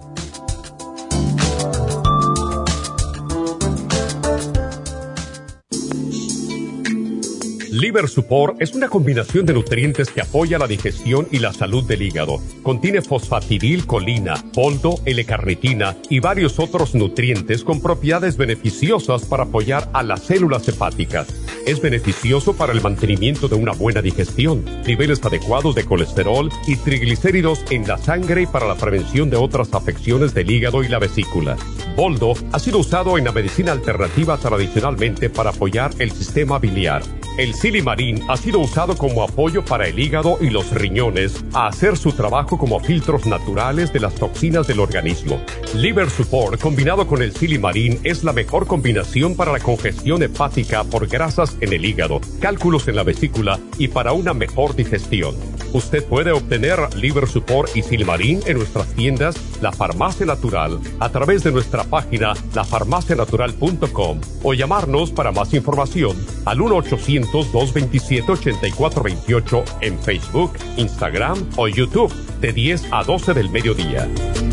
Liver Support es una combinación de nutrientes que apoya la digestión y la salud del hígado. Contiene fosfatidilcolina, boldo, L-carnitina y varios otros nutrientes con propiedades beneficiosas para apoyar a las células hepáticas. Es beneficioso para el mantenimiento de una buena digestión, niveles adecuados de colesterol y triglicéridos en la sangre y para la prevención de otras afecciones del hígado y la vesícula. Boldo ha sido usado en la medicina alternativa tradicionalmente para apoyar el sistema biliar. El Silimarín ha sido usado como apoyo para el hígado y los riñones a hacer su trabajo como filtros naturales de las toxinas del organismo. Liver Support combinado con el Silimarín es la mejor combinación para la congestión hepática por grasas en el hígado, cálculos en la vesícula y para una mejor digestión. Usted puede obtener Liver Support y Silimarín en nuestras tiendas La Farmacia Natural a través de nuestra página lafarmacianatural.com o llamarnos para más información al 1-800-227-8428 en Facebook, Instagram o YouTube de 10 a 12 del mediodía.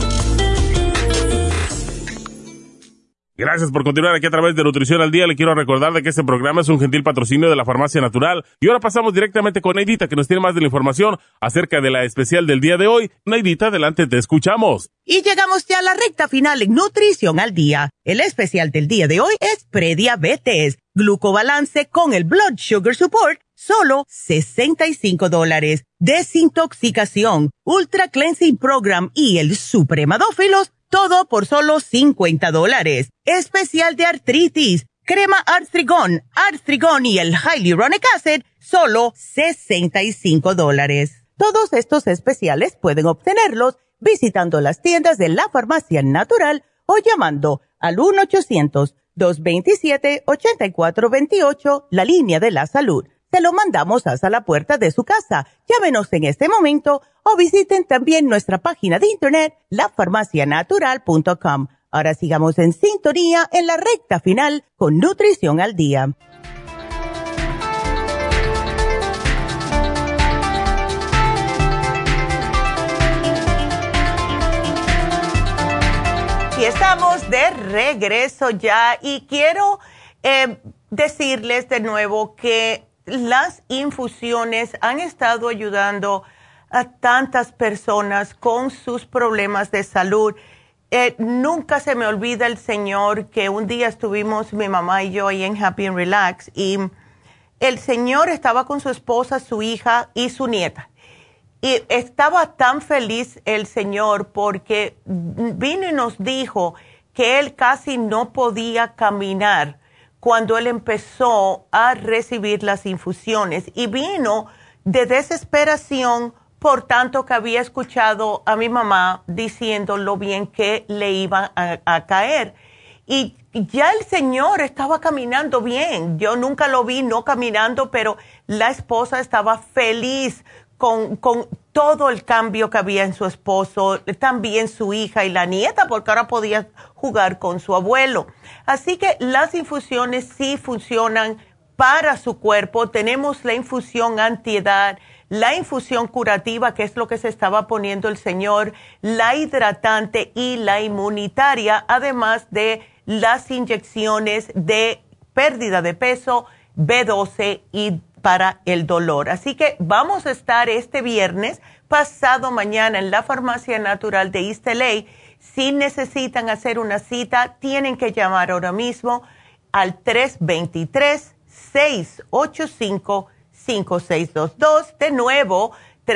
Gracias por continuar aquí a través de Nutrición al Día. Le quiero recordar de que este programa es un gentil patrocinio de la Farmacia Natural. Y ahora pasamos directamente con Neidita, que nos tiene más de la información acerca de la especial del día de hoy. Neidita, adelante, te escuchamos. Y llegamos ya a la recta final en Nutrición al Día. El especial del día de hoy es prediabetes, glucobalance con el Blood Sugar Support, solo $65. Desintoxicación, Ultra Cleansing Program y el Supremadófilos, todo por solo $50. Especial de artritis, crema Arthrigon y el Hyaluronic Acid, solo $65. Todos estos especiales pueden obtenerlos visitando las tiendas de la Farmacia Natural o llamando al 1-800-227-8428, la línea de la salud. Se lo mandamos hasta la puerta de su casa. Llámenos en este momento o visiten también nuestra página de internet, lafarmacianatural.com. Ahora sigamos en sintonía en la recta final con Nutrición al Día. Y estamos de regreso ya y quiero decirles de nuevo que las infusiones han estado ayudando a tantas personas con sus problemas de salud. Nunca se me olvida el señor que un día estuvimos mi mamá y yo ahí en Happy and Relax y el señor estaba con su esposa, su hija y su nieta. Y estaba tan feliz el señor porque vino y nos dijo que él casi no podía caminar cuando él empezó a recibir las infusiones y vino de desesperación por tanto que había escuchado a mi mamá diciendo lo bien que le iba a caer. Y ya el señor estaba caminando bien. Yo nunca lo vi no caminando, pero la esposa estaba feliz con todo el cambio que había en su esposo, también su hija y la nieta, porque ahora podía jugar con su abuelo. Así que las infusiones sí funcionan para su cuerpo. Tenemos la infusión antiedad, la infusión curativa, que es lo que se estaba poniendo el señor, la hidratante y la inmunitaria, además de las inyecciones de pérdida de peso, B12 y para el dolor. Así que vamos a estar este viernes, pasado mañana, en la Farmacia Natural de East LA. Si necesitan hacer una cita, tienen que llamar ahora mismo al 323-685-5622. De nuevo,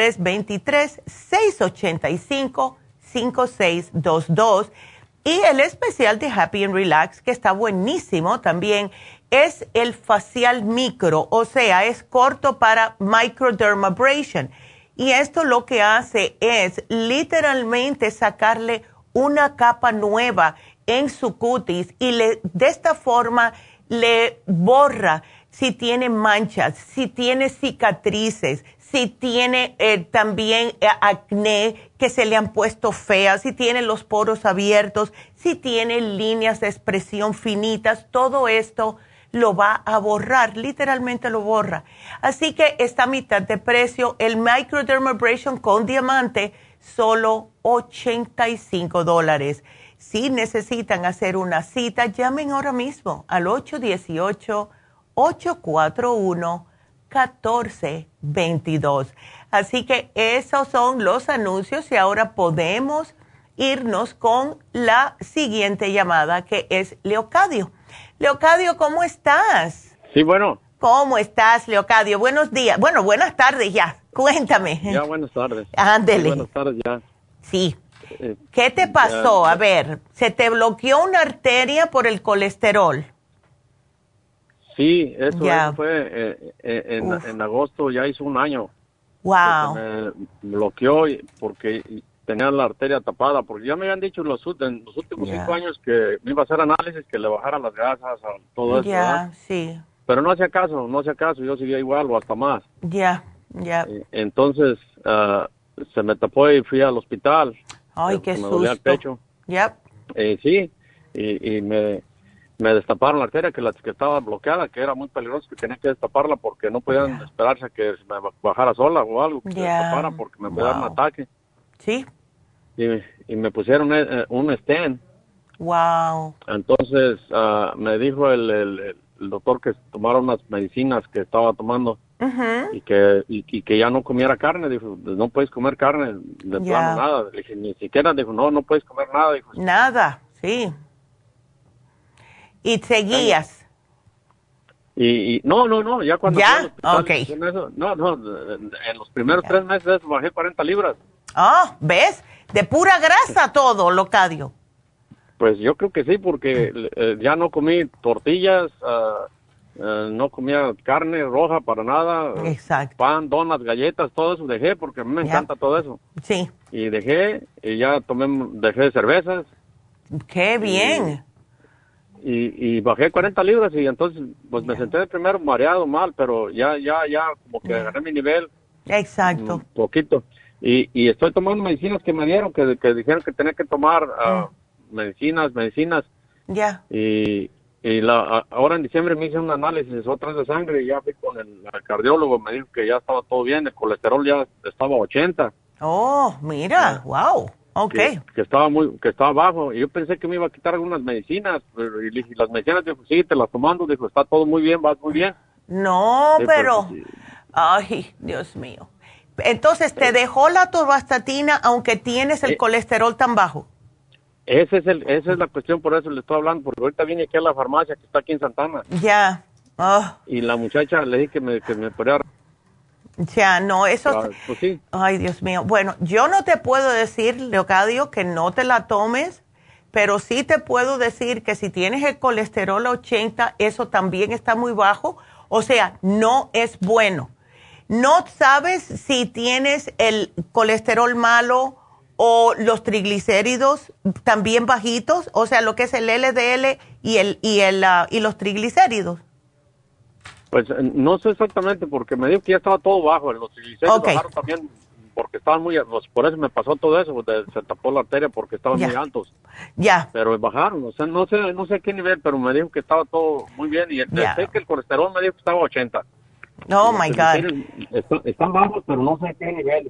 323-685-5622. Y el especial de Happy and Relax, que está buenísimo también, es el facial micro, o sea, es corto para microdermabrasion. Y esto lo que hace es literalmente sacarle una capa nueva en su cutis y de esta forma le borra si tiene manchas, si tiene cicatrices, si tiene también acné que se le han puesto feas, si tiene los poros abiertos, si tiene líneas de expresión finitas, todo esto lo va a borrar, literalmente lo borra. Así que está a mitad de precio. El microdermabrasion con diamante, solo $85. Si necesitan hacer una cita, llamen ahora mismo al 818-841-1422. Así que esos son los anuncios y ahora podemos irnos con la siguiente llamada, que es Leocadio. Leocadio, ¿cómo estás? Sí, bueno. ¿Cómo estás, Leocadio? Buenos días. Bueno, buenas tardes ya. Cuéntame. Ya, buenas tardes. Ándele. Sí, buenas tardes ya. Sí. ¿Qué te pasó? A ver, ¿se te bloqueó una arteria por el colesterol? Sí, eso fue en agosto, ya hizo un año. Wow. Me bloqueó porque tenía la arteria tapada, porque ya me habían dicho en los últimos 5 años que me iba a hacer análisis, que le bajaran las grasas, todo eso. Ya, sí. Pero no hacía caso, yo seguía igual o hasta más. Ya. Entonces, se me tapó y fui al hospital. Ay, qué susto. Me dolía el pecho. Sí, y me destaparon la arteria que estaba bloqueada, que era muy peligroso, que tenía que destaparla porque no podían esperarse a que me bajara sola o algo, que se destapara porque me podía dar un ataque. Sí. Y me pusieron un stent. Wow. Entonces me dijo el doctor que tomara unas medicinas que estaba tomando y que ya no comiera carne. Dijo, no puedes comer carne de plano, nada. Le dije, ni siquiera. Dijo, no puedes comer nada. Dijo, nada, sí. ¿Y seguías? Y no, ya cuando... ¿Ya? Ok. No, en los primeros 3 meses bajé 40 libras. Ah, ¿ves? De pura grasa todo, Locadio. Pues yo creo que sí, porque ya no comí tortillas, no comía carne roja para nada. Exacto. Pan, donas, galletas, todo eso dejé porque a mí me encanta todo eso. Sí. Y dejé, y ya dejé cervezas. ¡Qué bien! Y bajé 40 libras y entonces pues me senté primero mareado mal, pero ya como que agarré mi nivel. Exacto. Un poquito. Y estoy tomando medicinas que me dieron, que dijeron que tenía que tomar medicinas. Ya. Y ahora en diciembre me hice un análisis otra vez de sangre y ya fui con el cardiólogo, me dijo que ya estaba todo bien, el colesterol ya estaba 80. Oh, mira, wow. Okay. Que estaba bajo, y yo pensé que me iba a quitar algunas medicinas, y las medicinas dijo, sí, te las tomando, dijo, está todo muy bien, vas muy bien. No, sí, pero, ay, Dios mío. Entonces, ¿te dejó la atorvastatina aunque tienes el colesterol tan bajo? Esa es la cuestión, por eso le estoy hablando, porque ahorita vine aquí a la farmacia que está aquí en Santana. Ya. Y la muchacha le dije que me podía... Ya, no, eso... Pues sí. Ay, Dios mío. Bueno, yo no te puedo decir, Leocadio, que no te la tomes, pero sí te puedo decir que si tienes el colesterol a 80, eso también está muy bajo. O sea, no es bueno. ¿No sabes si tienes el colesterol malo o los triglicéridos también bajitos? O sea, lo que es el LDL y los triglicéridos. Pues no sé exactamente, porque me dijo que ya estaba todo bajo. Los triglicéridos bajaron también porque estaban muy... Por eso me pasó todo eso, se tapó la arteria porque estaban muy altos. Ya. Pero bajaron, o sea, no sé a qué nivel, pero me dijo que estaba todo muy bien. Y sé que el colesterol me dijo que estaba 80. Oh, my God. Están bajos, pero no sé a qué nivel.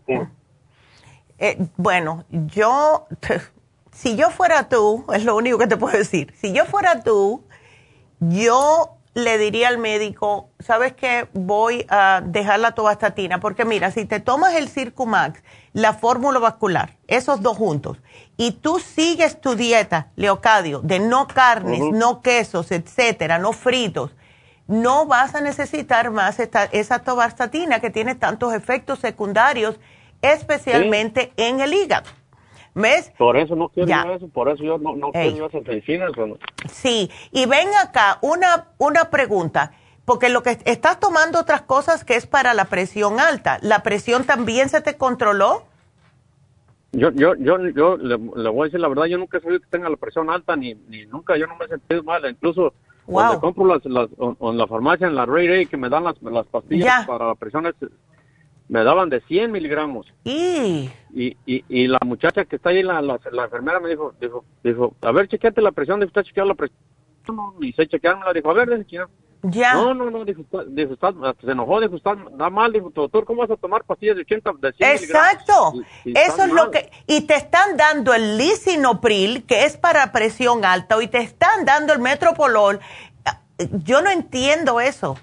Bueno, si yo fuera tú, es lo único que te puedo decir. Si yo fuera tú, yo le diría al médico, ¿sabes qué? Voy a dejar la atorvastatina, porque mira, si te tomas el Circumax, la fórmula vascular, esos dos juntos, y tú sigues tu dieta, Leocadio, de no carnes, no quesos, etcétera, no fritos, no vas a necesitar más esa atorvastatina que tiene tantos efectos secundarios, especialmente en el hígado. ¿Ves? Por eso no quiero eso, por eso yo no quiero esas medicinas. Sí, y ven acá, una pregunta, porque lo que estás tomando otras cosas que es para la presión alta, ¿la presión también se te controló? Yo le voy a decir la verdad, yo nunca he sabido que tenga la presión alta, ni nunca, yo no me he sentido mal, incluso cuando compro en la farmacia, en la Ray que me dan las pastillas para la presión, me daban de 100 miligramos. Y la muchacha que está ahí, la enfermera me dijo, a ver, chequeate la presión, dijo, está chequeando la presión. Y se chequearon, la dijo, a ver, chequear. Ya. No, dijo, se enojó, dijo, está mal, dijo, doctor, ¿cómo vas a tomar pastillas de 100 Exacto. miligramos? Eso es lo que, y te están dando el lisinopril, que es para presión alta, y te están dando el metoprolol. Yo no entiendo eso.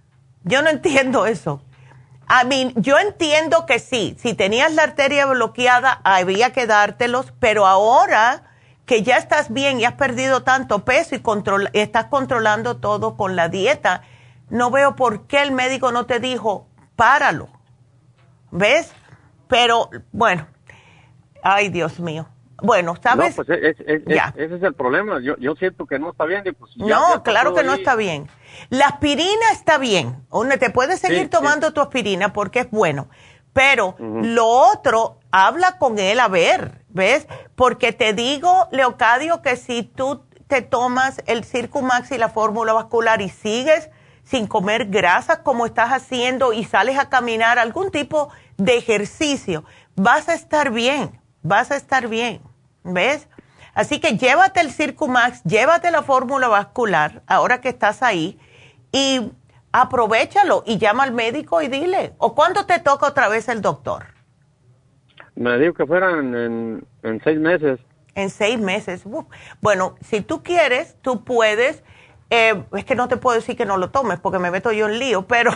Yo entiendo que sí, si tenías la arteria bloqueada, había que dártelos, pero ahora que ya estás bien y has perdido tanto peso y estás controlando todo con la dieta, no veo por qué el médico no te dijo, páralo. ¿Ves? Pero, bueno, ay, Dios mío. Bueno, ¿sabes? No, pues ese es el problema. Yo siento que no está bien. Y pues no, claro que no está bien. La aspirina está bien. Te puedes seguir tomando tu aspirina porque es bueno. Pero lo otro, habla con él a ver, ¿ves? Porque te digo, Leocadio, que si tú te tomas el Circumax y la fórmula vascular y sigues sin comer grasas como estás haciendo y sales a caminar, algún tipo de ejercicio, vas a estar bien, ¿ves? Así que llévate el Circumax, llévate la fórmula vascular, ahora que estás ahí, y aprovéchalo y llama al médico y dile. ¿O cuándo te toca otra vez el doctor? Me dijo que fueran en 6 meses. En 6 meses. Bueno, si tú quieres, tú puedes, es que no te puedo decir que no lo tomes porque me meto yo en lío, pero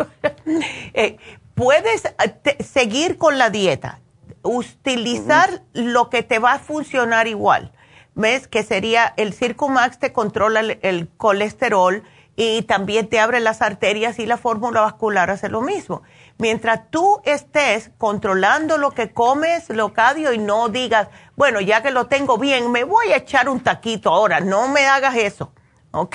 puedes seguir con la dieta, utilizar lo que te va a funcionar igual. ¿Ves? Que sería el Circumax, te controla el colesterol y también te abre las arterias, y la fórmula vascular hace lo mismo. Mientras tú estés controlando lo que comes, Leocadio, y no digas, bueno, ya que lo tengo bien, me voy a echar un taquito ahora. No me hagas eso, ¿ok?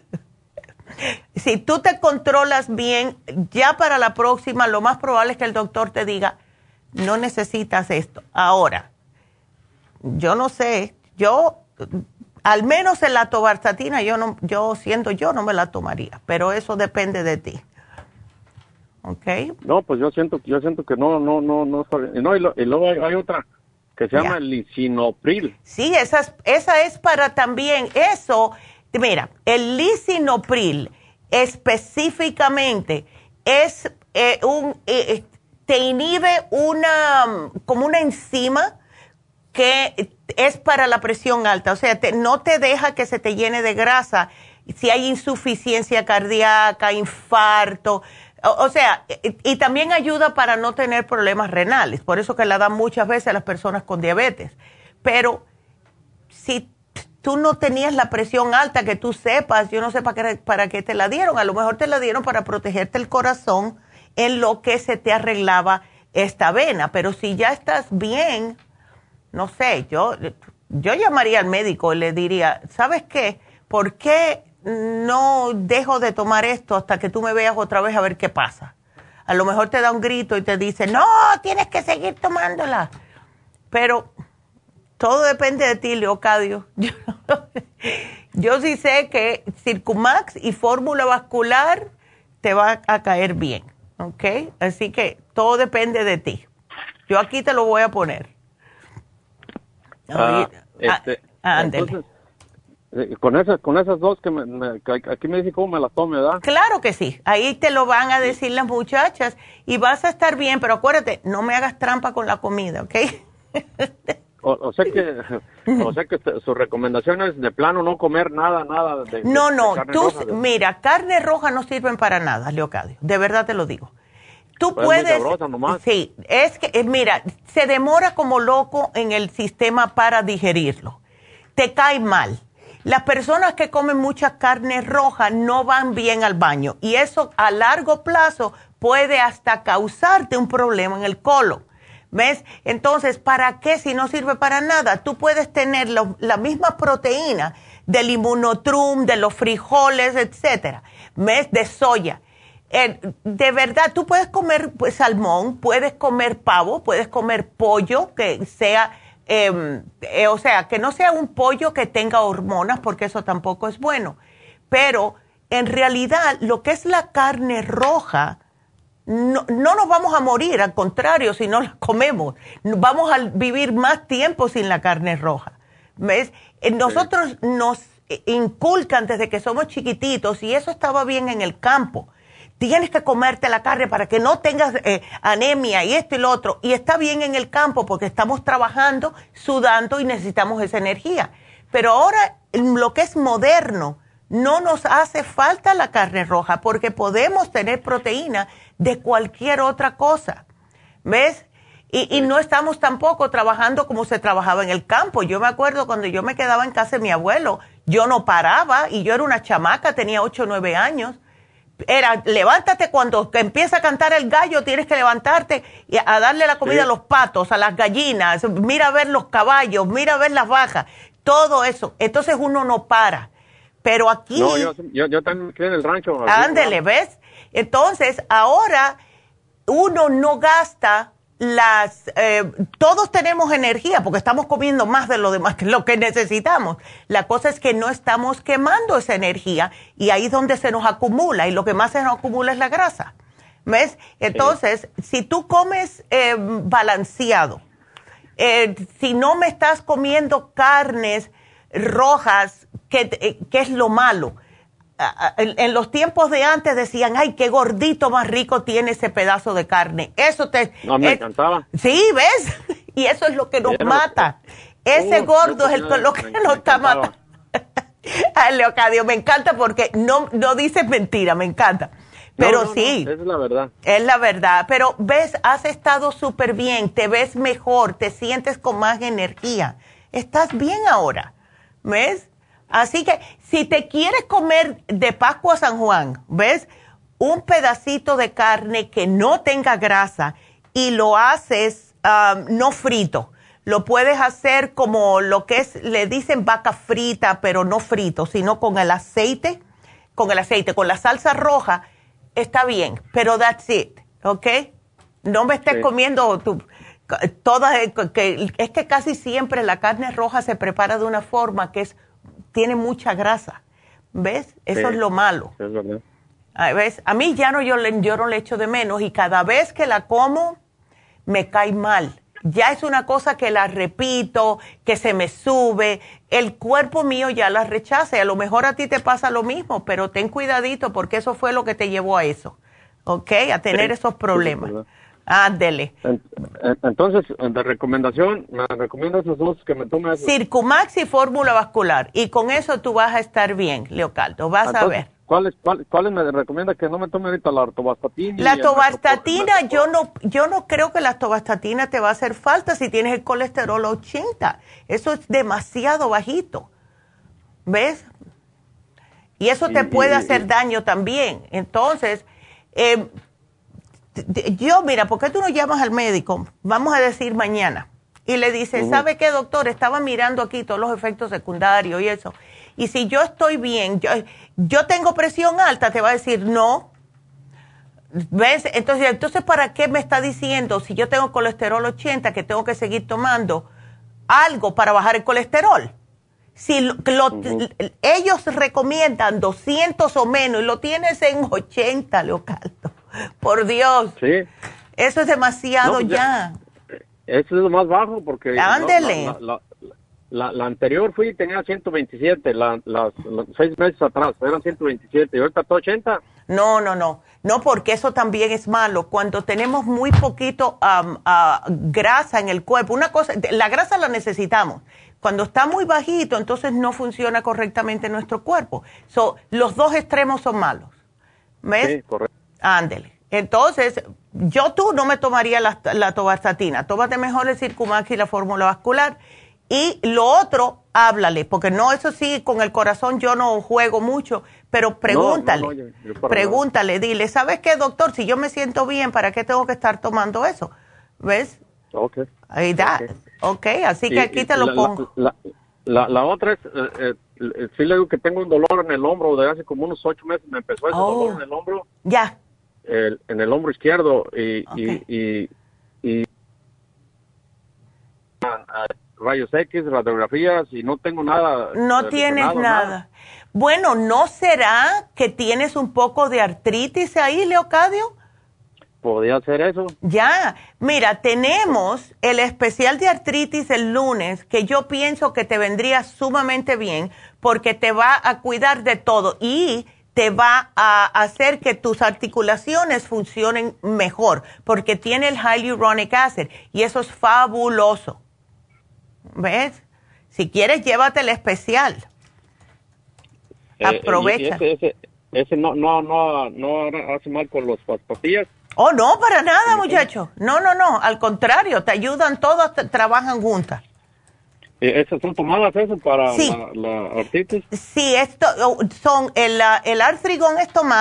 Si tú te controlas bien, ya para la próxima, lo más probable es que el doctor te diga, no necesitas esto. Ahora, yo no sé, al menos en la tobarzatina, yo no me la tomaría, pero eso depende de ti. ¿Ok? No, pues yo siento que no está bien. No, y luego hay otra que se llama lisinopril. Sí, esa es para también eso. Mira, el lisinopril específicamente es te inhibe como una enzima que es para la presión alta, o sea, no te deja que se te llene de grasa si hay insuficiencia cardíaca, infarto, o sea, y también ayuda para no tener problemas renales, por eso que la dan muchas veces a las personas con diabetes. Pero si tú no tenías la presión alta, que tú sepas, yo no sé para qué te la dieron, a lo mejor te la dieron para protegerte el corazón en lo que se te arreglaba esta vena, pero si ya estás bien, no sé, yo llamaría al médico y le diría, ¿sabes qué? ¿Por qué no dejo de tomar esto hasta que tú me veas otra vez a ver qué pasa? A lo mejor te da un grito y te dice, no, tienes que seguir tomándola. Pero todo depende de ti, Leocadio. Yo sí sé que Circumax y fórmula vascular te va a caer bien, ¿ok? Así que todo depende de ti. Yo aquí te lo voy a poner. Entonces, con esas dos que aquí me dice cómo me las tome, ¿verdad? Claro que sí, ahí te lo van a decir las muchachas y vas a estar bien, pero acuérdate, no me hagas trampa con la comida, ¿ok? O sea que su recomendación es de plano no comer nada de carne roja. Mira, carne roja no sirven para nada, Leocadio, de verdad te lo digo. Tú puedes, sí, es que, mira, se demora como loco en el sistema para digerirlo. Te cae mal. Las personas que comen mucha carne roja no van bien al baño y eso a largo plazo puede hasta causarte un problema en el colon. ¿Ves? Entonces, ¿para qué si no sirve para nada? Tú puedes tener la misma proteína del Immunotrum, de los frijoles, etcétera, ¿ves? De soya. De verdad, tú puedes comer salmón, puedes comer pavo, puedes comer pollo que sea, o sea, que no sea un pollo que tenga hormonas, porque eso tampoco es bueno. Pero en realidad, lo que es la carne roja, no nos vamos a morir, al contrario, si no la comemos. Vamos a vivir más tiempo sin la carne roja. ¿Ves? Nosotros nos inculcan desde que somos chiquititos, y eso estaba bien en el campo. Tienes que comerte la carne para que no tengas anemia y esto y lo otro. Y está bien en el campo porque estamos trabajando, sudando y necesitamos esa energía. Pero ahora, lo que es moderno, no nos hace falta la carne roja porque podemos tener proteína de cualquier otra cosa. ¿Ves? Y no estamos tampoco trabajando como se trabajaba en el campo. Yo me acuerdo cuando yo me quedaba en casa de mi abuelo, yo no paraba y yo era una chamaca, tenía 8 o 9 años. Era, levántate cuando empieza a cantar el gallo, tienes que levantarte y a darle la comida a los patos, a las gallinas, mira a ver los caballos, mira a ver las vacas, todo eso. Entonces uno no para. Pero aquí... No, yo también estoy en el rancho. Ándele, ¿ves? Entonces, ahora uno no gasta todos tenemos energía porque estamos comiendo más de lo demás que lo que necesitamos. La cosa es que no estamos quemando esa energía y ahí es donde se nos acumula y lo que más se nos acumula es la grasa. ¿Ves? Entonces, si tú comes balanceado, si no me estás comiendo carnes rojas, que es lo malo. En los tiempos de antes decían, ay, qué gordito más rico tiene ese pedazo de carne. Eso no, me encantaba. Sí, ¿ves? Y eso es lo que nos mata. Ese gordo es lo que nos está matando. Ay, Leocadio, me encanta porque no dices mentira, me encanta. Pero sí. Es la verdad. Es la verdad. Pero, ¿ves? Has estado súper bien, te ves mejor, te sientes con más energía. Estás bien ahora, ¿ves? Así que si te quieres comer de Pascua a San Juan, ¿ves? Un pedacito de carne que no tenga grasa y lo haces no frito. Lo puedes hacer como lo que es, le dicen vaca frita, pero no frito, sino con el aceite, con la salsa roja, está bien, pero that's it, ¿ok? No me estés comiendo es que casi siempre la carne roja se prepara de una forma que tiene mucha grasa, ¿ves? Eso es lo malo. Es verdad. ¿Ves? A mí ya yo no le echo de menos y cada vez que la como me cae mal. Ya es una cosa que la repito, que se me sube, el cuerpo mío ya la rechaza y a lo mejor a ti te pasa lo mismo, pero ten cuidadito porque eso fue lo que te llevó a eso, ¿ok? A tener esos problemas. Ándele. Entonces, de recomendación, me recomiendo esos dos que me tome. Circumax y fórmula vascular. Y con eso tú vas a estar bien, Leocaldo. Vas a ver. ¿Cuáles me recomienda que no me tome ahorita? La ortovastatina. La ortovastatina, yo no creo que la ortovastatina te va a hacer falta si tienes el colesterol 80. Eso es demasiado bajito. ¿Ves? Y eso te puede hacer daño también. Entonces, mira, ¿por qué tú no llamas al médico? Vamos a decir mañana. Y le dices, ¿sabe qué, doctor? Estaba mirando aquí todos los efectos secundarios y eso. Y si yo estoy bien, yo tengo presión alta, te va a decir, no. ¿Ves? Entonces, ¿para qué me está diciendo si yo tengo colesterol 80 que tengo que seguir tomando algo para bajar el colesterol? Si ellos recomiendan 200 o menos y lo tienes en 80, Leocaldo. Por Dios. Sí. Eso es demasiado ya. Eso es lo más bajo porque... Ándele. La anterior tenía 127, los 6 meses atrás eran 127 y ahorita está 80. No, porque eso también es malo. Cuando tenemos muy poquito grasa en el cuerpo, la grasa la necesitamos. Cuando está muy bajito, entonces no funciona correctamente nuestro cuerpo. Los dos extremos son malos. ¿Ves? Sí, correcto. Ándele. Entonces, tú no me tomaría la tovastatina. Tómate mejor el Circumax y la fórmula vascular. Y lo otro, háblale, porque eso sí, con el corazón yo no juego mucho, pero pregúntale, pregúntale, dile, ¿sabes qué, doctor? Si yo me siento bien, ¿para qué tengo que estar tomando eso? ¿Ves? Ok. Ahí da. Ok, así que aquí te lo pongo. La otra es, sí le digo que tengo un dolor en el hombro, de hace como unos 8 meses me empezó ese dolor en el hombro. Ya. En el hombro izquierdo y rayos X, radiografías y no tengo nada. No tienes nada. Bueno, ¿no será que tienes un poco de artritis ahí, Leocadio? ¿Podría ser eso? Ya, mira, tenemos el especial de artritis el lunes que yo pienso que te vendría sumamente bien porque te va a cuidar de todo y te va a hacer que tus articulaciones funcionen mejor porque tiene el hyaluronic acid y eso es fabuloso. ¿Ves? Si quieres, llévate el especial. Aprovecha. Ese no hace mal con las pastillas. Oh, no, para nada, muchacho. No. Al contrario, te ayudan, todas trabajan juntas. ¿Esas son tomadas para la artritis? Sí, el Artrigón es tomada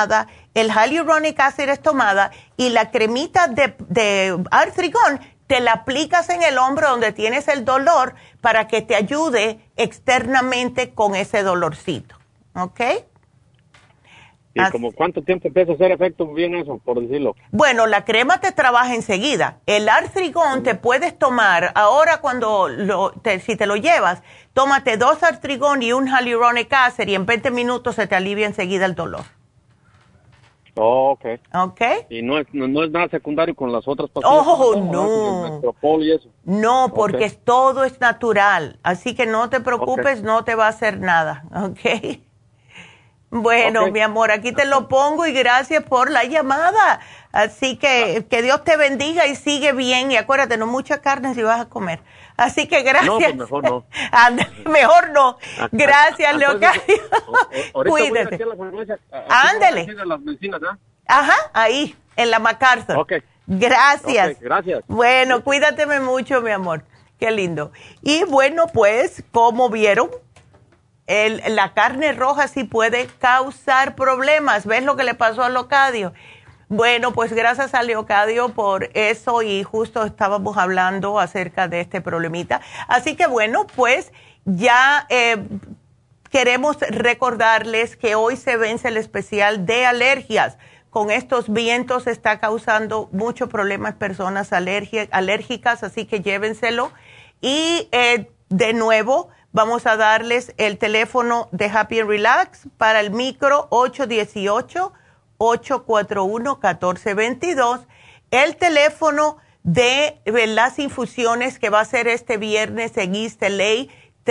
el hyaluronic acid es tomada y la cremita de artrigón te la aplicas en el hombro donde tienes el dolor para que te ayude externamente con ese dolorcito, ¿ok? ¿Y como cuánto tiempo empieza a hacer efecto bien eso, por decirlo? Bueno, la crema te trabaja enseguida. El artrigón te puedes tomar, ahora si te lo llevas, tómate 2 artrigón y un hyaluronic acid y en 20 minutos se te alivia enseguida el dolor. Oh, ok. Ok. Y no es nada secundario con las otras pastillas. Oh, no. Y eso. No, porque todo es natural. Así que no te preocupes, no te va a hacer nada. Ok. Bueno, mi amor, aquí te lo pongo y gracias por la llamada. Así que Dios te bendiga y sigue bien. Y acuérdate, no mucha carne si vas a comer. Así que gracias. No, pues mejor no. Mejor no. Gracias, Leocadio. Cuídate. Ándele. Ajá, ahí, en la MacArthur. Ok. Gracias. Okay, gracias. Bueno, cuídateme mucho, mi amor. Qué lindo. Y bueno, pues, como vieron, la carne roja sí puede causar problemas. ¿Ves lo que le pasó a Leocadio? Bueno, pues gracias a Leocadio por eso y justo estábamos hablando acerca de este problemita. Así que bueno, pues ya queremos recordarles que hoy se vence el especial de alergias. Con estos vientos está causando muchos problemas personas alérgicas, así que llévenselo. Y de nuevo, vamos a darles el teléfono de Happy and Relax para el micro 818-841-1422. El teléfono de las infusiones que va a ser este viernes en East LA,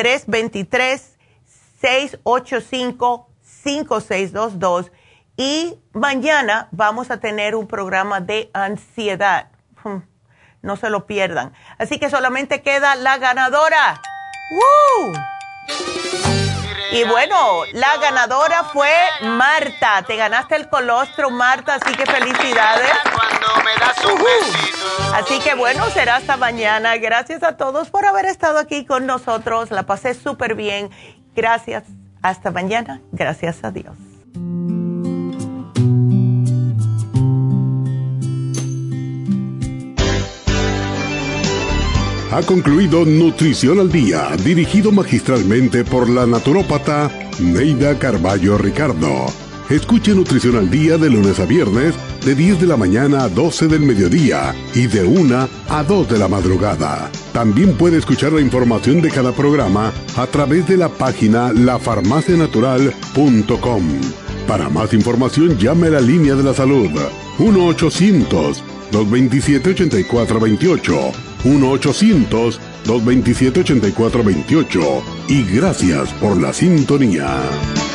323-685-5622. Y mañana vamos a tener un programa de ansiedad. No se lo pierdan. Así que solamente queda la ganadora. ¡Woo! Y bueno, la ganadora fue Marta. Te ganaste el colostrum, Marta, así que felicidades. Así que bueno, será hasta mañana. Gracias a todos por haber estado aquí con nosotros. La pasé súper bien. Gracias. Hasta mañana. Gracias a Dios. Ha concluido Nutrición al Día, dirigido magistralmente por la naturópata Neida Carballo Ricardo. Escuche Nutrición al Día de lunes a viernes, de 10 de la mañana a 12 del mediodía y de 1 a 2 de la madrugada. También puede escuchar la información de cada programa a través de la página lafarmacianatural.com. Para más información, llame a la línea de la salud, 1-800-227-8428. 1-800-227-8428. Y gracias por la sintonía.